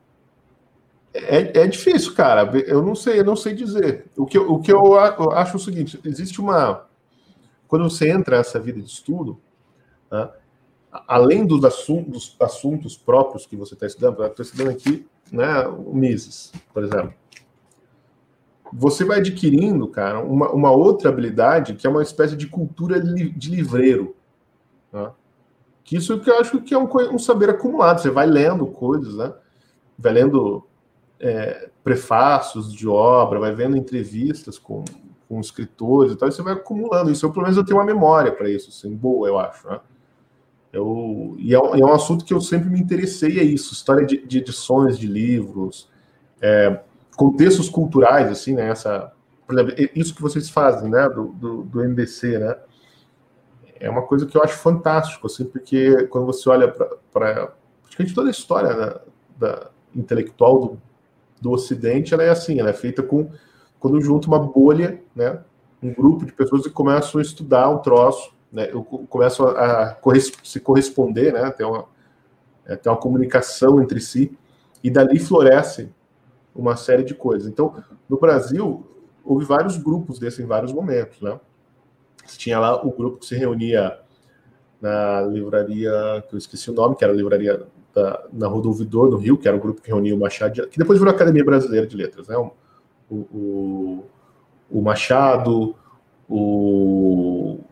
é, é difícil, cara. Eu não sei, eu não sei dizer. O que, eu, o que eu acho é o seguinte: existe uma... Quando você entra nessa vida de estudo, né, além dos assuntos, dos assuntos próprios que você está estudando, eu estou estudando aqui, né, o Mises, por exemplo. Você vai adquirindo, cara, uma, uma outra habilidade que é uma espécie de cultura de livreiro. Né? Que isso que eu acho que é um, um saber acumulado. Você vai lendo coisas, né? Vai lendo é, prefácios de obra, vai vendo entrevistas com, com escritores e tal, e você vai acumulando isso. Eu, pelo menos eu tenho uma memória para isso, assim, boa, eu acho. Né? Eu, e é um, é um assunto que eu sempre me interessei, é isso, história de, de edições de livros, é, contextos culturais, assim, né, essa, por exemplo, isso que vocês fazem, né, do, do, do M B C, né, é uma coisa que eu acho fantástico, assim, porque quando você olha para praticamente toda a história da, da intelectual do, do Ocidente, ela é assim, ela é feita com, quando junta uma bolha, né, um grupo de pessoas que começam a estudar um troço, né, eu começo a, a corres, se corresponder, né, ter uma, é, ter uma comunicação entre si, e dali floresce uma série de coisas. Então, no Brasil, houve vários grupos desses em vários momentos, né? Você tinha lá o grupo que se reunia na livraria, que eu esqueci o nome, que era a livraria da, na Rua do Ouvidor, no Rio, que era o grupo que reunia o Machado, de, que depois virou a Academia Brasileira de Letras, né? O, o, o Machado, o,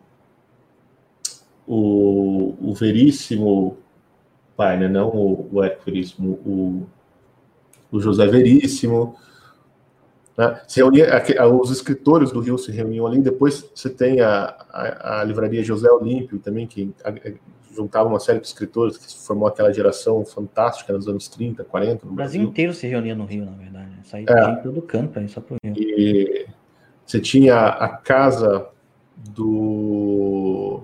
o, o Veríssimo, pai, né? Não o, o Érico Veríssimo, o o José Veríssimo, né? Se reunia, os escritores do Rio se reuniam ali, depois você tem a, a, a livraria José Olímpio também, que juntava uma série de escritores que formou aquela geração fantástica nos anos trinta, quarenta, no o Brasil. Brasil inteiro se reunia no Rio, na verdade. Saía é. de todo canto para ir só pro Rio. E você tinha a casa do...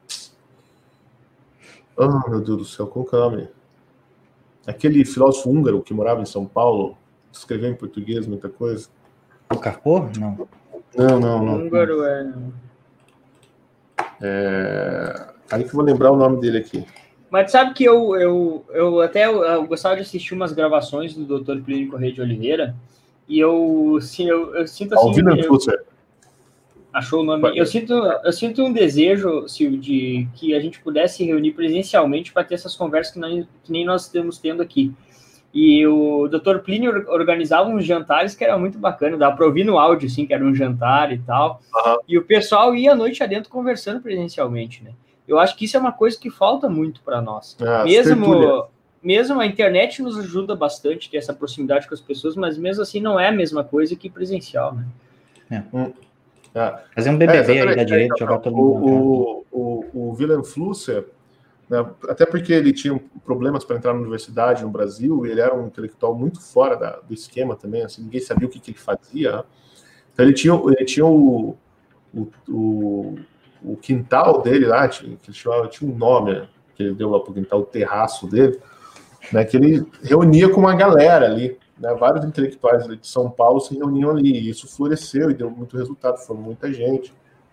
Oh, meu Deus do céu, qual que é o nome? Aquele filósofo húngaro que morava em São Paulo, escreveu em português muita coisa. O Carpo? Não. Não, não, não. Húngaro é... é... Aí que eu vou lembrar o nome dele aqui. Mas sabe que eu, eu, eu até eu, eu gostava de assistir umas gravações do doutor Plínio Corrêa de Oliveira, e eu, assim, eu, eu sinto assim... Alvino Fusser. Achou o nome? Eu sinto, eu sinto um desejo, Silvio, de que a gente pudesse reunir presencialmente para ter essas conversas que, não, que nem nós estamos tendo aqui. E o doutor Plínio organizava uns jantares que era muito bacana, dava para ouvir no áudio, assim, que era um jantar e tal. Uhum. E o pessoal ia à noite adentro conversando presencialmente, né? Eu acho que isso é uma coisa que falta muito para nós. Ah, mesmo, mesmo a internet nos ajuda bastante, ter essa proximidade com as pessoas, mas mesmo assim não é a mesma coisa que presencial, né? É. Hum. Ah, fazer um B B B é, aí da direita, jogar todo mundo. O, o, o, o Wilhelm Flusser, né, até porque ele tinha problemas para entrar na universidade no Brasil, e ele era um intelectual muito fora da, do esquema também, assim, ninguém sabia o que, que ele fazia. Né? Então ele tinha, ele tinha o, o, o, o quintal dele lá, tinha, que ele chamava, tinha um nome, né, que ele deu lá para o quintal, o terraço dele, né, que ele reunia com uma galera ali. Né, vários intelectuais de São Paulo se reuniam ali, e isso floresceu e deu muito resultado, foi muita gente.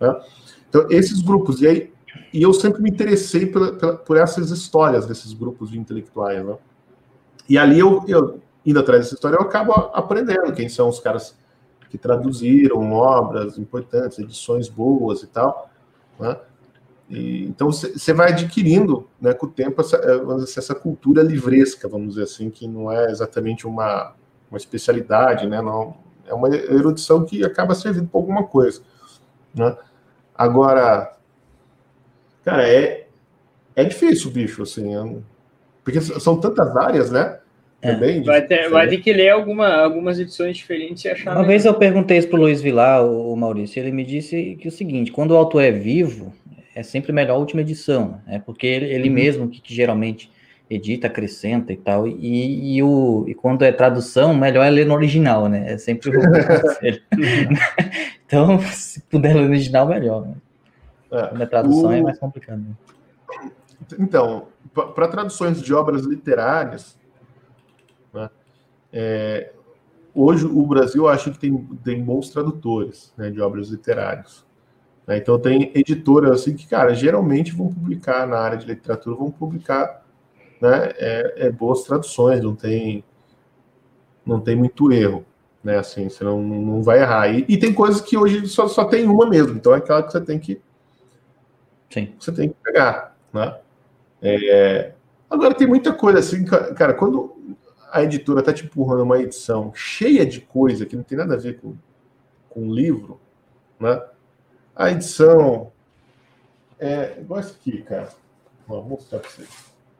Né? Então, esses grupos, e, aí, e eu sempre me interessei pela, pela, por essas histórias desses grupos de intelectuais. Né? E ali, eu, eu, indo atrás dessa história, eu acabo aprendendo quem são os caras que traduziram obras importantes, edições boas e tal. Né? E, então, você vai adquirindo, né, com o tempo, essa, essa cultura livresca, vamos dizer assim, que não é exatamente uma, uma especialidade, né? Não, é uma erudição que acaba servindo para alguma coisa. Né? Agora, cara, é, é difícil, bicho, assim, é, porque são tantas áreas, né? É. Também, vai, ter, vai ter que ler alguma, algumas edições diferentes e achar. Uma melhor. Vez eu perguntei isso pro Luiz Vilar, o Maurício, ele me disse que o seguinte: quando o autor é vivo, é sempre melhor a última edição, né? Porque ele, ele uhum. mesmo que, que geralmente edita, acrescenta e tal, e, e, o, e quando é tradução, melhor é ler no original, né? É sempre o conselho. Então, se puder ler no original, melhor. Né? É, quando é tradução o... é mais complicado. Né? Então, para traduções de obras literárias, né, é, hoje o Brasil acha que tem, tem bons tradutores, né, de obras literárias. Né, então tem editoras assim que, cara, geralmente vão publicar na área de literatura, vão publicar, né, é, é boas traduções, não tem, não tem muito erro, né, assim, você não, não vai errar. E, e tem coisas que hoje só, só tem uma mesmo, então é aquela que você tem que, Sim. você tem que pegar, né? É, agora tem muita coisa assim, cara, quando a editora está te empurrando uma edição cheia de coisa que não tem nada a ver com, com o livro, né? A edição é igual essa aqui, cara. Vou mostrar para vocês.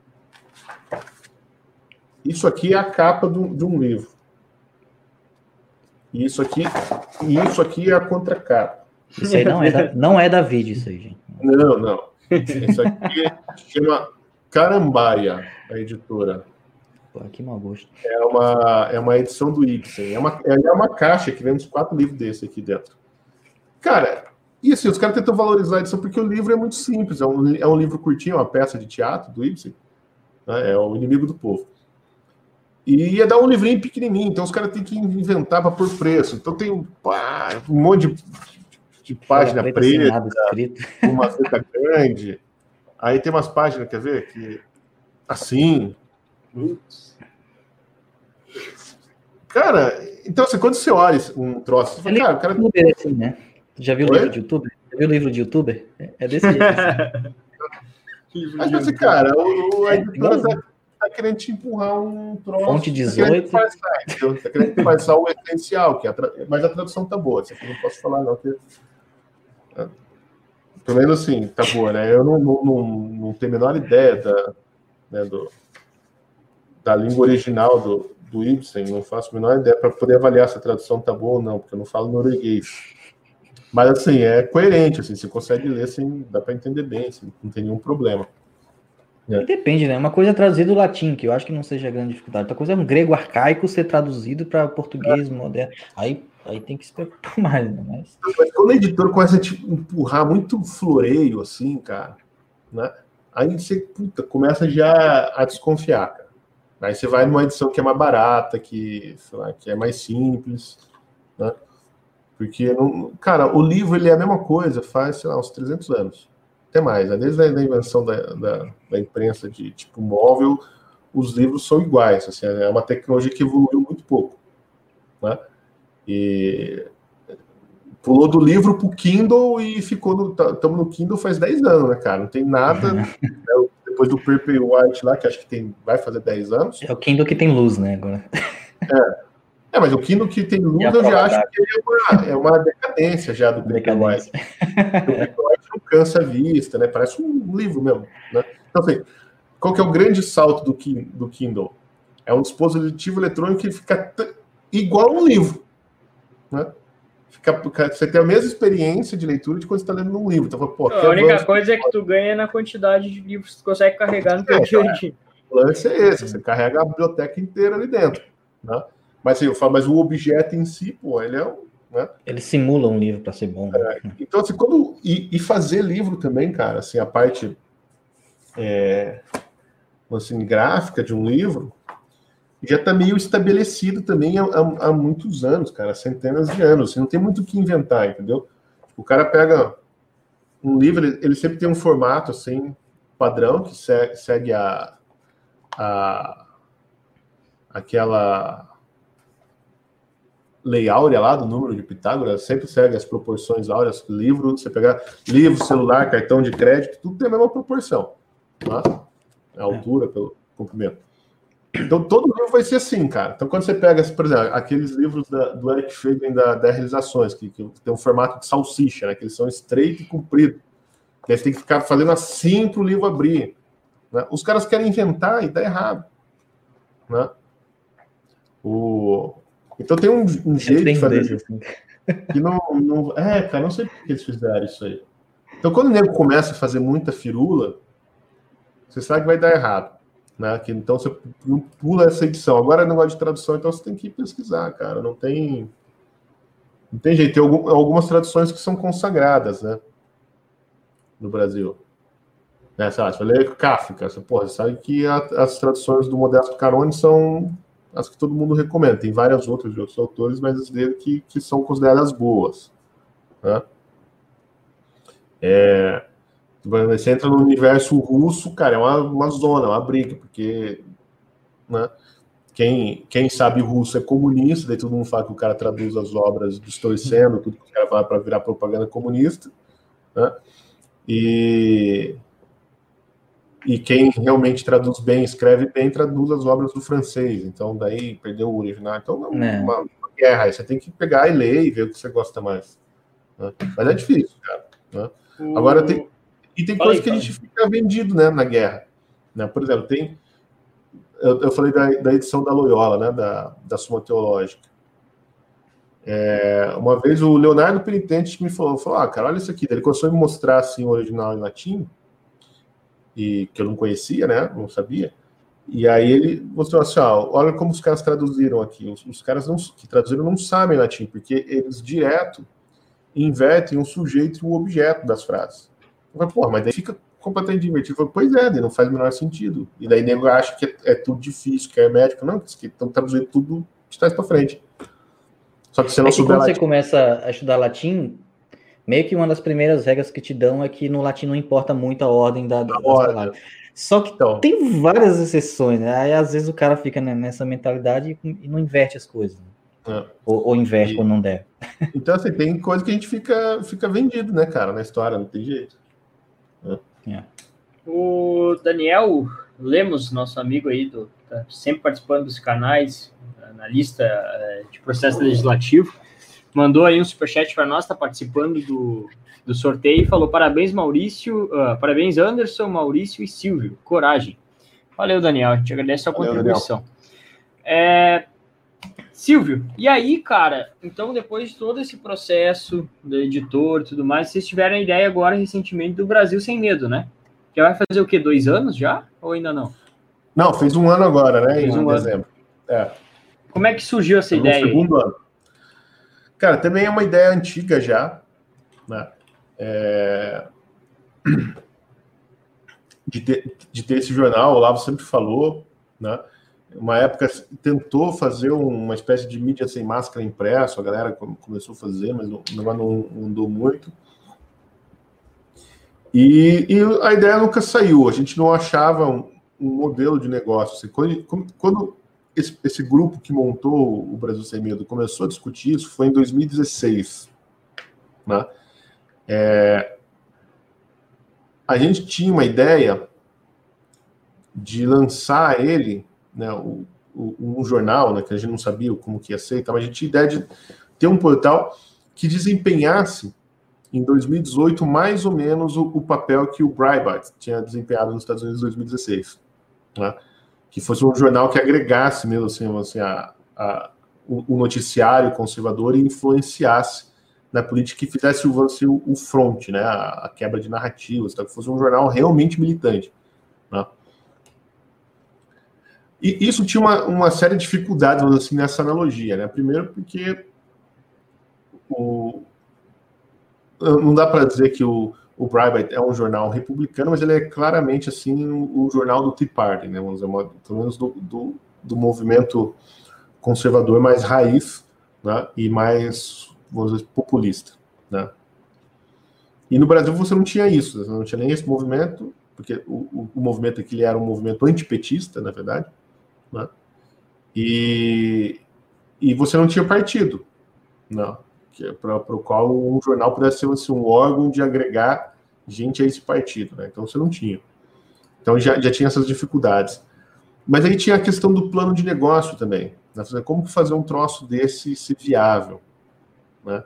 Isso aqui é a capa do, de um livro. E isso aqui, e isso aqui é a contracapa. Isso aí não é da, não é da vídeo, isso aí, gente. Não, não. Isso aqui chama Carambaia, a editora. Pô, que mau gosto. É uma, é uma edição do Ibsen. É uma, é uma caixa que vem uns quatro livros desse aqui dentro. Cara, e assim, os caras tentam valorizar a edição porque o livro é muito simples. É um, é um livro curtinho, uma peça de teatro do Ibsen. Né? É o Inimigo do Povo. E ia dar um livrinho pequenininho, então os caras têm que inventar para pôr preço. Então tem pá, um monte de, de página preta, preta uma letra grande. Aí tem umas páginas, quer ver? Que, assim... Cara, então assim, quando você olha um troço, você fala, cara, o cara... É assim, né? Já viu o livro de youtuber? Já viu o livro de youtuber? É desse jeito. Assim. Mas assim, cara, o, a editora é, tá, tá querendo te empurrar um troço. Fonte dezoito. Tá querendo, tá querendo passar o essencial, que a tra... mas a tradução tá boa. Isso aqui eu não posso falar, não. Porque... Pelo menos assim, tá boa, né? Eu não, não, não, não tenho a menor ideia da, né, do, da língua original do, do Ibsen, não faço a menor ideia para poder avaliar se a tradução tá boa ou não, porque eu não falo norueguês. Mas, assim, é coerente, assim, você consegue ler, assim, dá para entender bem, assim, não tem nenhum problema. É. Depende, né? Uma coisa é traduzir do latim, que eu acho que não seja grande dificuldade. Outra coisa é um grego arcaico ser traduzido para português é. moderno. Aí, aí tem que se preocupar mais, né? Mas... Mas quando a editora começa a te empurrar muito floreio, assim, cara, né? Aí você, puta, começa já a desconfiar, cara. Aí você vai numa edição que é mais barata, que, sei lá, que é mais simples, né? Porque, não, cara, o livro ele é a mesma coisa faz, sei lá, uns trezentos anos. Até mais, né? Desde a invenção da, da, da imprensa de tipo móvel, os livros são iguais. Assim, é uma tecnologia que evoluiu muito pouco. Né? E pulou do livro para o Kindle e ficou no. Estamos no Kindle faz dez anos, né, cara? Não tem nada. Né? Depois do Paperwhite lá, que acho que tem, vai fazer dez anos. É o Kindle que tem luz, né, agora. É. É, mas o Kindle que tem luz, eu já acho que é uma, é uma decadência já do Paperwhite. O Paperwhite não cansa a vista, né? Parece um livro mesmo. Né? Então, assim, qual que é o grande salto do, do Kindle? É um dispositivo eletrônico que fica igual a um livro. Né? Fica, você tem a mesma experiência de leitura de quando você está lendo um livro. Então, pô, a única avanço, coisa é que tu ganha na quantidade de livros que tu consegue carregar no teu dia a dia. O lance é esse, você carrega a biblioteca inteira ali dentro. Né? Mas assim, eu falo, mas o objeto em si, pô, ele é um. Né? Ele simula um livro para ser bom. Né? É, então, assim, quando. E, e fazer livro também, cara, assim, a parte é, assim, gráfica de um livro já está meio estabelecido também há, há, há muitos anos, cara, centenas de anos. Assim, não tem muito o que inventar, entendeu? O cara pega um livro, ele, ele sempre tem um formato, assim, padrão, que segue, segue a, a, aquela lei áurea lá do número de Pitágoras, sempre segue as proporções áureas. Livro, você pegar livro, celular, cartão de crédito, tudo tem a mesma proporção, tá? A altura pelo comprimento. Então, todo livro vai ser assim, cara. Então, quando você pega, por exemplo, aqueles livros da, do Eric Friedman da, da Realizações, que, que tem um formato de salsicha, né? Que eles são estreito e comprido. Que aí você tem que ficar fazendo assim para o livro abrir. Né? Os caras querem inventar e dá errado. Né? O... Então, tem um, um jeito de fazer isso. Assim. Que não, não... É, cara, não sei por que eles fizeram isso aí. Então, quando o nego começa a fazer muita firula, você sabe que vai dar errado. Né? Que, então você não pula essa edição. Agora é negócio de tradução, então você tem que pesquisar, cara. Não tem, não tem jeito. Tem algum, algumas traduções que são consagradas, né? No Brasil. Né? Sei lá, você vai ler Kafka. Você, porra, você sabe que a, as traduções do Modesto Carone são as que todo mundo recomenda. Tem várias outras de outros autores, mas as dele que, que são consideradas boas. Né? É... Você entra no universo russo, cara, é uma, uma zona, uma briga, porque né, quem, quem sabe russo é comunista, daí todo mundo fala que o cara traduz as obras distorcendo, tudo que o cara fala para virar propaganda comunista, né, e, e quem realmente traduz bem, escreve bem, traduz as obras do francês, então daí perdeu o original, então é uma, uma, uma guerra, aí você tem que pegar e ler e ver o que você gosta mais, né, mas é difícil, cara, né. Agora tem E tem coisa que a gente fica vendido, né, na guerra. Né? Por exemplo, tem... Eu, eu falei da, da edição da Loyola, né, da, da Suma Teológica. É, uma vez o Leonardo Penitente me falou, falou, ah, cara, olha isso aqui. Ele começou a me mostrar, assim, o original em latim, e, que eu não conhecia, né, não sabia. E aí ele mostrou assim, ó, olha como os caras traduziram aqui. Os, os caras não, que traduziram não sabem latim, porque eles direto invertem o sujeito e o objeto das frases. Mas, porra, mas daí fica completamente divertido. Falo, pois é, daí não faz o menor sentido. E daí nego acha que é, é tudo difícil, que é médico. Não, que estão traduzindo tudo de trás para frente. Só que você não é que souber quando latim. Você começa a estudar latim, meio que uma das primeiras regras que te dão é que no latim não importa muito a ordem da, das palavras. Só que então, tem várias exceções, né? Aí às vezes o cara fica nessa mentalidade e não inverte as coisas. Né? É. Ou, ou inverte e, quando não der. Então, assim, tem coisa que a gente fica, fica vendido, né, cara, na história, não tem jeito. É. O Daniel Lemos, nosso amigo aí, do, tá sempre participando dos canais, analista de processo legislativo, mandou aí um superchat para nós, está participando do, do sorteio e falou: parabéns, Maurício, uh, parabéns, Anderson, Maurício e Silvio, coragem. Valeu, Daniel, a gente agradece a sua Valeu, contribuição. É, Silvio, e aí, cara, então depois de todo esse processo do editor e tudo mais, vocês tiveram a ideia agora recentemente do Brasil Sem Medo, né? Já vai fazer o quê? Dois anos já? Ou ainda não? Não, fez um ano agora, né? Fez em um dezembro. Ano. É. Como é que surgiu essa no ideia? No segundo aí? ano. Cara, também é uma ideia antiga já, né? É... De, ter, de ter esse jornal, o Olavo sempre falou, né? Uma época tentou fazer uma espécie de mídia sem máscara impresso, a galera começou a fazer, mas não, não, não andou muito. E, e a ideia nunca saiu, a gente não achava um, um modelo de negócio. Assim, quando quando esse, esse grupo que montou o Brasil Sem Medo começou a discutir isso, foi em dois mil e dezesseis. Né? É, a gente tinha uma ideia de lançar ele, né, o, o, um jornal, né, que a gente não sabia como que ia ser, então a gente tinha ideia de ter um portal que desempenhasse em dois mil e dezoito mais ou menos o, o papel que o Breitbart tinha desempenhado nos Estados Unidos em dois mil e dezesseis, né, que fosse um jornal que agregasse mesmo assim, assim a, a, o, o noticiário conservador e influenciasse na política, que fizesse o, assim, o, o front, né, a, a quebra de narrativas, então, que fosse um jornal realmente militante, né. E isso tinha uma, uma série de dificuldades, assim, nessa analogia, né? Primeiro porque o, não dá para dizer que o, o Breitbart é um jornal republicano, mas ele é claramente assim o, o jornal do Tea Party, né? Vamos dizer, uma, pelo menos do, do, do movimento conservador mais raiz, né? E mais, vamos dizer, populista, né? E no Brasil você não tinha isso, você não tinha nem esse movimento, porque o, o, o movimento aqui ele era um movimento antipetista, na verdade, né? E, e você não tinha partido, não, para o qual um jornal pudesse ser assim, um órgão de agregar gente a esse partido, né? Então você não tinha. Então já, já tinha essas dificuldades. Mas aí tinha a questão do plano de negócio também, né? Como fazer um troço desse ser viável, né?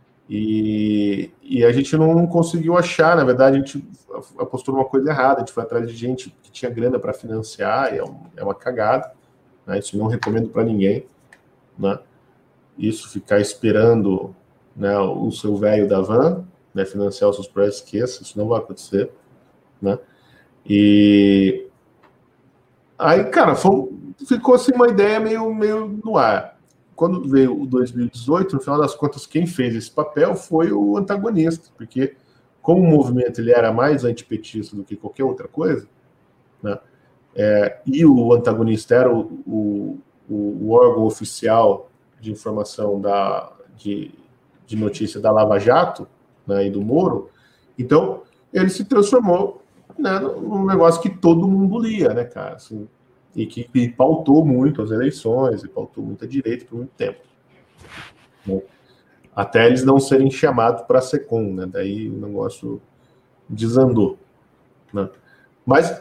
E, e a gente não conseguiu achar, na verdade a gente apostou numa coisa errada, a gente foi atrás de gente que tinha grana para financiar, e é, um, é uma cagada, né? Isso não recomendo para ninguém, né? Isso, ficar esperando, né, o seu velho da van, né, financiar os seus projetos, esqueça, isso não vai acontecer, né? E aí, cara, foi, ficou assim uma ideia meio, meio no ar. Quando veio o dois mil e dezoito, no final das contas, quem fez esse papel foi o antagonista, porque como o movimento ele era mais antipetista do que qualquer outra coisa, né, é, e o antagonista era o, o, o órgão oficial de informação da, de, de notícia da Lava Jato, né, e do Moro, então ele se transformou, né, num negócio que todo mundo lia, né, cara, assim, e que e pautou muito as eleições, e pautou muita direita por muito tempo. Bom, até eles não serem chamados para a SECOM, né, daí o negócio desandou, né. Mas,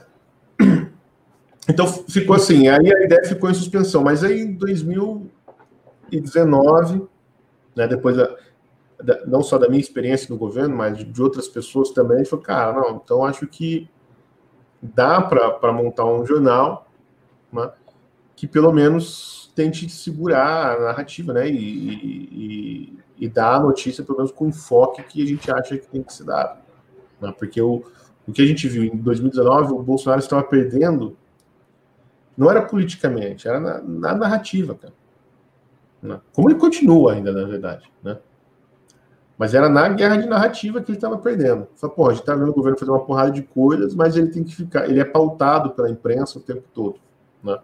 então ficou assim, aí a ideia ficou em suspensão, mas aí em dois mil e dezenove, né, depois da, da, não só da minha experiência no governo, mas de, de outras pessoas também, a gente falou, cara, não, então acho que dá para montar um jornal, né, que pelo menos tente segurar a narrativa, né, e, e, e dar a notícia pelo menos com o enfoque que a gente acha que tem que ser dado, né, porque o, o que a gente viu em dois mil e dezenove, o Bolsonaro estava perdendo, não era politicamente, era na, na narrativa, cara. Como ele continua ainda, na verdade, né? Mas era na guerra de narrativa que ele estava perdendo. Fala, pô, a gente tá vendo o governo fazer uma porrada de coisas, mas ele tem que ficar, ele é pautado pela imprensa o tempo todo, né?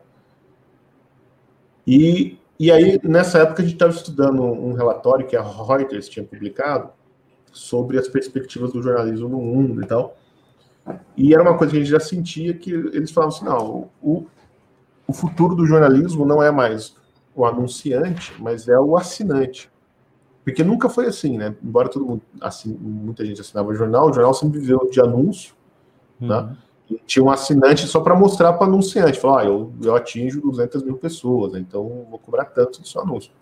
E, e aí, nessa época, a gente estava estudando um relatório que a Reuters tinha publicado sobre as perspectivas do jornalismo no mundo e tal. E era uma coisa que a gente já sentia que eles falavam assim, não, o, o futuro do jornalismo não é mais o anunciante, mas é o assinante. Porque nunca foi assim, né? Embora todo mundo, assim, muita gente assinava jornal, o jornal sempre viveu de anúncio, uhum, né? E tinha um assinante só para mostrar para o anunciante, falar, ah, eu, eu atinjo duzentas mil pessoas, né? Então vou cobrar tanto do seu anúncio.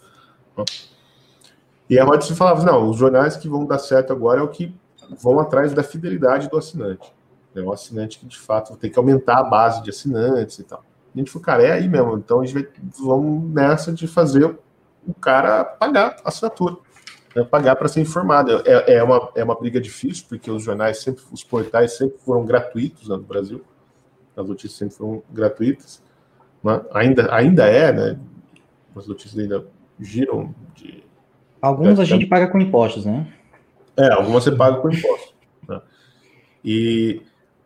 E a Reuters falava, não, os jornais que vão dar certo agora é o que vão atrás da fidelidade do assinante. É o assinante que, de fato, tem que aumentar a base de assinantes e tal. A gente falou, cara, é aí mesmo. Então a gente vai, vamos nessa de fazer o cara pagar a assinatura, né, pagar para ser informado. É, é, uma, é uma briga difícil, porque os jornais sempre, os portais sempre foram gratuitos, né, no Brasil. As notícias sempre foram gratuitas. Né? Ainda, ainda é, né? As notícias ainda giram de... Alguns a gente paga com impostos, né? É, algumas você paga com impostos. Né? E...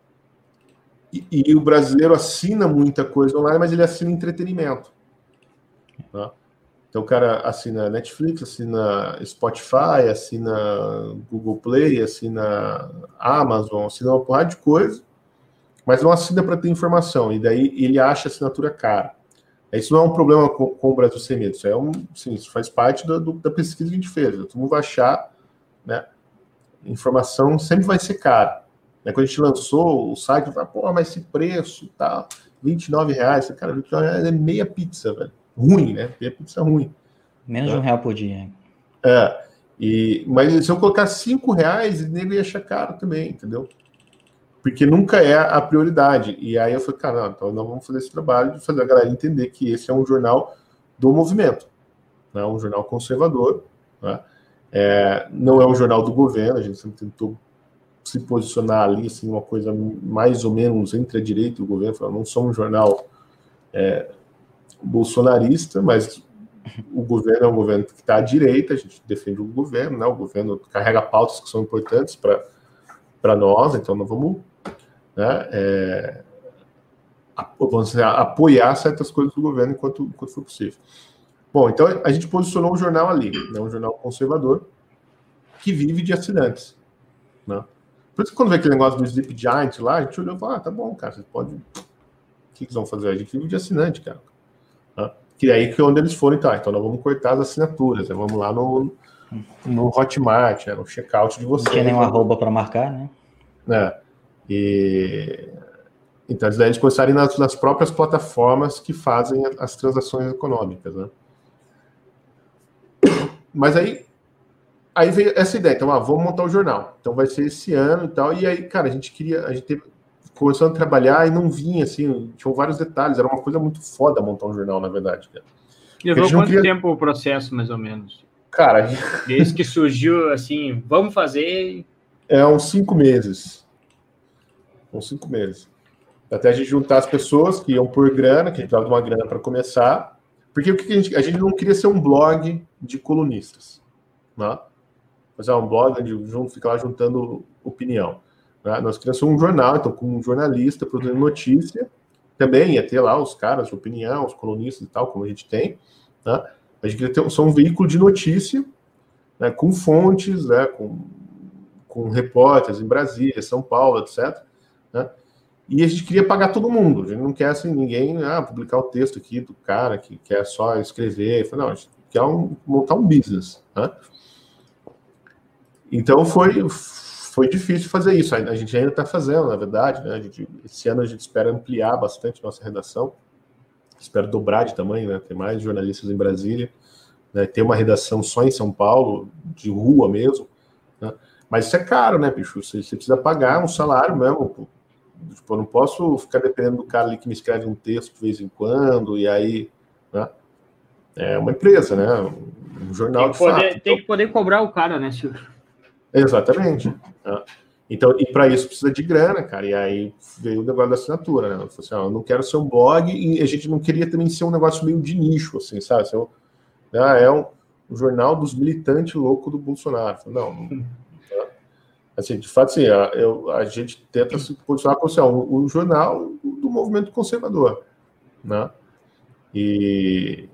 E, e o brasileiro assina muita coisa online, mas ele assina entretenimento. Tá? Então o cara assina Netflix, assina Spotify, assina Google Play, assina Amazon, assina uma porrada de coisa, mas não assina para ter informação. E daí ele acha a assinatura cara. Isso não é um problema com, com o Brasil Sem Medo. Isso, é um, sim, isso faz parte do, do, da pesquisa que a gente fez. Todo mundo vai achar, né, informação sempre vai ser cara. Quando a gente lançou o site, eu falei, pô, mas esse preço, tá, vinte e nove reais, cara, vinte e nove reais é meia pizza, velho. Ruim, né? Meia pizza ruim. Menos de um real por dia. É, e, mas se eu colocar cinco reais, ele ia achar caro também, entendeu? Porque nunca é a prioridade. E aí eu falei, cara, não, então nós vamos fazer esse trabalho de fazer a galera entender que esse é um jornal do movimento, né? Um jornal conservador, né? É, não é um jornal do governo, a gente sempre tentou se posicionar ali, assim, uma coisa mais ou menos entre a direita e o governo, falando, não somos um jornal é, bolsonarista, mas o governo é um governo que está à direita, a gente defende o governo, né? O governo carrega pautas que são importantes para nós, então nós vamos, né, é, vamos dizer, apoiar certas coisas do governo enquanto, enquanto for possível. Bom, então a gente posicionou o jornal ali, né, um jornal conservador que vive de assinantes. né? Por isso que quando vê aquele negócio do Sleep Giant lá, a gente olhou e falou, ah, tá bom, cara, vocês podem... O que, que eles vão fazer? A gente vive de assinante, cara. Né? Que é aí que onde eles foram, tá, então nós vamos cortar as assinaturas, né? Vamos lá no, no Hotmart, né? No checkout de vocês. Não tinha nenhum arroba para marcar, né? É. E... Então, daí eles começaram nas, nas próprias plataformas que fazem as transações econômicas, né? Mas aí, aí veio essa ideia, então, ah, vamos montar o jornal. Então vai ser esse ano e tal. E aí, cara, a gente queria, a gente teve, começou a trabalhar e não vinha, assim, tinham vários detalhes, era uma coisa muito foda montar um jornal, na verdade. Cara. Levou quanto queria... tempo o processo, mais ou menos? Cara, desde que surgiu, assim, vamos fazer... É uns cinco meses. Uns cinco meses. Até a gente juntar as pessoas que iam por grana, que a gente dava uma grana para começar. Porque o que a gente, a gente não queria ser um blog de colunistas, né? Mas é um blog onde junto, fica lá juntando opinião. Né? Nós queríamos ser um jornal, então com um jornalista produzindo notícia, também ia ter lá os caras de opinião, os colunistas e tal, como a gente tem. Né? A gente queria ter só um veículo de notícia, né, com fontes, né, com, com repórteres em Brasília, São Paulo, etcétera. Né? E a gente queria pagar todo mundo. A gente não quer assim, ninguém ah, publicar o texto aqui do cara que quer só escrever. Não, a gente quer um, montar um business. Né? Então foi, foi difícil fazer isso. A gente ainda está fazendo, na verdade. Né? A gente, esse ano a gente espera ampliar bastante nossa redação. Espero dobrar de tamanho, né? Ter mais jornalistas em Brasília. Né? Ter uma redação só em São Paulo, de rua mesmo. Né? Mas isso é caro, né, bicho? Você, você precisa pagar um salário mesmo, pô. Tipo, eu não posso ficar dependendo do cara ali que me escreve um texto de vez em quando, e aí, né? É uma empresa, né? Um jornal de poder, fato. Tem então, que poder cobrar o cara, né, senhor? Exatamente. Né? Então, e para isso precisa de grana, cara. E aí veio o negócio da assinatura, né? Eu falei assim, ó, eu não quero ser um blog, e a gente não queria também ser um negócio meio de nicho, assim, sabe? Ser um, né? É um, um jornal dos militantes loucos do Bolsonaro. Falei, não, não. Assim, de fato, assim, a, eu, a gente tenta se posicionar como assim, um, um jornal do movimento conservador, né? E,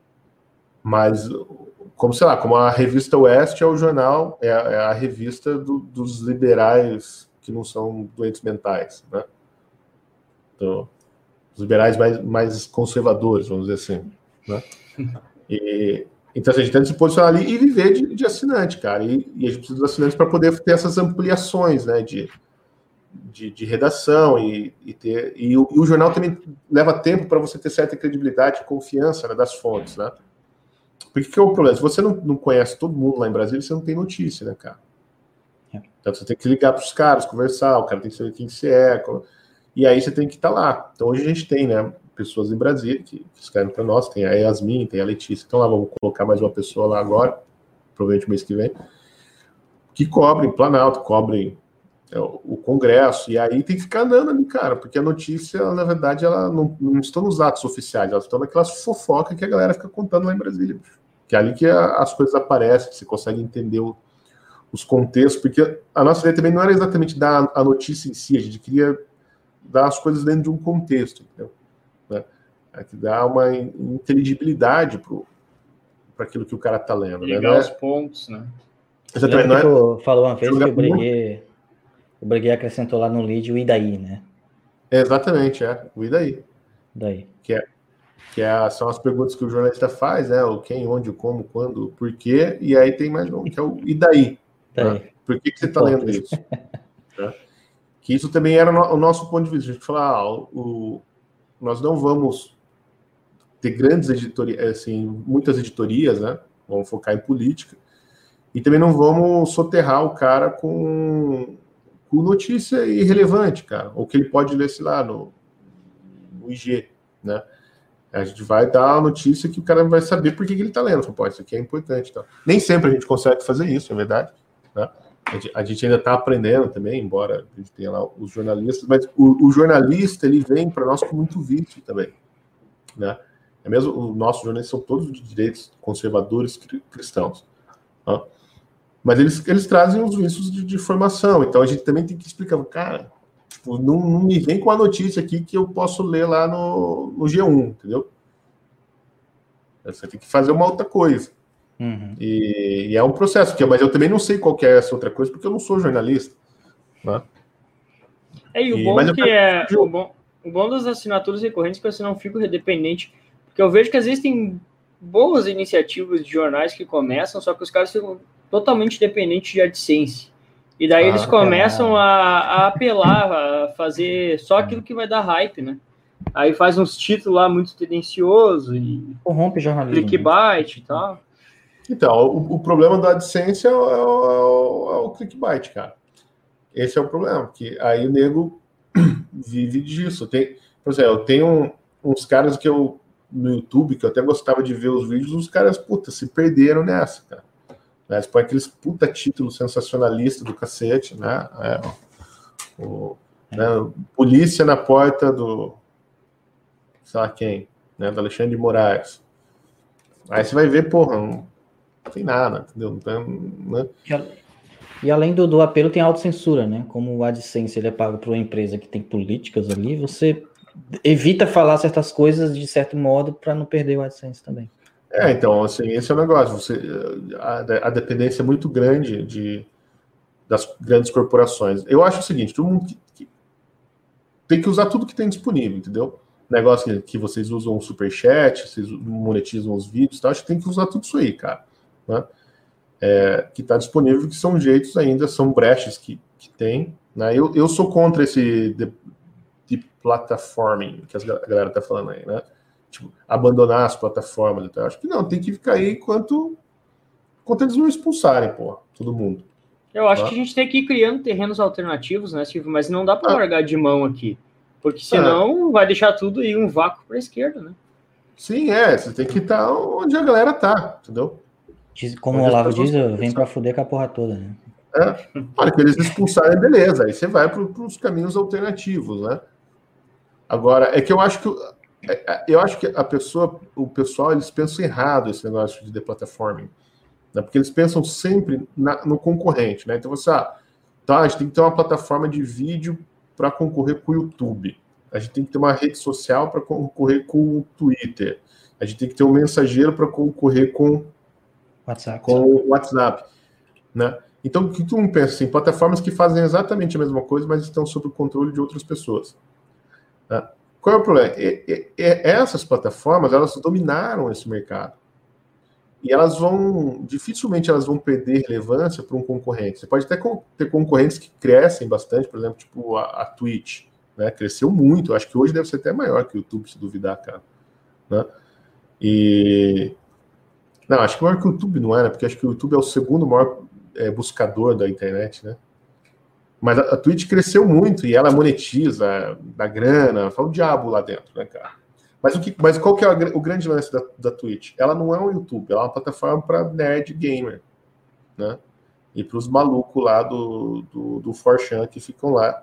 mas, como, sei lá, como a revista Oeste é o jornal, é a, é a revista do, dos liberais que não são doentes mentais, né? Então, os liberais mais, mais conservadores, vamos dizer assim, né? E... Então, assim, a gente tenta se posicionar ali e viver de, de assinante, cara. E, e a gente precisa dos assinantes para poder ter essas ampliações, né, de, de, de redação e, e ter... E o, e o jornal também leva tempo para você ter certa credibilidade e confiança, né, das fontes, né? Porque que é o problema? Se você não, não conhece todo mundo lá em Brasília, você não tem notícia, né, cara? Então, você tem que ligar para os caras, conversar, o cara tem que saber quem você é, e aí você tem que estar lá. Então, hoje a gente tem, né, pessoas em Brasília que, que escrevem para nós, tem a Yasmin, tem a Letícia, então lá vamos colocar mais uma pessoa lá agora, provavelmente mês que vem, que cobrem Planalto, cobrem é, o Congresso, e aí tem que ficar andando ali, cara, porque a notícia, ela, na verdade, ela não, não está nos atos oficiais, ela está naquelas fofocas que a galera fica contando lá em Brasília, que é ali que a, as coisas aparecem, que você consegue entender o, os contextos, porque a nossa ideia também não era exatamente dar a notícia em si, a gente queria dar as coisas dentro de um contexto, entendeu? Né? É que dá uma inteligibilidade para aquilo que o cara está lendo. Ligar né? os pontos, né? Exatamente. Não é... Tu falou uma vez que o Breguet, o Breguet acrescentou lá no lead o e daí, né? É, exatamente, é. O e daí. Daí. Que, é, que é, são as perguntas que o jornalista faz, né? O quem, onde, como, quando, o porquê, e aí tem mais um, que é o e daí. daí. Né? Por que, que você está lendo isso? Né? Que isso também era o nosso ponto de vista. A gente fala, ah, o nós não vamos ter grandes editorias, assim, muitas editorias, né? Vamos focar em política. E também não vamos soterrar o cara com, com notícia irrelevante, cara. Ou que ele pode ler, sei lá, no, no I G, né? A gente vai dar a notícia que o cara vai saber por que, que ele está lendo. Pô, isso aqui é importante. Então. Nem sempre a gente consegue fazer isso, é verdade. Né? A gente, a gente ainda está aprendendo também, embora a gente tenha lá os jornalistas, mas o, o jornalista, ele vem para nós com muito vício também, né? É mesmo, os nossos jornalistas são todos de direitos conservadores cristãos, né? Mas eles, eles trazem os vícios de, de formação, então a gente também tem que explicar, cara, tipo, não, não me vem com a notícia aqui que eu posso ler lá no, no G um, entendeu? Você tem que fazer uma outra coisa. Uhum. E, e é um processo, porque, mas eu também não sei qual que é essa outra coisa, porque eu não sou jornalista. né? É, e o E, bom mas que eu- é o bom, o bom das assinaturas recorrentes é que você não fica dependente, porque eu vejo que existem boas iniciativas de jornais que começam, só que os caras ficam totalmente dependentes de AdSense. E daí Ah, eles começam a, a apelar, a fazer só aquilo que vai dar hype, né? Aí faz uns títulos lá muito tendencioso e Corrompe o jornalismo. clickbait né? e tal. Então, o, o problema do AdSense é o, é, o, é o clickbait, cara. Esse é o problema, que aí o nego vive disso. Tem, por exemplo, eu tenho uns caras que eu, no YouTube, que eu até gostava de ver os vídeos, os caras, puta, se perderam nessa, cara. Né? Põe aqueles puta títulos sensacionalistas do cacete, né? É, o, né? Polícia na porta do, sei lá quem, né? Do Alexandre de Moraes. Aí você vai ver, porra, não tem nada, entendeu? Não tem, né? E além do, do apelo, tem autocensura, né? Como o AdSense ele é pago para uma empresa que tem políticas ali, você evita falar certas coisas de certo modo para não perder o AdSense também. É, então, assim, esse é o negócio. Você, a, a dependência é muito grande de, das grandes corporações. Eu acho o seguinte, todo mundo que, que tem que usar tudo que tem disponível, entendeu? Negócio que, que vocês usam o Superchat, vocês monetizam os vídeos e tal, acho que tem que usar tudo isso aí, cara. Né? É, que está disponível, que são jeitos ainda, são brechas que, que tem. Né? Eu, eu sou contra esse de, de platforming que a galera está falando aí, né? Tipo, abandonar as plataformas. Então, acho que não, tem que ficar aí enquanto, enquanto eles não expulsarem, pô, todo mundo. Eu acho tá? que a gente tem que ir criando terrenos alternativos, né, Silvio? Mas não dá para ah. largar de mão aqui, porque senão ah. vai deixar tudo em um vácuo para a esquerda, né? Sim, é. Você tem que estar onde a galera tá, entendeu? Como o Olavo diz, vem para fuder com a porra toda, né? É. Olha, que eles expulsarem, beleza. Aí você vai para os caminhos alternativos, né? Agora, é que eu acho que eu acho que a pessoa, o pessoal, eles pensam errado esse negócio de deplatforming, né? Porque eles pensam sempre na, no concorrente, né? Então você, ah, tá, a gente tem que ter uma plataforma de vídeo para concorrer com o YouTube. A gente tem que ter uma rede social para concorrer com o Twitter. A gente tem que ter um mensageiro para concorrer com WhatsApp. com o WhatsApp, né? Então, o que tu pensa assim? Plataformas que fazem exatamente a mesma coisa, mas estão sob o controle de outras pessoas. Né? Qual é o problema? E, e, e, essas plataformas, elas dominaram esse mercado. E elas vão, dificilmente elas vão perder relevância para um concorrente. Você pode até ter concorrentes que crescem bastante, por exemplo, tipo a, a Twitch, né? Cresceu muito. Eu acho que hoje deve ser até maior que o YouTube, se duvidar, cara. Né? E... Não, acho que maior que o YouTube não era, porque acho que o YouTube é o segundo maior é, buscador da internet, né? Mas a, a Twitch cresceu muito e ela monetiza, dá grana, fala o diabo lá dentro, né, cara? Mas, o que, mas qual que é o, o grande lance da, da Twitch? Ela não é um YouTube, ela é uma plataforma para nerd gamer, né? E para os malucos lá do, do, do quatro chan que ficam lá.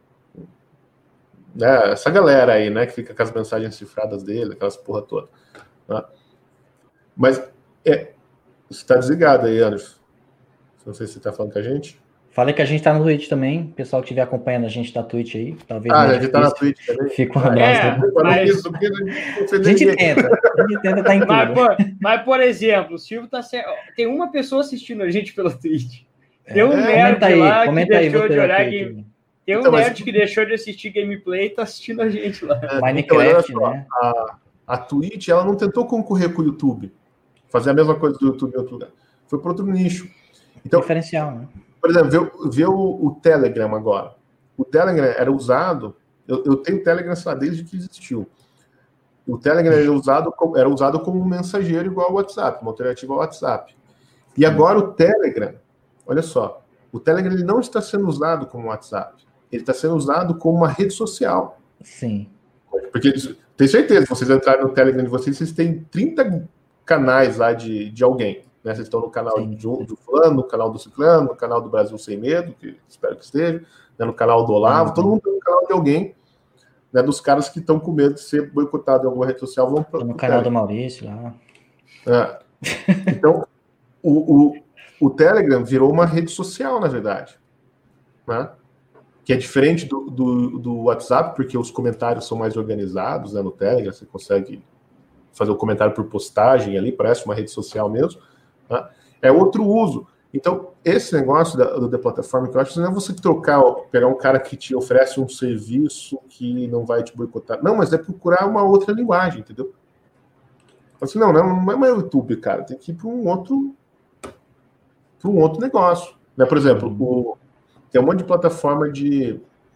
Né? Essa galera aí, né, que fica com as mensagens cifradas dele, aquelas porra toda. Né? Mas é, você está desligado aí, Anderson. Não sei se você está falando com a gente. Falei que a gente está no Twitch também. O pessoal que estiver acompanhando a gente na Twitch aí. Talvez ah, a gente está na Twitch também. Fica um abraço. É, mas... A gente tenta. A gente tenta estar em tudo. Mas por, mas, por exemplo, o Silvio tá certo. Tem uma pessoa assistindo a gente pela Twitch. Tem um é, nerd aí, lá que deixou aí, de olhar game... Tem um então, nerd mas... que deixou de assistir gameplay e tá assistindo a gente lá. É, Minecraft, então, né? A, a Twitch, ela não tentou concorrer com o YouTube. Fazer a mesma coisa do YouTube em outro lugar. Foi para outro nicho. Então, diferencial, né? Por exemplo, vê, vê o, o Telegram agora. O Telegram era usado... Eu, eu tenho o Telegram, sei lá, desde que existiu. O Telegram era usado, como, era usado como um mensageiro igual ao WhatsApp, uma alternativa ao WhatsApp. E agora o Telegram, olha só, o Telegram ele não está sendo usado como WhatsApp. Ele está sendo usado como uma rede social. Sim. Porque, tenho certeza, se vocês entrarem no Telegram de vocês, vocês têm trinta canais lá de, de alguém. Né? Vocês estão no canal de, do fulano, no canal do ciclano, no canal do Brasil Sem Medo, que espero que esteja, né? No canal do Olavo, uhum. Todo mundo tem um canal de alguém, né? Dos caras que estão com medo de ser boicotado em alguma rede social. Vão pro, no canal Telegram. Do Maurício lá. É. Então, o, o, o Telegram virou uma rede social, na verdade. Né? Que é diferente do, do, do WhatsApp, porque os comentários são mais organizados, né? No Telegram, você consegue fazer o comentário por postagem ali, parece uma rede social mesmo. Né? É outro uso. Então, esse negócio da, do, da plataforma, que eu acho que não é você trocar, pegar um cara que te oferece um serviço que não vai te boicotar. Não, mas é procurar uma outra linguagem, entendeu? Assim, não, não é mais YouTube, cara. Tem que ir para um outro para um outro negócio. Né? Por exemplo, o, tem um monte de plataforma de,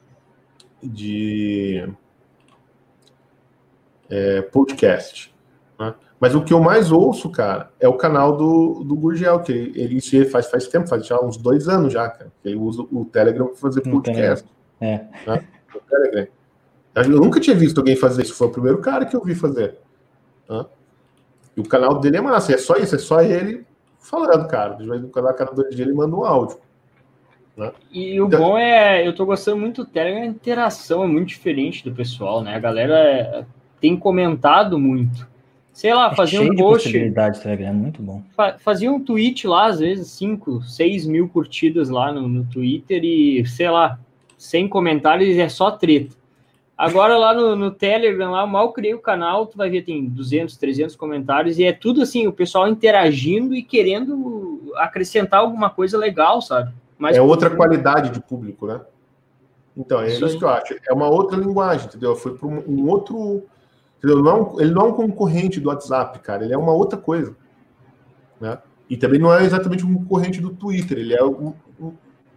de é, podcast. Né? Mas o que eu mais ouço, cara, é o canal do, do Gurgel, que ele, ele, isso ele faz, faz tempo, faz já uns dois anos já, cara. Ele usa o Telegram para fazer podcast. É. Né? O Telegram. Eu nunca tinha visto alguém fazer isso. Foi o primeiro cara que eu vi fazer. Né? E o canal dele é massa. É só isso, é só ele falando, cara. De vez em quando, cada dois dias ele manda um áudio. Né? E o então, bom é, eu tô gostando muito do Telegram, a interação é muito diferente do pessoal, né? A galera é, tem comentado muito. Sei lá, fazia um post. Possibilidade do Telegram, é muito bom. Fazia um tweet lá, às vezes, cinco, seis mil curtidas lá no, no Twitter e, sei lá, sem comentários, é só treta. Agora lá no, no Telegram, lá, mal criei o canal, tu vai ver, tem duzentos, trezentos comentários, e é tudo assim, o pessoal interagindo e querendo acrescentar alguma coisa legal, sabe? Mas é outra qualidade de público, né? Então, é isso, isso que eu acho. É uma outra linguagem, entendeu? Foi para um, um outro... Entendeu? Não é um, ele não é um concorrente do WhatsApp, cara. Ele é uma outra coisa. Né? E também não é exatamente um concorrente do Twitter. Ele é um, um,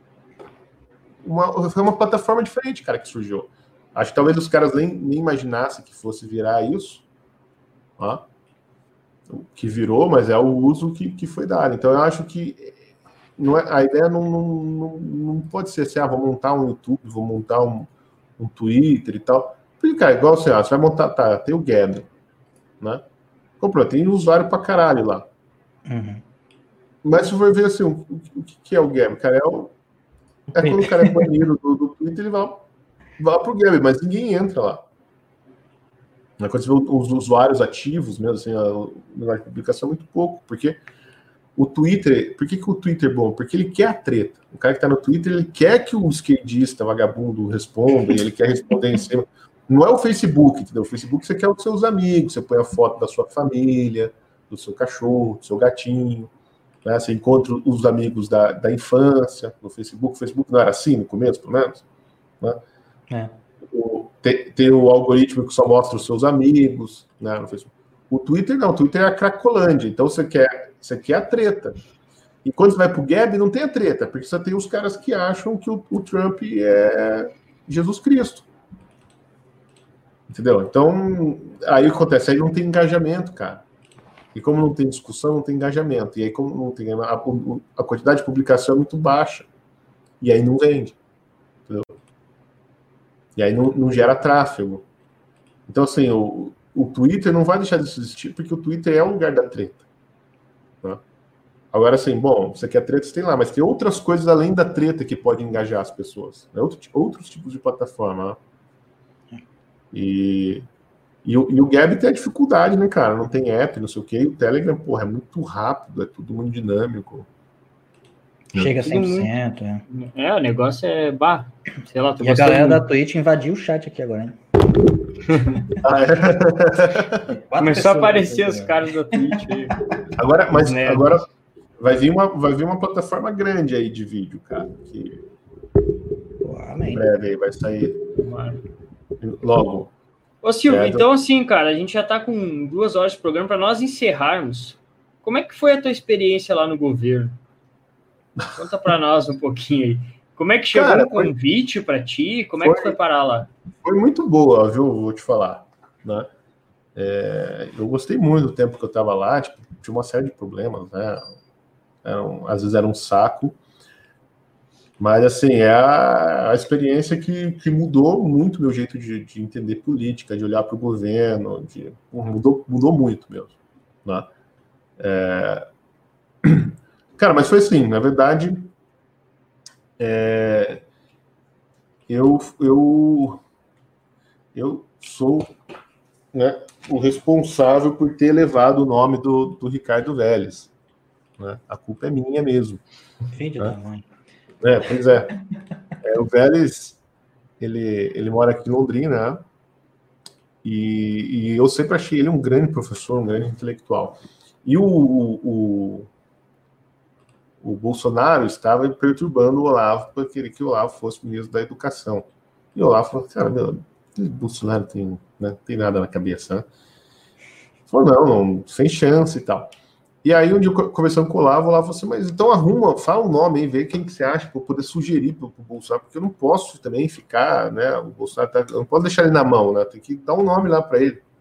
uma, foi uma plataforma diferente, cara, que surgiu. Acho que talvez os caras nem, nem imaginassem que fosse virar isso. Ó, que virou, mas é o uso que, que foi dado. Então, eu acho que não é, a ideia não, não, não, não pode ser assim, ah, vou montar um YouTube, vou montar um, um Twitter e tal. Porque, cara, igual assim, ah, você vai montar, tá, tem o Gab, né? Comprou, tem usuário pra caralho lá. Uhum. Mas se for ver assim, o, o que é o Gab? Cara, é, o, é quando o cara é banheiro do, do Twitter, ele vai, vai pro Gab, mas ninguém entra lá. Quando você vê os usuários ativos mesmo, assim, o negócio de publicação é muito pouco, porque o Twitter, por que, que o Twitter é bom? Porque ele quer a treta. O cara que tá no Twitter, ele quer que o esquerdista, vagabundo, responda, e ele quer responder em cima. Não é o Facebook, entendeu? O Facebook você quer os seus amigos, você põe a foto da sua família, do seu cachorro, do seu gatinho, né? Você encontra os amigos da, da infância no Facebook. O Facebook não era assim no começo, pelo menos, né? É. O, tem, tem o algoritmo que só mostra os seus amigos, né, no Facebook. O Twitter não, o Twitter é a Cracolândia, então você quer, você quer a treta. E quando você vai pro Gab, não tem a treta, porque você tem os caras que acham que o, o Trump é Jesus Cristo. Entendeu? Então, aí o que acontece? Aí não tem engajamento, cara. E como não tem discussão, não tem engajamento. E aí, como não tem... A, a quantidade de publicação é muito baixa. E aí não vende. Entendeu? E aí não, não gera tráfego. Então, assim, o, o Twitter não vai deixar de existir, porque o Twitter é o lugar da treta. Né? Agora, assim, bom, você quer treta, você tem lá, mas tem outras coisas além da treta que podem engajar as pessoas. Né? Outro, outros tipos de plataforma. Né? E, e, o, e o Gab tem a dificuldade, né, cara? Não tem app, não sei o quê. E o Telegram, porra, é muito rápido, é tudo muito dinâmico. Chega a cem por cento. É, é o negócio é... Bah, sei lá, e a galera muito. Da Twitch invadiu o chat aqui agora, hein? Ah, é? Começou a aparecer os caras da Twitch aí. Agora, mas agora vai vir, uma, vai vir uma plataforma grande aí de vídeo, cara. Que Uau, em breve aí vai sair. Mano. Logo. Ô Silvio, é, então assim, cara, a gente já tá com duas horas de programa. Para nós encerrarmos, como é que foi a tua experiência lá no governo? Conta para nós um pouquinho aí. Como é que chegou cara, o convite para ti? Como foi, é que foi parar lá? Foi muito boa, viu? Vou te falar. Né? É, eu gostei muito do tempo que eu estava lá. Tipo, tinha uma série de problemas, né? Era um, às vezes era um saco. Mas, assim, é a, a experiência que, que mudou muito meu jeito de, de entender política, de olhar para o governo. De, mudou, mudou muito mesmo. Né? É... Cara, mas foi assim, na verdade, é... eu, eu, eu sou, né, o responsável por ter levado o nome do, do Ricardo Vélez. Né? A culpa é minha mesmo. Filho né? da mãe. É, pois é. é. O Vélez, ele, ele mora aqui em Londrina, né? e, e eu sempre achei ele um grande professor, um grande intelectual. E o, o, o Bolsonaro estava perturbando o Olavo para querer que o Olavo fosse ministro da Educação. E o Olavo falou, cara, meu, o Bolsonaro tem, né, tem nada na cabeça, né? Falou, não, não, sem chance e tal. E aí, um dia, conversando com o Olavo, o Olavo falou assim, mas então arruma, fala um nome aí, vê quem que você acha para eu poder sugerir para o Bolsonaro, porque eu não posso também ficar, né, o Bolsonaro tá, eu não posso deixar ele na mão, né, tem que dar um nome lá para ele.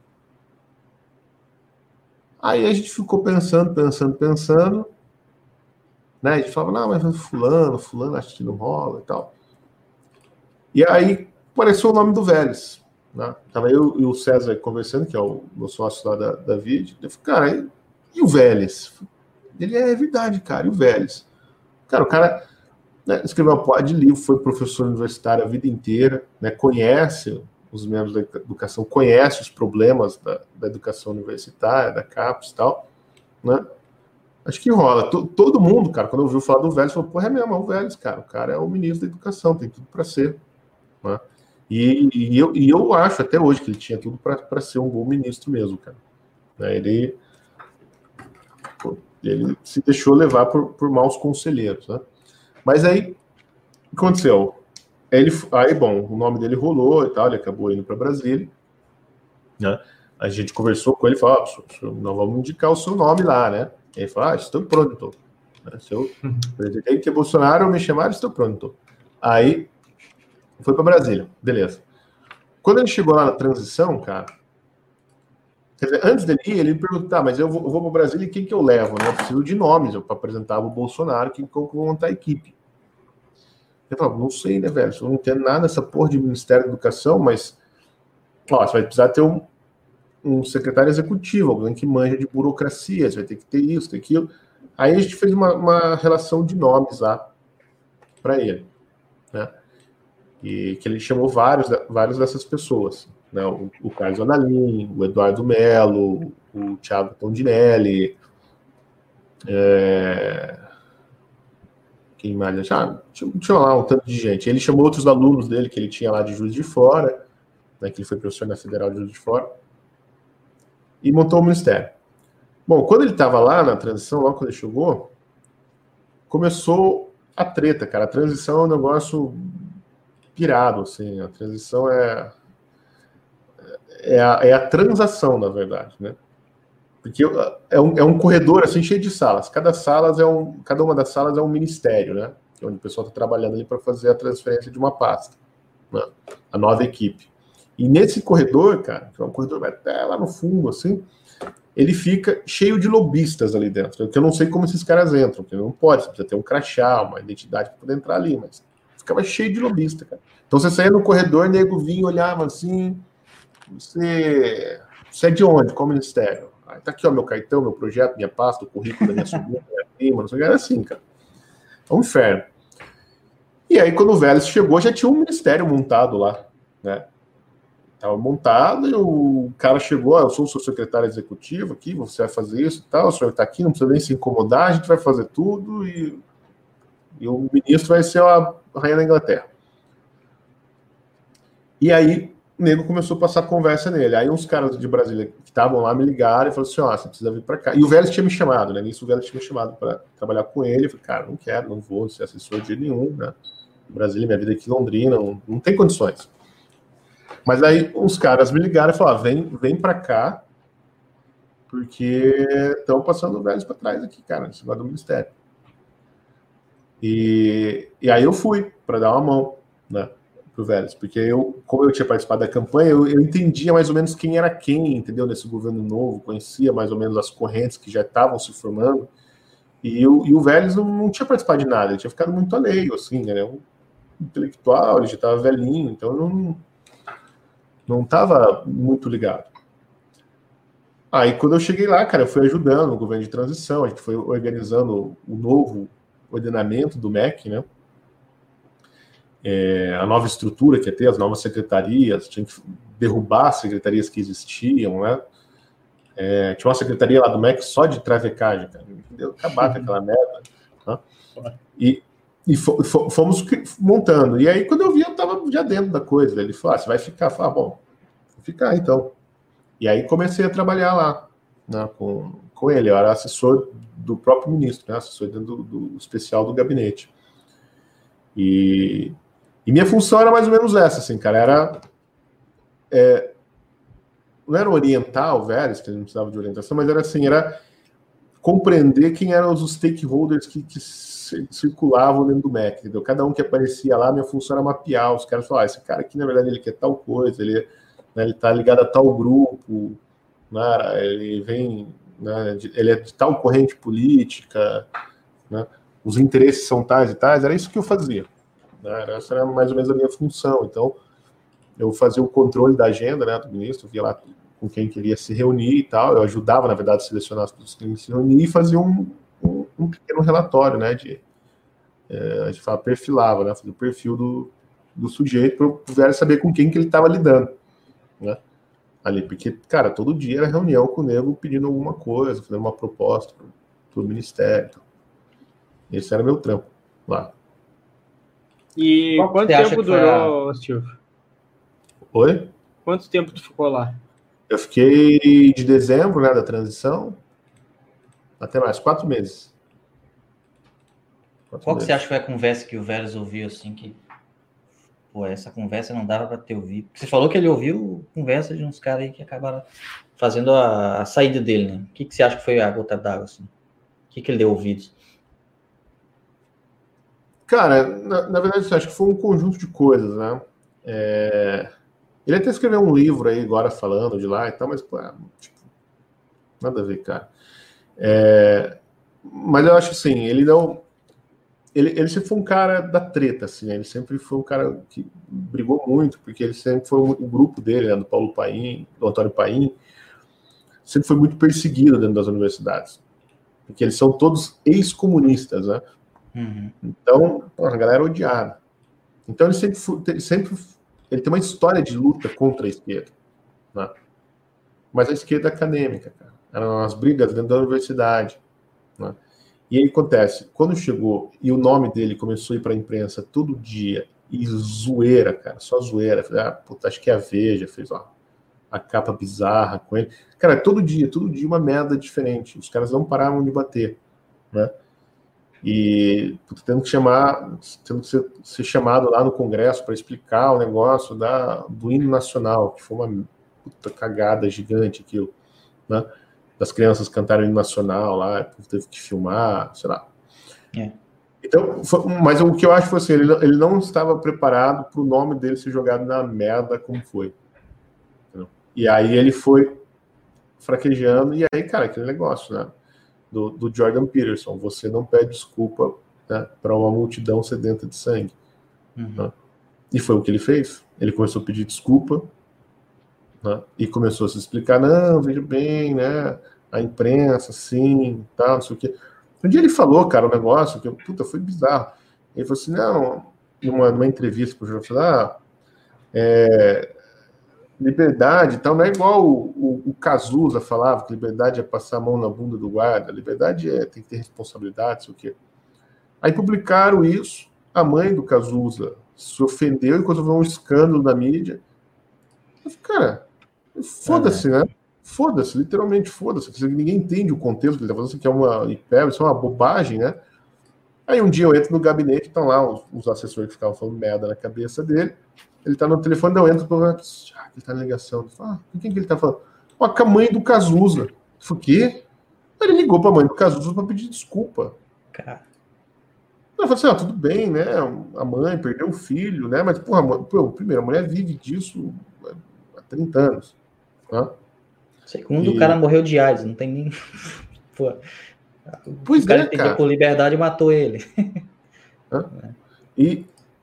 Aí a gente ficou pensando, pensando, pensando, né, a gente falava, não, mas fulano, fulano, acho que não rola e tal. E aí apareceu o nome do Vélez, né, tava eu e o César conversando, que é o meu sócio lá da, da Vide, eu falei, cara, e, e o Vélez? Ele é verdade, cara, e o Vélez? Cara, o cara, né, escreveu uma porra de livro, foi professor universitário a vida inteira, né, conhece os membros da educação, conhece os problemas da, da educação universitária, da CAPES e tal, né? Acho que rola. T- todo mundo, cara, quando ouviu falar do Vélez, falou, porra, é mesmo, é o Vélez, cara. O cara é o ministro da educação, tem tudo para ser. Né? E, e, eu, e eu acho até hoje que ele tinha tudo para ser um bom ministro mesmo, cara. Né? Ele, pô, ele se deixou levar por, por maus conselheiros, né? Mas aí, o que aconteceu? Ele, aí, bom, o nome dele rolou e tal, ele acabou indo para Brasília, né? A gente conversou com ele e falou, ah, nós vamos indicar o seu nome lá, né? E ele falou, ah, estou pronto. Né? Se eu presidente Bolsonaro me chamaram, estou pronto. Aí, foi para Brasília, beleza. Quando ele chegou lá na transição, cara, quer dizer, antes dele ir, ele me perguntou, tá, mas eu vou, eu vou para Brasília e quem que eu levo, né? Eu preciso de nomes para apresentar o Bolsonaro, quem que eu vou montar a equipe. Eu falo, não sei, né, velho? Eu não entendo nada dessa porra de Ministério da Educação, mas ó, você vai precisar ter um, um secretário executivo, alguém que manja de burocracia, você vai ter que ter isso, ter aquilo. Aí a gente fez uma, uma relação de nomes lá para ele, né? E que ele chamou vários, vários dessas pessoas, né? O, o Carlos Analim, o Eduardo Melo, o Thiago Tondinelli, é... quem mais? Ah, tinha, tinha lá um tanto de gente. Ele chamou outros alunos dele que ele tinha lá de Juiz de Fora, né, que ele foi professor na Federal de Juiz de Fora, e montou o ministério. Bom, quando ele estava lá na transição, logo quando ele chegou, começou a treta, cara. A transição é um negócio pirado, assim. A transição é é a, é a transação, na verdade, né? Porque é um, é um corredor assim cheio de salas. Cada sala é um, cada uma das salas é um ministério, né? Onde o pessoal está trabalhando ali para fazer a transferência de uma pasta, né? A nova equipe. E nesse corredor, cara, que é um corredor até lá no fundo, assim, ele fica cheio de lobistas ali dentro. Que eu não sei como esses caras entram, porque não pode, você precisa ter um crachá, uma identidade para poder entrar ali, mas ficava cheio de lobista, cara. Então você saía no corredor, nego vinha, olhava assim, você, você é de onde? Qual ministério? Ah, tá aqui, ó, meu cartão, meu projeto, minha pasta, o currículo da minha sobrinha, minha prima, não sei o que, era assim, cara. É um inferno. E aí, quando o Vélez chegou, já tinha um ministério montado lá, né? Estava montado e o cara chegou, ah, eu sou o seu secretário executivo aqui, você vai fazer isso e tal, o senhor está aqui, não precisa nem se incomodar, a gente vai fazer tudo e, e o ministro vai ser a rainha da Inglaterra. E aí, o nego começou a passar conversa nele. Aí uns caras de Brasília que estavam lá me ligaram e falaram assim, ó, oh, você precisa vir para cá. E o Vélez tinha me chamado, né? Nisso o Vélez tinha me chamado para trabalhar com ele. Eu falei, cara, não quero, não vou ser assessor de nenhum, né? Brasília, minha vida aqui em Londrina, não, não tem condições. Mas aí uns caras me ligaram e falaram, vem, vem para cá, porque estão passando o Vélez para trás aqui, cara, nesse lado do ministério. E, e aí eu fui para dar uma mão, né, pro Vélez, porque eu, como eu tinha participado da campanha, eu, eu entendia mais ou menos quem era quem, entendeu, nesse governo novo, conhecia mais ou menos as correntes que já estavam se formando, e, eu, e o Vélez não, não tinha participado de nada, ele tinha ficado muito alheio, assim, né, um intelectual, ele já estava velhinho, então eu não não estava muito ligado. Aí, quando eu cheguei lá, cara, eu fui ajudando o governo de transição, a gente foi organizando o novo ordenamento do M E C, né? É, a nova estrutura que ia ter, as novas secretarias, tinha que derrubar as secretarias que existiam, né? É, tinha uma secretaria lá do M E C só de travecagem, cara, entendeu? Acabar com aquela merda. Tá? E E fomos montando. E aí, quando eu vi, eu estava já dentro da coisa. Ele falou, ah, você vai ficar? Eu falei, ah, bom, vou ficar então. E aí comecei a trabalhar lá, né, com, com ele, eu era assessor do próprio ministro, né? Assessor do, do, do especial do gabinete. E, e minha função era mais ou menos essa, assim, cara, era... É, não era orientar o Vélez, que ele não precisava de orientação, mas era assim, era compreender quem eram os stakeholders que, que circulavam dentro do M E C, entendeu? Cada um que aparecia lá, minha função era mapear, os caras falavam, ah, esse cara aqui, na verdade, ele quer tal coisa, ele, né, ele tá ligado a tal grupo, né, ele vem, né, de, ele é de tal corrente política, né, os interesses são tais e tais, era isso que eu fazia, né, essa era mais ou menos a minha função. Então, eu fazia o controle da agenda, né, do ministro, via lá com quem queria se reunir e tal, eu ajudava, na verdade, a selecionar as pessoas que queriam se reunir e fazia um, um, um pequeno relatório, né, de, é, a gente fala, perfilava, né, fazia o perfil do, do sujeito para o Vélez saber com quem que ele estava lidando, né, ali, porque, cara, todo dia era reunião com o nego pedindo alguma coisa, fazendo uma proposta para o ministério. Esse era meu trampo lá. E Qual quanto tempo durou, a... Silvio? Oi? Quanto tempo tu ficou lá? Eu fiquei de dezembro, né, da transição, até mais, quatro meses. Quatro Qual meses. Que você acha que foi a conversa que o Vélez ouviu, assim, que, pô, essa conversa não dava para ter ouvido? Você falou que ele ouviu conversa de uns caras aí que acabaram fazendo a, a saída dele, né? O que, que você acha que foi a gota d'água, assim? O que, que ele deu ouvidos? Cara, na, na verdade, eu acho que foi um conjunto de coisas, né? É... Ele até escreveu um livro aí agora falando de lá e tal, mas, pô, tipo, nada a ver, cara. É... Mas eu acho assim, ele não... Ele, ele sempre foi um cara da treta, assim, né? Ele sempre foi um cara que brigou muito, porque ele sempre foi um, o grupo dele, né, do Paulo Paim, do Antônio Paim, sempre foi muito perseguido dentro das universidades. Porque eles são todos ex-comunistas, né? Uhum. Então, pô, a galera odiada. Então ele sempre, foi, sempre ele tem uma história de luta contra a esquerda, né? Mas a esquerda acadêmica, cara. Eram as brigas dentro da universidade, né? E aí acontece, quando chegou e o nome dele começou a ir para a imprensa todo dia, e zoeira, cara, só zoeira. Falei, ah, puta, acho que é a Veja fez, ó, a capa bizarra com ele. Cara, todo dia, todo dia uma merda diferente. Os caras não paravam de bater, né? E puta, tendo que chamar, tendo que ser, ser chamado lá no Congresso para explicar o negócio da, do hino nacional, que foi uma puta cagada gigante aquilo, né? Das crianças cantaram o hino nacional lá, teve que filmar, sei lá. É. Então, foi, mas o que eu acho foi assim, ele, ele não estava preparado para o nome dele ser jogado na merda como foi. Entendeu? E aí ele foi fraquejando, e aí, cara, aquele negócio, né? Do, do Jordan Peterson, você não pede desculpa, né, para uma multidão sedenta de sangue. Uhum. Né? E foi o que ele fez. Ele começou a pedir desculpa, né, e começou a se explicar, não, veja bem, né, a imprensa, assim, tal, não sei o quê. Um dia ele falou, cara, um negócio que, puta, foi bizarro. Ele falou assim, não, numa, numa entrevista pro jornal, falou, ah, é... liberdade e tal, não é igual o, o, o Cazuza falava, que liberdade é passar a mão na bunda do guarda, liberdade é tem que ter responsabilidade, sei o quê. Aí publicaram isso, a mãe do Cazuza se ofendeu e resolveu um escândalo na mídia. Eu falei, cara, foda-se, né? Foda-se, literalmente foda-se. Ninguém entende o contexto que ele está falando, isso aqui é uma hipérbole, isso é uma bobagem, né? Aí um dia eu entro no gabinete, estão lá os, os assessores que ficavam falando merda na cabeça dele. Ele tá no telefone, eu entro, ah, ele tá na ligação. Ele fala, ah, com quem que ele tá falando? Ah, com a mãe do Cazuza. Eu falei, o quê? Aí ele ligou pra mãe do Cazuza pra pedir desculpa. Cara. Eu falei assim, ah, tudo bem, né? A mãe perdeu o filho, né? Mas, porra, mãe, pô, primeiro, a mulher vive disso há trinta anos. Né? Segundo, e... o cara morreu de AIDS, não tem nem... Pô, pois o cara é, entendeu cara. por liberdade e matou ele. Né? E...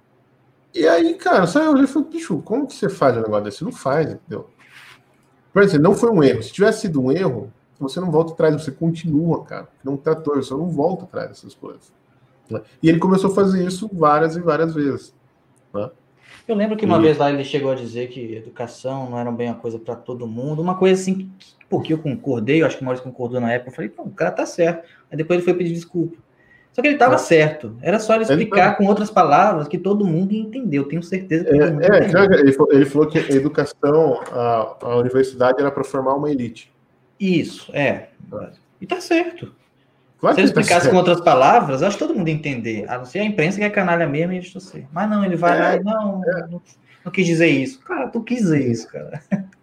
E aí, cara, sabe, eu olhei e falei, bicho, como que você faz um negócio desse? Não faz, entendeu? Por exemplo, não foi um erro. Se tivesse sido um erro, você não volta atrás, você continua, cara. Não um trator, você não volta atrás dessas coisas. Né? E ele começou a fazer isso várias e várias vezes. Né? Eu lembro que uma e... vez lá ele chegou a dizer que educação não era bem uma coisa para todo mundo, uma coisa assim, porque eu concordei, eu acho que o Maurício concordou na época, eu falei, pô, o cara tá certo. Aí depois ele foi pedir desculpa. Só que ele estava é. certo. Era só ele explicar ele com outras palavras que todo mundo entendeu. Tenho certeza que todo mundo é, entendeu. É, ele, falou, ele falou que a educação, a, a universidade era para formar uma elite. Isso, é. E tá certo. Claro Se ele que tá explicasse certo. com outras palavras, acho que todo mundo ia entender. A não ser a imprensa que é canalha mesmo e distorcer. Mas não, ele vai É, lá e não, não, não quis dizer isso. Cara, tu quis dizer isso, cara.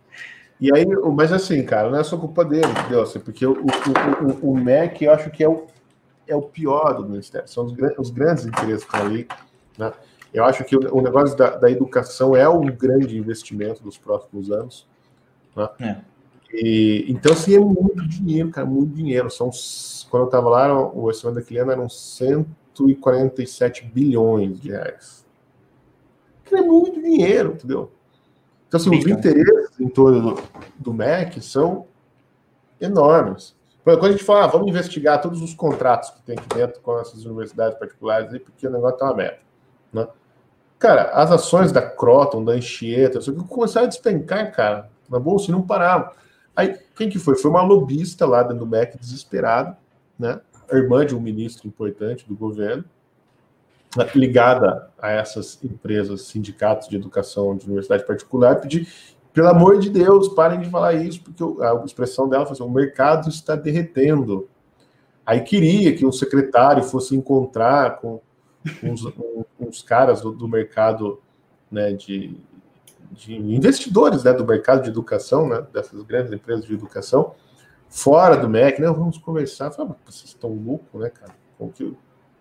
E aí, o- mas assim, cara, não é só culpa dele, entendeu? Assim, porque o, o, o, o M E C, eu acho que é o, é o pior do Ministério. São os, gran- os grandes interesses que estão ali, né? Eu acho que o, o negócio da, da educação é um grande investimento dos próximos anos, né? É. E, então, assim, é muito dinheiro, cara, muito dinheiro. São, quando eu estava lá, o orçamento daquele ano eram cento e quarenta e sete bilhões de reais. Que é muito dinheiro, entendeu? Então, assim, os Bilhões. interesses em torno do, do M E C são enormes. Quando a gente fala, ah, vamos investigar todos os contratos que tem aqui dentro com essas universidades particulares, aí, porque o negócio tá uma merda, né? Cara, as ações da Croton, da Anchieta, só que começaram a despencar, cara, na bolsa e não paravam. Aí, quem que foi? Foi uma lobista lá dentro do M E C, desesperada, né? A irmã de um ministro importante do governo, né, ligada a essas empresas, sindicatos de educação de universidade particular, pedir, pelo amor de Deus, parem de falar isso, porque a expressão dela foi assim, o mercado está derretendo. Aí queria que o secretário fosse encontrar com uns, um, uns caras do, do mercado, né, de, de investidores, né, do mercado de educação, né, dessas grandes empresas de educação, fora do M E C, né, vamos conversar. Eu falei, vocês estão loucos, né, cara? Como que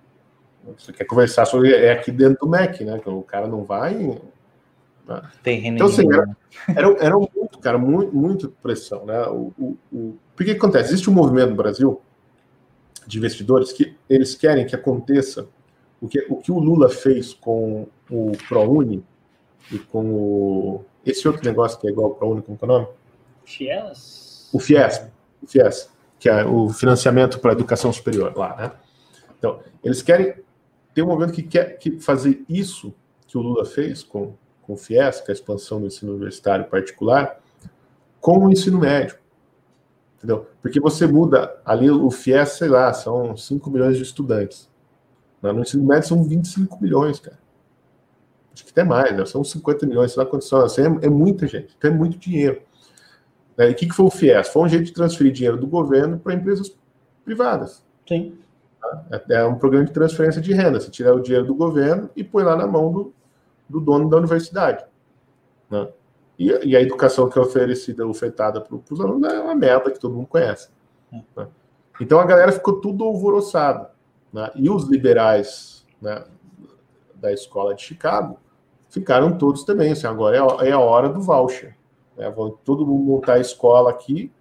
você quer conversar sobre é aqui dentro do M E C, né? O cara não vai. Terreno Então, assim, nenhum. era, era, era muito, cara, muito, muito pressão, né? O, o, o... Por que acontece? Existe um movimento no Brasil de investidores que eles querem que aconteça o que o, que o Lula fez com o ProUni e com o... esse outro negócio que é igual ao ProUni, como é o nome? Fies? O Fies, o Fies, que é o financiamento para a educação superior lá, né? Então, eles querem ter um movimento que quer que fazer isso que o Lula fez com, com o Fies, com a expansão do ensino universitário particular, com o ensino médio. Entendeu? Porque você muda ali o Fies, sei lá, são cinco milhões de estudantes. No ensino médio são vinte e cinco milhões, cara. Acho que até mais, né? São cinquenta milhões, sei lá quantos são. Assim, é, é muita gente, então é muito dinheiro. E o que, que foi o Fies? Foi um jeito de transferir dinheiro do governo para empresas privadas. Sim. É um programa de transferência de renda. Você tira o dinheiro do governo e põe lá na mão do, do dono da universidade. Né? E, e a educação que é oferecida, ofertada para os alunos é uma merda que todo mundo conhece. Né? Então a galera ficou tudo alvoroçada. Né? E os liberais, né, da escola de Chicago ficaram todos também. Assim, agora é, é a hora do voucher. Né? Vão todo mundo montar a escola aqui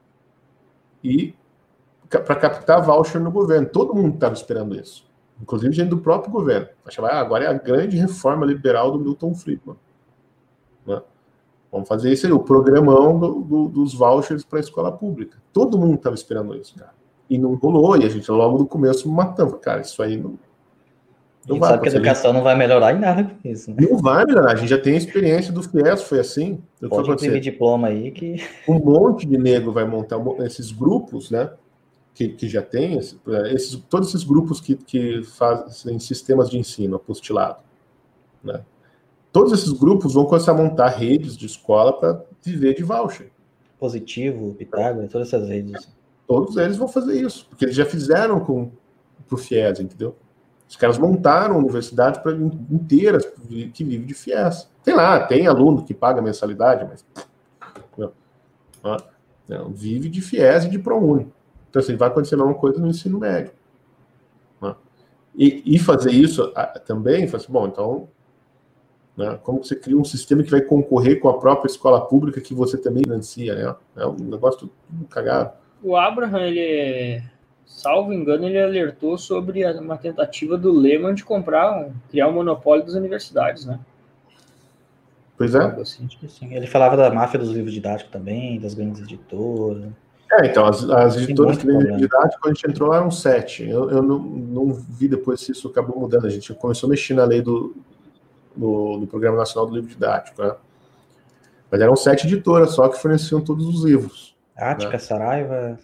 e para captar voucher no governo. Todo mundo estava esperando isso. Inclusive gente do próprio governo. Achava, ah, agora é a grande reforma liberal do Milton Friedman. Né? Vamos fazer isso aí, o programão do, do, dos vouchers para a escola pública. Todo mundo estava esperando isso, cara. E não rolou, e a gente logo no começo matando. Cara, isso aí não, não vai. Sabe que a educação não vai melhorar em nada com isso, né? Não vai melhorar. A gente já tem a experiência do Fies, foi assim. Pode imprimir diploma aí que... Um monte de nego vai montar esses grupos, né? Que, que já tem, esses, todos esses grupos que, que fazem sistemas de ensino apostilado. Né? Todos esses grupos vão começar a montar redes de escola para viver de voucher. Positivo, Pitágoras, todas essas redes. Todos eles vão fazer isso, porque eles já fizeram com o Fies, entendeu? Os caras montaram universidades pra, inteiras que vivem de Fies. Tem lá, tem aluno que paga mensalidade, mas não, não, vive de Fies e de ProUni. Então, assim, vai acontecer a mesma coisa no ensino médio. Né? E, e fazer isso também, assim, bom, então, né, como você cria um sistema que vai concorrer com a própria escola pública que você também financia, né? É um negócio tudo cagado. O Abraham, ele, salvo engano, ele alertou sobre uma tentativa do Lehman de comprar, um, criar um monopólio das universidades, né? Pois é. Assim. Ele falava da máfia dos livros didáticos também, das grandes editoras. É, então, as, as editoras que vendem didático, quando a gente entrou lá, eram sete. Eu, eu não, não vi depois se isso acabou mudando. A gente começou a mexer na lei do, do, do Programa Nacional do Livro Didático, né? Mas eram sete editoras só que forneciam todos os livros. Ática, né? Saraiva...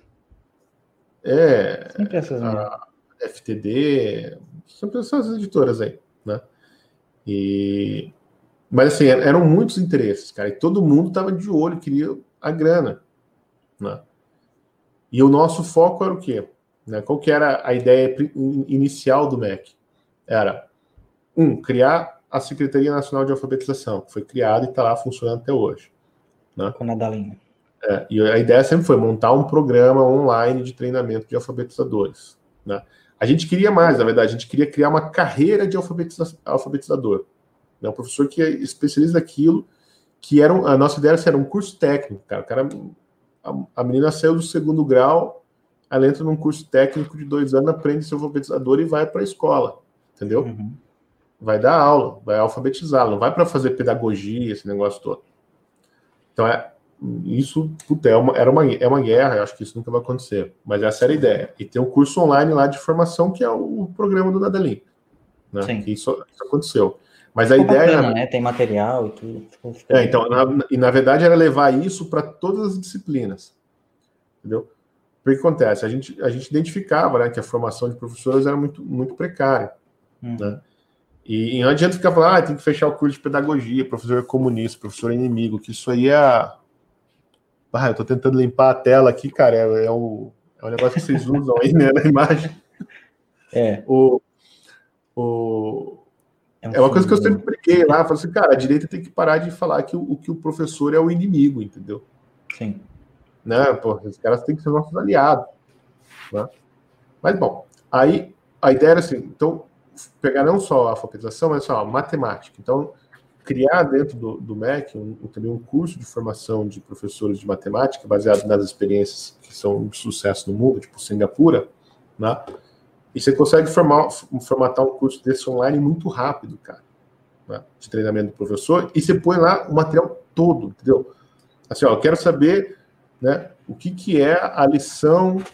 É, sempre essas a F T D, sempre essas editoras aí, né? E... Mas, assim, eram muitos interesses, cara, e todo mundo estava de olho, queria a grana, né? E o nosso foco era o quê? Né? Qual que era a ideia inicial do M E C? Era, um, criar a Secretaria Nacional de Alfabetização, que foi criada e está lá funcionando até hoje. Né? Com a Nadalinha. É, e a ideia sempre foi montar um programa online de treinamento de alfabetizadores. Né? A gente queria mais, na verdade, a gente queria criar uma carreira de alfabetiza alfabetizador. Né? Um professor que é especialista naquilo, que era um, a nossa ideia era um curso técnico. Cara. O cara, a, a menina saiu do segundo grau, ela entra num curso técnico de dois anos, aprende ser alfabetizador e vai para a escola. Entendeu? Uhum. Vai dar aula, vai alfabetizar, não vai para fazer pedagogia, esse negócio todo. Então, é, isso puta, é, uma, era uma, é uma guerra, eu acho que isso nunca vai acontecer. Mas essa era a ideia. E tem um curso online lá de formação, que é o, o programa do Nadalim. Né? Sim. Que isso, isso aconteceu. Mas a Ficou ideia... bacana, né? Tem material e tudo. Ficou, ficou é, então, na, e na verdade era levar isso para todas as disciplinas. Entendeu? Porque o que acontece? A gente, a gente identificava, né, que a formação de professores era muito, muito precária. Uhum. Né? E, e não adianta ficar falando, ah, tem que fechar o curso de pedagogia, professor é comunista, professor é inimigo, que isso aí é... Ah, eu tô tentando limpar a tela aqui, cara, é, é, o, é o negócio que vocês usam aí, né, na imagem. É. O, o, é, um é uma coisa que eu sempre briguei lá, falei assim, cara, a direita tem que parar de falar que o, que o professor é o inimigo, entendeu? Sim. Né, pô, os caras têm que ser nossos aliados. Né? Mas, bom, aí a ideia era assim, então, pegar não só a alfabetização, mas só a matemática. Então, criar dentro do, do M E C um, também um curso de formação de professores de matemática, baseado nas experiências que são de sucesso no mundo, tipo Singapura, né? E você consegue formar, formatar um curso desse online muito rápido, cara, né? De treinamento do professor, e você põe lá o material todo, entendeu? Assim, ó, eu quero saber, né, o que, que é a lição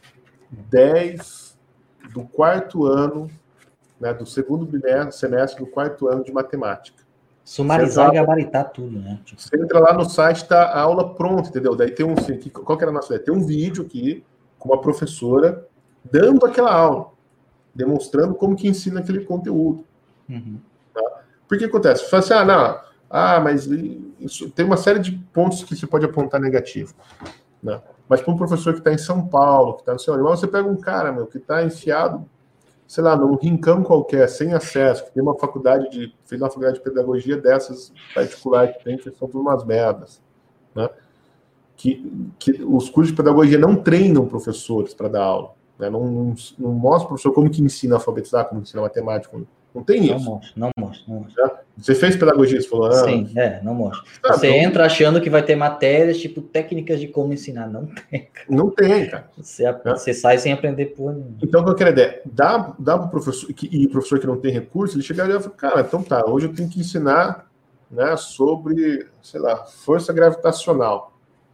dez do quarto ano, né, do segundo semestre do quarto ano de matemática. Sumarizar e gabaritar tudo, né? Tipo... Você entra lá no site, tá a aula pronta, entendeu? Daí tem um, assim, qual que era a nossa ideia? Tem um vídeo aqui com uma professora dando aquela aula, demonstrando como que ensina aquele conteúdo. Uhum. Tá? Por que acontece? Você fala assim, ah, não, ah, mas isso, tem uma série de pontos que você pode apontar negativo. Né? Mas para um professor que está em São Paulo, que está no seu animal, você pega um cara, meu, que está enfiado, sei lá, num rincão qualquer, sem acesso, que tem uma faculdade de, fez uma faculdade de pedagogia dessas particulares que tem, que são tudo umas merdas, né? Que, que os cursos de pedagogia não treinam professores para dar aula, né? Não, não, não mostra o professor como que ensina a alfabetizar, como ensina matemática, não, não tem isso. Não mostra, não mostra, não mostra. Né? Você fez pedagogia, você falou, ah, sim, é, não mostra. Ah, você então... entra achando que vai ter matérias, tipo, técnicas de como ensinar, não tem. Não tem, cara. Você, né? Você sai sem aprender por nenhum. Então, qual que era a ideia? Dá, dá para o professor, que, e o professor que não tem recurso, ele chegaria e fala, cara, então tá, hoje eu tenho que ensinar, né, sobre, sei lá, força gravitacional.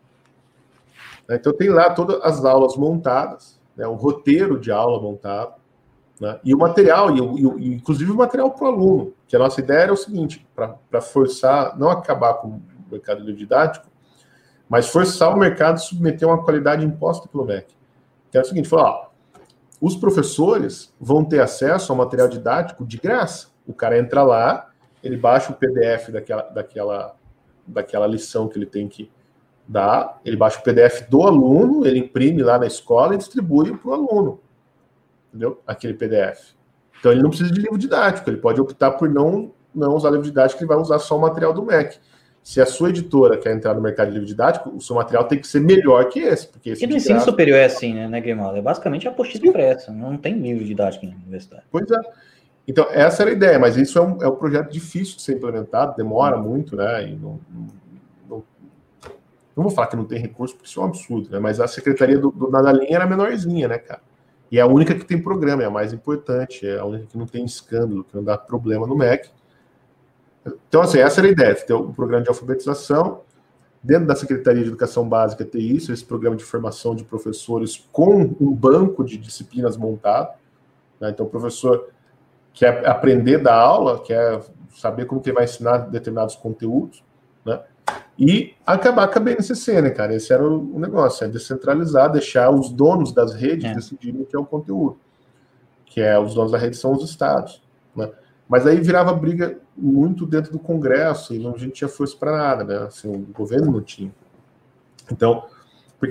Então tem lá todas as aulas montadas, né, o roteiro de aula montado, né, e o material, e, e, inclusive o material para o aluno, que a nossa ideia era o seguinte, para forçar, não acabar com o mercado livre didático, mas forçar o mercado a submeter uma qualidade imposta pelo M E C. Que é o seguinte, falar, ó, os professores vão ter acesso ao material didático de graça. O cara entra lá, ele baixa o P D F daquela, daquela, daquela lição que ele tem que dar, ele baixa o P D F do aluno, ele imprime lá na escola e distribui para o aluno. Entendeu? Aquele P D F. Então ele não precisa de livro didático, ele pode optar por não, não usar livro didático, ele vai usar só o material do M E C. Se a sua editora quer entrar no mercado de livro didático, o seu material tem que ser melhor que esse. Porque esse e no ensino graça... superior é assim, né, né Grimaldo? É basicamente a apostila impressa, não tem livro didático na universidade. Pois é. Então, essa era a ideia, mas isso é um, é um projeto difícil de ser implementado, demora hum. muito, né? E não, não, não, não vou falar que não tem recurso, porque isso é um absurdo, né? Mas a secretaria do, do Nadalim era menorzinha, né, cara? E é a única que tem programa, é a mais importante, é a única que não tem escândalo, que não dá problema no M E C. Então, assim, essa era a ideia, ter um programa de alfabetização, dentro da Secretaria de Educação Básica ter isso, esse programa de formação de professores com um banco de disciplinas montado, né? Então o professor quer aprender da aula, quer saber como que vai ensinar determinados conteúdos, né? E acabar com a B N C C, né, cara? Esse era o negócio, é descentralizar, deixar os donos das redes é. decidirem o que é o conteúdo, que é os donos da rede são os estados, né? Mas aí virava briga muito dentro do Congresso e não, a gente tinha força para nada, né? Assim, o governo não tinha. Então, porque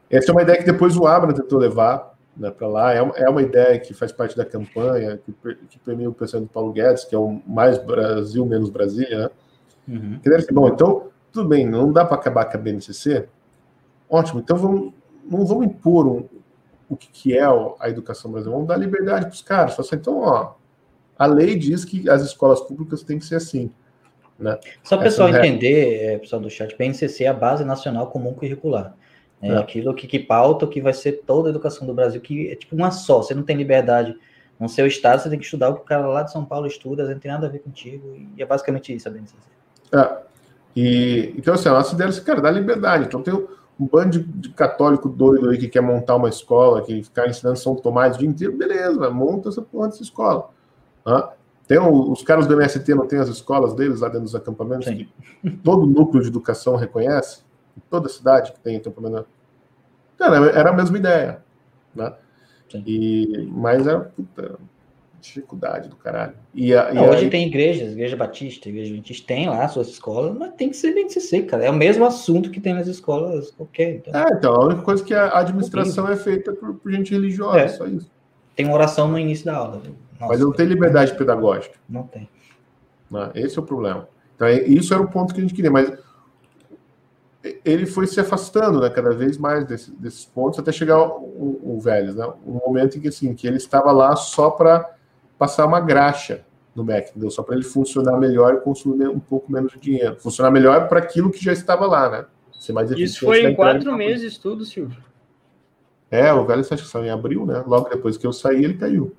Essa é uma ideia que depois o Abra tentou levar, né, para lá. É uma, é uma ideia que faz parte da campanha, que, que permeia o pensamento do Paulo Guedes, que é o mais Brasil, menos Brasília, né? Uhum. Que deve ser, bom, então, tudo bem, não dá para acabar com a B N C C? Ótimo, então vamos, não vamos impor um, o que, que é a educação brasileira, vamos dar liberdade para os caras. Assim, então, ó, a lei diz que as escolas públicas têm que ser assim. Né? Só para o pessoal entender, é, pessoal do chat, B N C C é a Base Nacional Comum Curricular. É, é. Aquilo que, que pauta o que vai ser toda a educação do Brasil, que é tipo uma só, você não tem liberdade no seu estado, você tem que estudar o que o cara lá de São Paulo estuda, não tem nada a ver contigo, e é basicamente isso a B N C C. É. E, então, assim, a nossa ideia é assim, cara, dar liberdade. Então tem um bando de, de católico doido aí que quer montar uma escola, que ficar ensinando São Tomás o dia inteiro, beleza, monta essa porra dessa escola. Ah, tem o, os caras do M S T não tem as escolas deles lá dentro dos acampamentos, Sim. que todo núcleo de educação reconhece, toda cidade que tem acampamento. Cara, era a mesma ideia, né? E, mas era puta, dificuldade do caralho. E a, não, e hoje aí... tem igrejas, igreja batista, igreja adventista, tem lá suas escolas, mas tem que ser B N C C, cara. É o mesmo assunto que tem nas escolas qualquer. Então. É, então, a única coisa que a administração é feita por, por gente religiosa, é. Só isso. Tem uma oração no início da aula. Nossa, mas não tem liberdade não, pedagógica. Não tem. Não, esse é o problema. Então, isso era o ponto que a gente queria, mas ele foi se afastando, né, cada vez mais desse, desses pontos, até chegar o, o Vélez, né, um momento em que, assim, que ele estava lá só para passar uma graxa no M E C, entendeu? Só para ele funcionar melhor e consumir um pouco menos de dinheiro. Funcionar melhor para aquilo que já estava lá, né? Ser mais isso foi em quatro meses tudo, Silvio. É, o Vélez acho que saiu em abril, né? Logo depois que eu saí, ele caiu.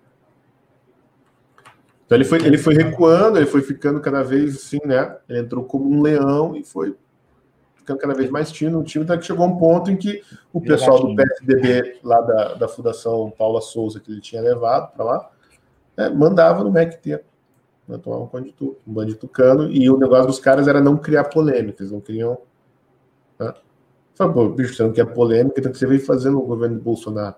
Então ele foi, ele foi recuando, ele foi ficando cada vez assim, né? Ele entrou como um leão e foi ficando cada vez mais tímido no time, até que chegou um ponto em que o pessoal do P S D B, lá da, da Fundação Paula Souza, que ele tinha levado para lá, é, mandava no M E C inteiro. Né, tomava um conta de tudo, um bando de tucano, e o negócio dos caras era não criar polêmica, eles não queriam... Né? Falei, pô, bicho, você não quer polêmica, então que você veio fazendo no governo de Bolsonaro.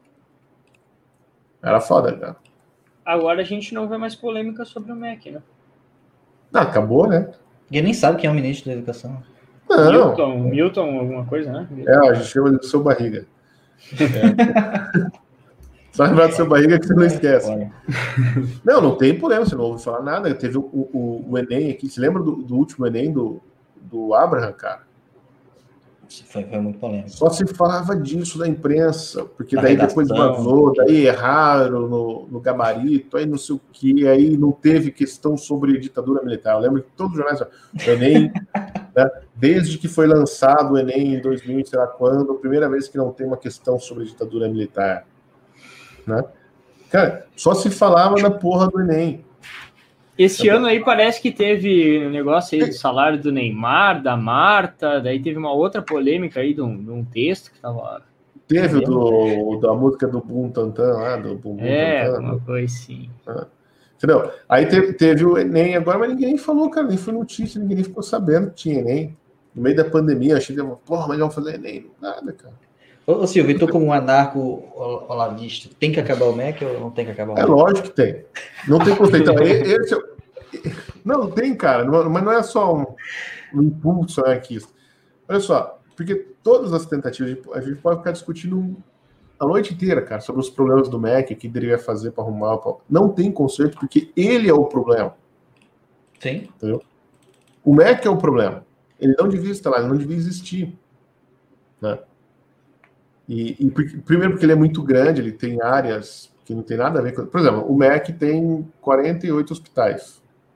Era foda, cara. Agora a gente não vê mais polêmica sobre o M E C, né? Não, acabou, né? Ninguém nem sabe quem é o ministro da Educação. Não. Milton, Milton, alguma coisa, né? É, a gente chama de seu barriga. É. Só lembrar do seu barriga que você não esquece. Não, não tem polêmica, você não ouve falar nada. Teve o, o, o Enem aqui. Você lembra do, do último Enem do, do Abraham, cara? Foi, foi muito polêmico. Só se falava disso da imprensa, porque da daí redação, depois vazou, daí erraram no, no gabarito, aí não sei o que, aí não teve questão sobre ditadura militar. Eu lembro que todos os jornais, o Enem, né, desde que foi lançado o Enem em dois mil, sei lá quando, a primeira vez que não tem uma questão sobre ditadura militar. Né? Cara, só se falava na porra do Enem. Esse ano aí parece que teve um negócio aí do salário do Neymar, da Marta, daí teve uma outra polêmica aí de um, de um texto que tava... Teve do, da música do Bum Tantan lá, do Bum Bum É, Tantan, uma né? coisa assim. Ah, entendeu? Aí teve, teve o Enem agora, mas ninguém falou, cara, nem foi notícia, ninguém ficou sabendo que tinha Enem. No meio da pandemia, achei que, porra, mas vamos fazer Enem. Nada, cara. Ô, Silvio, tu como um anarco-olavista, tem que acabar o M E C ou não tem que acabar o M E C? É lógico que tem. Não tem conceito. Então, esse é... Não, tem, cara, mas não é só um, um impulso anarquista. Olha só, porque todas as tentativas, de, a gente pode ficar discutindo a noite inteira, cara, sobre os problemas do M E C, o que deveria fazer para arrumar. Pra... Não tem conceito, porque ele é o problema. Sim. Entendeu? O M E C é o problema. Ele não devia estar lá, ele não devia existir. Né? E, e primeiro porque ele é muito grande, ele tem áreas que não tem nada a ver com... Por exemplo, o M E C tem quarenta e oito hospitais.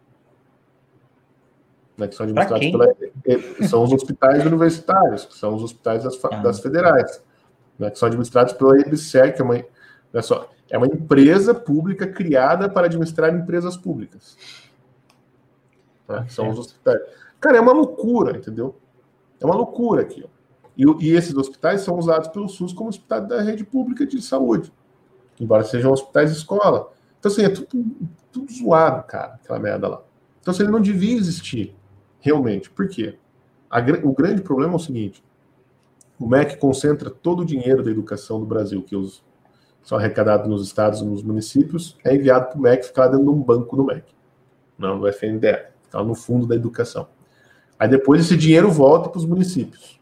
Né, que são administrados pela... São os hospitais universitários, que são os hospitais das, ah, das federais. Né, que são administrados pela E B S E R, que é uma, olha só, é uma empresa pública criada para administrar empresas públicas. Né, que são os hospitais. Cara, é uma loucura, entendeu? É uma loucura aqui. Ó. E, e esses hospitais são usados pelo SUS como hospitais da rede pública de saúde. Embora sejam hospitais de escola. Então, assim, é tudo, tudo zoado, cara, aquela merda lá. Então, assim, ele não devia existir, realmente. Por quê? A, o grande problema é o seguinte. O M E C concentra todo o dinheiro da educação do Brasil, que os, são arrecadados nos estados e nos municípios, é enviado para o M E C ficar lá dentro de um banco do M E C. Não, do F N D E, ficar no fundo da educação. Aí depois esse dinheiro volta para os municípios.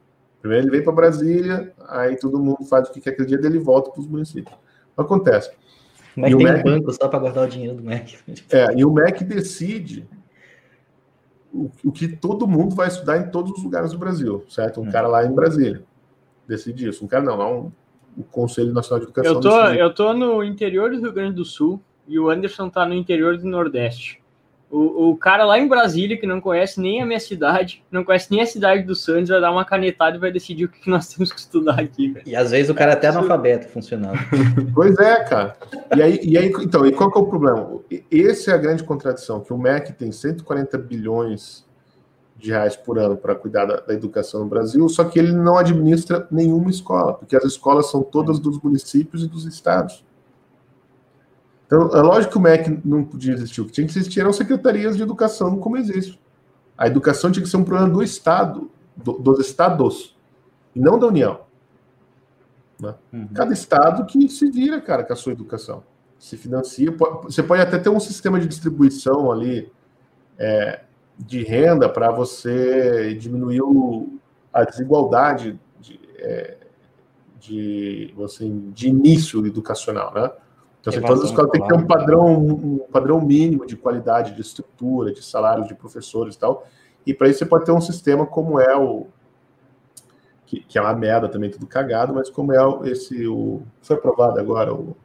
Primeiro ele vem para Brasília, aí todo mundo faz o que quer aquele dia dele e volta para os municípios. Não acontece. Como é que tem um banco só para guardar o dinheiro do M E C? É, e o M E C decide o, o que todo mundo vai estudar em todos os lugares do Brasil, certo? Um hum. cara lá em Brasília decide isso. Um cara não, não o Conselho Nacional de Educação. Eu tô, eu tô no interior do Rio Grande do Sul e o Anderson tá no interior do Nordeste. O, o cara lá em Brasília, que não conhece nem a minha cidade, não conhece nem a cidade do Santos, vai dar uma canetada e vai decidir o que nós temos que estudar aqui, cara. E às vezes o cara é até analfabeto funcionando. Pois é, cara. E aí, e aí, então, e qual que é o problema? Essa é a grande contradição, que o M E C tem cento e quarenta bilhões de reais por ano para cuidar da, da educação no Brasil, só que ele não administra nenhuma escola, porque as escolas são todas dos municípios e dos estados. Então, é lógico que o M E C não podia existir. O que tinha que existir eram secretarias de educação, como existe. A educação tinha que ser um problema do Estado, do, dos estados, e não da União. Né? Uhum. Cada estado que se vira, cara, com a sua educação. Se financia. Pode, você pode até ter um sistema de distribuição ali é, de renda para você diminuir o, a desigualdade de, é, de, assim, de início educacional, né? Então, assim, todas as escolas têm que ter um padrão, um padrão mínimo de qualidade, de estrutura, de salários de professores e tal. E para isso você pode ter um sistema como é o... Que, que é uma merda também, tudo cagado, mas como é o, esse... O, foi aprovado agora o...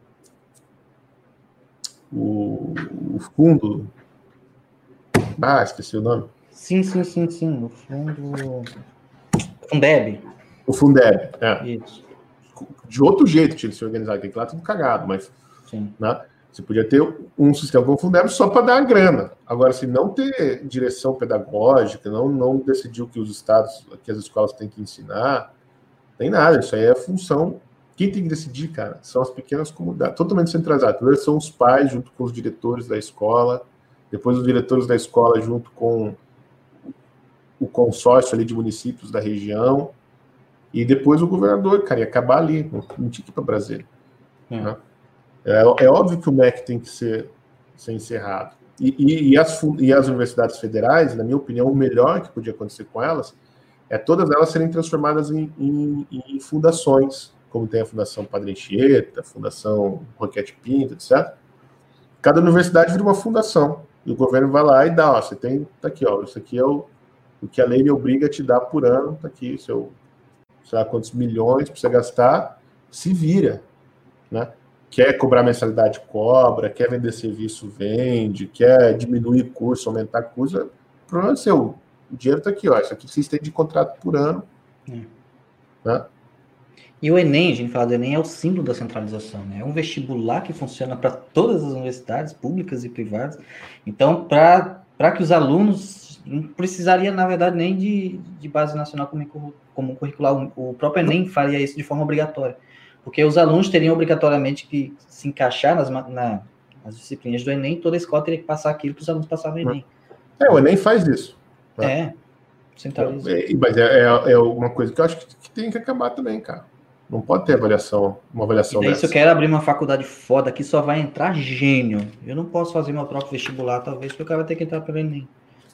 O, o fundo... Ah, esqueci o nome. Sim, sim, sim, sim. O fundo... Fundeb. O Fundeb, é. Isso. De outro jeito tinha que se organizar, tem que lá tudo cagado, mas né, você podia ter um sistema como o Fundeb só para dar a grana. Agora, se não ter direção pedagógica, não, não decidir o que os estados, que as escolas têm que ensinar, tem nada, isso aí é função. Quem tem que decidir, cara, são as pequenas comunidades, totalmente centralizadas. Primeiro são os pais junto com os diretores da escola, depois os diretores da escola junto com o consórcio ali de municípios da região, e depois o governador, cara, ia acabar ali, não, não tinha que ir para Brasília. É. Né? É, é óbvio que o M E C tem que ser, ser encerrado. E, e, e, as, e as universidades federais, na minha opinião, o melhor que podia acontecer com elas é todas elas serem transformadas em, em, em fundações, como tem a Fundação Padre Anchieta, a Fundação Roquete Pinto, etcétera. Cada universidade vira uma fundação, e o governo vai lá e dá, ó, você tem, tá aqui, ó, isso aqui é o, o que a lei me obriga a te dar por ano, tá aqui, seu... sei lá quantos milhões para você gastar, se vira, né? Quer cobrar mensalidade, cobra, quer vender serviço, vende, quer diminuir curso, aumentar curso, o problema é seu, o dinheiro está aqui, ó, isso aqui vocês têm de contrato por ano. É. Né? E o Enem, a gente fala do Enem, é o símbolo da centralização, né? É um vestibular que funciona para todas as universidades, públicas e privadas, então, para que os alunos não precisaria, na verdade, nem de, de base nacional como, como curricular. O próprio Enem faria isso de forma obrigatória. Porque os alunos teriam obrigatoriamente que se encaixar nas, na, nas disciplinas do Enem, toda a escola teria que passar aquilo para os alunos passarem no Enem. É, o Enem faz isso. Né? É, centraliza. É, mas é, é, é uma coisa que eu acho que tem que acabar também, cara. Não pode ter avaliação, uma avaliação e daí, dessa. se eu quero abrir uma faculdade foda aqui, só vai entrar gênio. Eu não posso fazer meu próprio vestibular, talvez, porque o cara vai ter que entrar pelo Enem.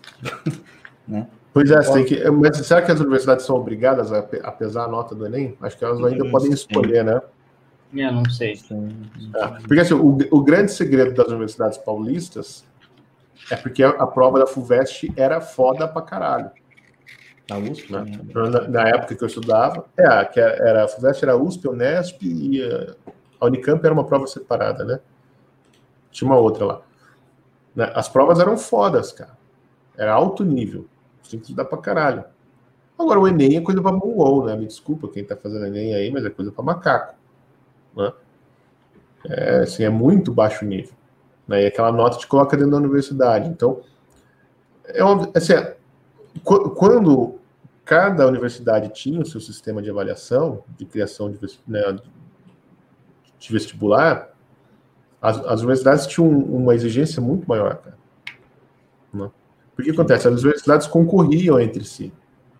Né? Pois é, você tem que, mas será que as universidades são obrigadas a, a pesar a nota do Enem? Acho que elas ainda podem escolher, né? Eu não sei. É, porque assim, o, o grande segredo das universidades paulistas é porque a, a prova da FUVEST era foda pra caralho. A U S P? Né? Na, na época que eu estudava, é, que era, a FUVEST era a U S P, a Unesp e a, a Unicamp era uma prova separada, né? Tinha uma outra lá. Né? As provas eram fodas, cara. Era alto nível. Você tem que estudar pra caralho. Agora, o Enem é coisa pra mongol, né? Me desculpa quem tá fazendo Enem aí, mas é coisa pra macaco. Né? É, assim, é muito baixo nível. Né? E aquela nota te coloca dentro da universidade. Então, é uma, assim, quando cada universidade tinha o seu sistema de avaliação, de criação de, né, de vestibular, as, as universidades tinham uma exigência muito maior, cara. Né? Porque o que acontece? As universidades concorriam entre si.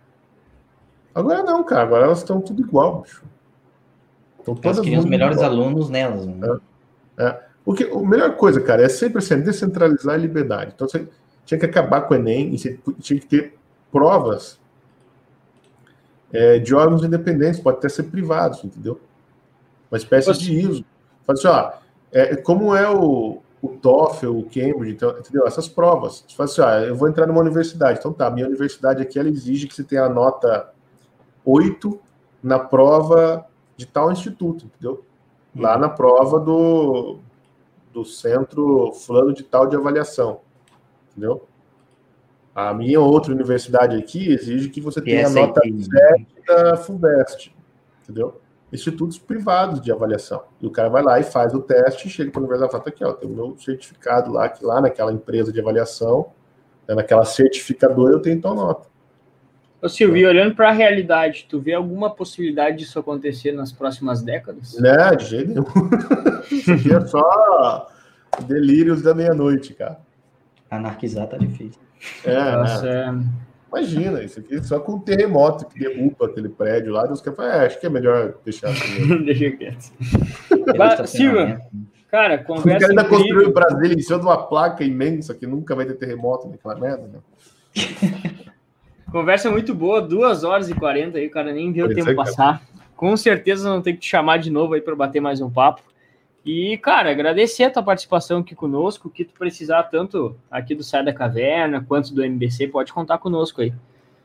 Agora não, cara. Agora elas estão tudo igual, bicho. Estão todas elas queriam os melhores igual. Alunos nelas. Né? É, é. O que, a melhor coisa, cara, é sempre assim, descentralizar a liberdade. Então você tinha que acabar com o Enem e você tinha que ter provas é, de órgãos independentes, pode até ser privados, entendeu? Uma espécie Você... de I S O. Fala assim, ó, é, como é o, o TOEFL, o Cambridge, então, entendeu? Essas provas. Você fala assim, ó, eu vou entrar numa universidade. Então tá, minha universidade aqui, ela exige que você tenha a nota oito na prova de tal instituto, entendeu? Lá na prova do, do centro fulano de tal de avaliação, entendeu? A minha outra universidade aqui exige que você tenha a nota sete da FUVEST, entendeu? Institutos privados de avaliação. E o cara vai lá e faz o teste, chega para a universidade e fala, tá aqui, ó, tem o meu certificado lá, que lá naquela empresa de avaliação, né, naquela certificadora, eu tenho tal nota. Ô Silvio, olhando para a realidade, tu vê alguma possibilidade disso acontecer nas próximas décadas? Não, de jeito nenhum. Isso aqui é só delírios da meia-noite, cara. Anarquizar tá difícil. É, Nossa, né? Imagina, isso aqui só com um terremoto que derruba aquele prédio lá, Deus quer falar, é, acho que é melhor deixar assim. Deixa quieto. Mas, Silvio, cara, conversa. O cara ainda construiu o Brasil em cima de uma placa imensa que nunca vai ter terremoto naquela merda, né? Conversa muito boa, duas horas e quarenta aí, o cara nem viu o tempo passar. Com certeza não tem que te chamar de novo aí para bater mais um papo. E, cara, agradecer a tua participação aqui conosco, o que tu precisar tanto aqui do Sai da Caverna, quanto do M B C, pode contar conosco aí.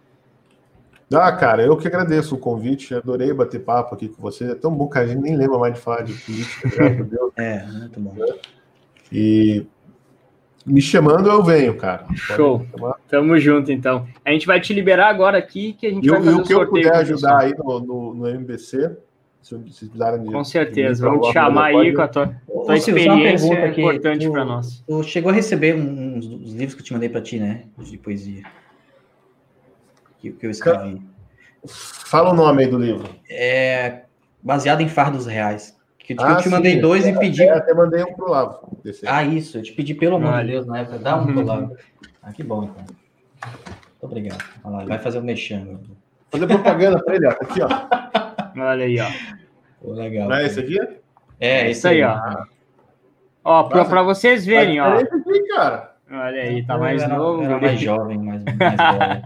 Ah, cara, eu que agradeço o convite, adorei bater papo aqui com você, é tão bom que a gente nem lembra mais de falar de política, graças a Deus. É, muito bom. E me chamando, eu venho, cara. Show. Tamo junto, então. A gente vai te liberar agora aqui, que a gente e vai fazer o sorteio. E o que eu puder ajudar aí no, no, no M B C, se vocês precisarem de... Com certeza, de vamos te chamar aí com a tua, tua Ô, experiência é importante para nós. Tu chegou a receber uns, uns livros que eu te mandei para ti, né? De poesia. Que, que eu escrevi. Fala o nome aí do livro. É baseado em fardos reais. Que eu, ah, eu te sim, mandei dois é, e pedi. É, até mandei um pro Lavo. Ah, isso. Eu te pedi, pelo amor de Deus, na época. Dá um pro Lavo. Ah, que bom, então. Muito obrigado. Olha lá, vai fazer o mexendo. Fazer propaganda para ele, ó. Aqui, ó. Olha aí, ó. Pô, legal. Não é esse aqui? É, isso aí, ó. Ó, pra, pra vocês verem, ó. Aqui, cara. Olha aí, tá mais era, novo. Era mais jovem, mais, mais jovem.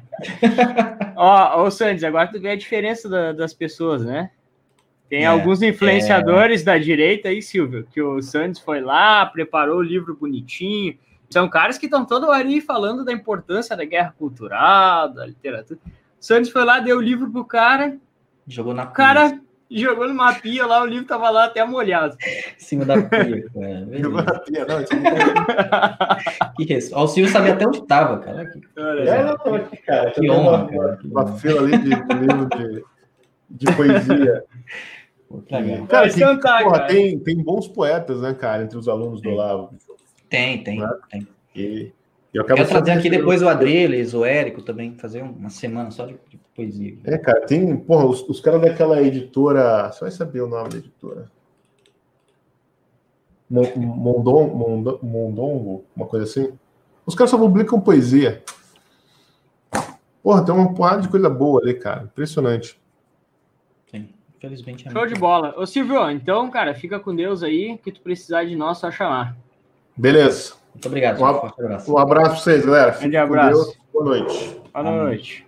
Ó, ô Sandes, agora tu vê a diferença da, das pessoas, né? Tem é, alguns influenciadores é... da direita aí, Silvio, que o Sandes foi lá, preparou o livro bonitinho. São caras que estão todo ali falando da importância da guerra cultural, da literatura. O Sandes foi lá, deu o livro pro cara. Jogou na pia. O cara jogou numa pia lá, o livro tava lá até molhado. Em cima da pia, cara. Jogou na pia, não. Isso não que isso? Ó, o Silvio sabia até onde tava, cara. Que, é, não, não, aqui, cara. Que honra, uma, cara. Uma fila ali de, de livro de, de poesia. Legal. Cara, tem, tá, porra, cara. Tem, tem bons poetas, né, cara, entre os alunos do Olavo. Tem, tem, né? tem. E, e eu quero trazer aqui depois o Adriles, o Érico também, fazer uma semana só de, de poesia. É, cara, tem, porra, os, os caras daquela editora, você vai saber o nome da editora. Mondongo, Mondongo, Mondongo, uma coisa assim. Os caras só publicam poesia. Porra, tem uma porrada de coisa boa ali, cara, impressionante. Sim. Infelizmente é show de bola. Ô Silvio, então, cara, fica com Deus aí, que tu precisar de nós, só chamar. Beleza. Muito obrigado. Um, ab forte abraço. Um abraço para vocês, galera. Grande abraço. Deus. Boa noite. Boa Amém. noite.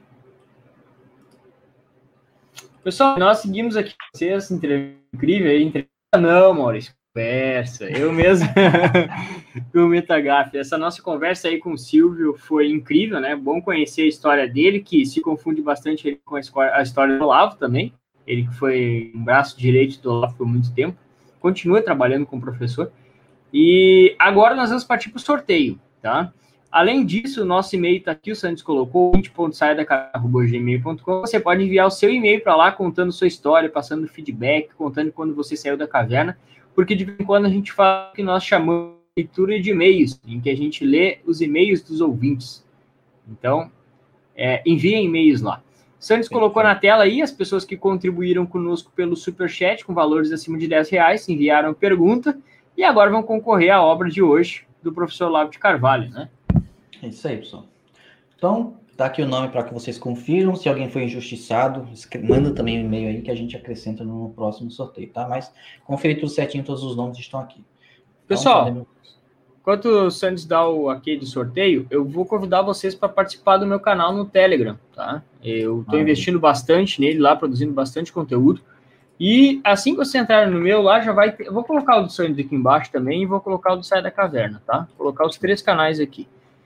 Pessoal, nós seguimos aqui com vocês, entrevista incrível aí. Entrevista não, Maurício, conversa. Eu mesmo com o Metagaf. Essa nossa conversa aí com o Silvio foi incrível, né? Bom conhecer a história dele, que se confunde bastante com a história do Olavo também. Ele que foi um braço direito do Olavo por muito tempo. Continua trabalhando como professor. E agora nós vamos partir para o sorteio, tá? Além disso, o nosso e-mail está aqui, o Santos colocou, vinte ponto sai da caverna arroba gmail ponto com. Você pode enviar o seu e-mail para lá, contando sua história, passando feedback, contando quando você saiu da caverna, porque de vez em quando a gente fala que nós chamamos de leitura de e-mails, em que a gente lê os e-mails dos ouvintes. Então, é, enviem e-mails lá. O Santos colocou na tela aí as pessoas que contribuíram conosco pelo Superchat, com valores acima de dez reais, enviaram pergunta, e agora vão concorrer à obra de hoje do professor Olavo de Carvalho, né? É isso aí, pessoal. Então, tá aqui o nome para que vocês confiram. Se alguém foi injustiçado, manda também um e-mail aí que a gente acrescenta no próximo sorteio, tá? Mas conferir tudo certinho, todos os nomes estão aqui. Pessoal, então, enquanto o Santos dá o aquele sorteio, eu vou convidar vocês para participar do meu canal no Telegram, tá? Eu estou ah, investindo bastante nele lá, produzindo bastante conteúdo. E assim que você entrar no meu lá, já vai ter... Eu vou colocar o do Santos aqui embaixo também e vou colocar o do Sai da Caverna, tá? Vou colocar os três canais aqui.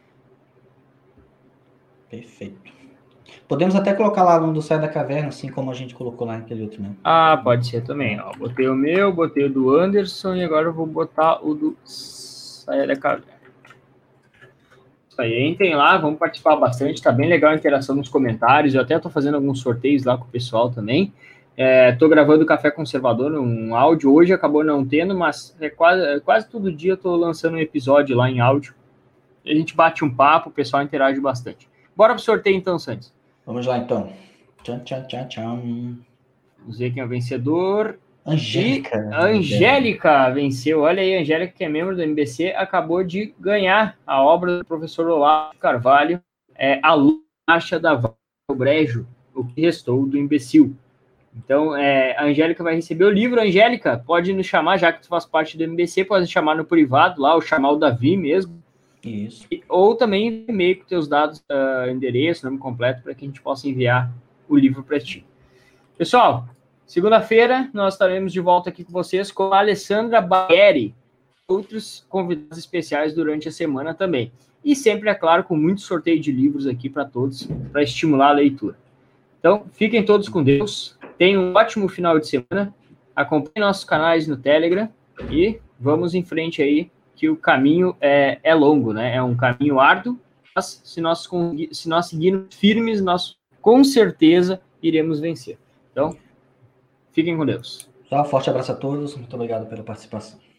Perfeito. Podemos até colocar lá no do Sai da Caverna, assim como a gente colocou lá naquele outro, né? Ah, pode ser também, ó. Botei o meu, botei o do Anderson e agora eu vou botar o do Sai da Caverna. Isso aí, entrem lá, vamos participar bastante, tá bem legal a interação nos comentários, eu até tô fazendo alguns sorteios lá com o pessoal também. É, tô gravando o Café Conservador, um áudio, hoje acabou não tendo, mas é quase, quase todo dia eu tô lançando um episódio lá em áudio. A gente bate um papo, o pessoal interage bastante. Bora pro sorteio então, Santos. Vamos lá, então. Tchan, tchan, tchan, tchan. Vamos ver quem é o vencedor. Angélica. E a Angélica venceu. Olha aí, a Angélica, que é membro do M B C, acabou de ganhar a obra do professor Olavo Carvalho, é, A Lucha da Val Brejo, O que Restou do Imbecil. Então, é, a Angélica vai receber o livro. Angélica, pode nos chamar, já que tu faz parte do M B C, pode chamar no privado lá, ou chamar o Davi mesmo. Isso. Ou também e-mail com teus dados, uh, endereço, nome completo, para que a gente possa enviar o livro para ti. Pessoal, segunda-feira nós estaremos de volta aqui com vocês com a Alessandra Baeri, outros convidados especiais durante a semana também. E sempre, é claro, com muito sorteio de livros aqui para todos, para estimular a leitura. Então, fiquem todos com Deus, tenham um ótimo final de semana, acompanhem nossos canais no Telegram e vamos em frente aí, que o caminho é, é longo, né? É um caminho árduo, mas se nós, se nós seguirmos firmes, nós com certeza iremos vencer. Então, fiquem com Deus. Só um forte abraço a todos, muito obrigado pela participação.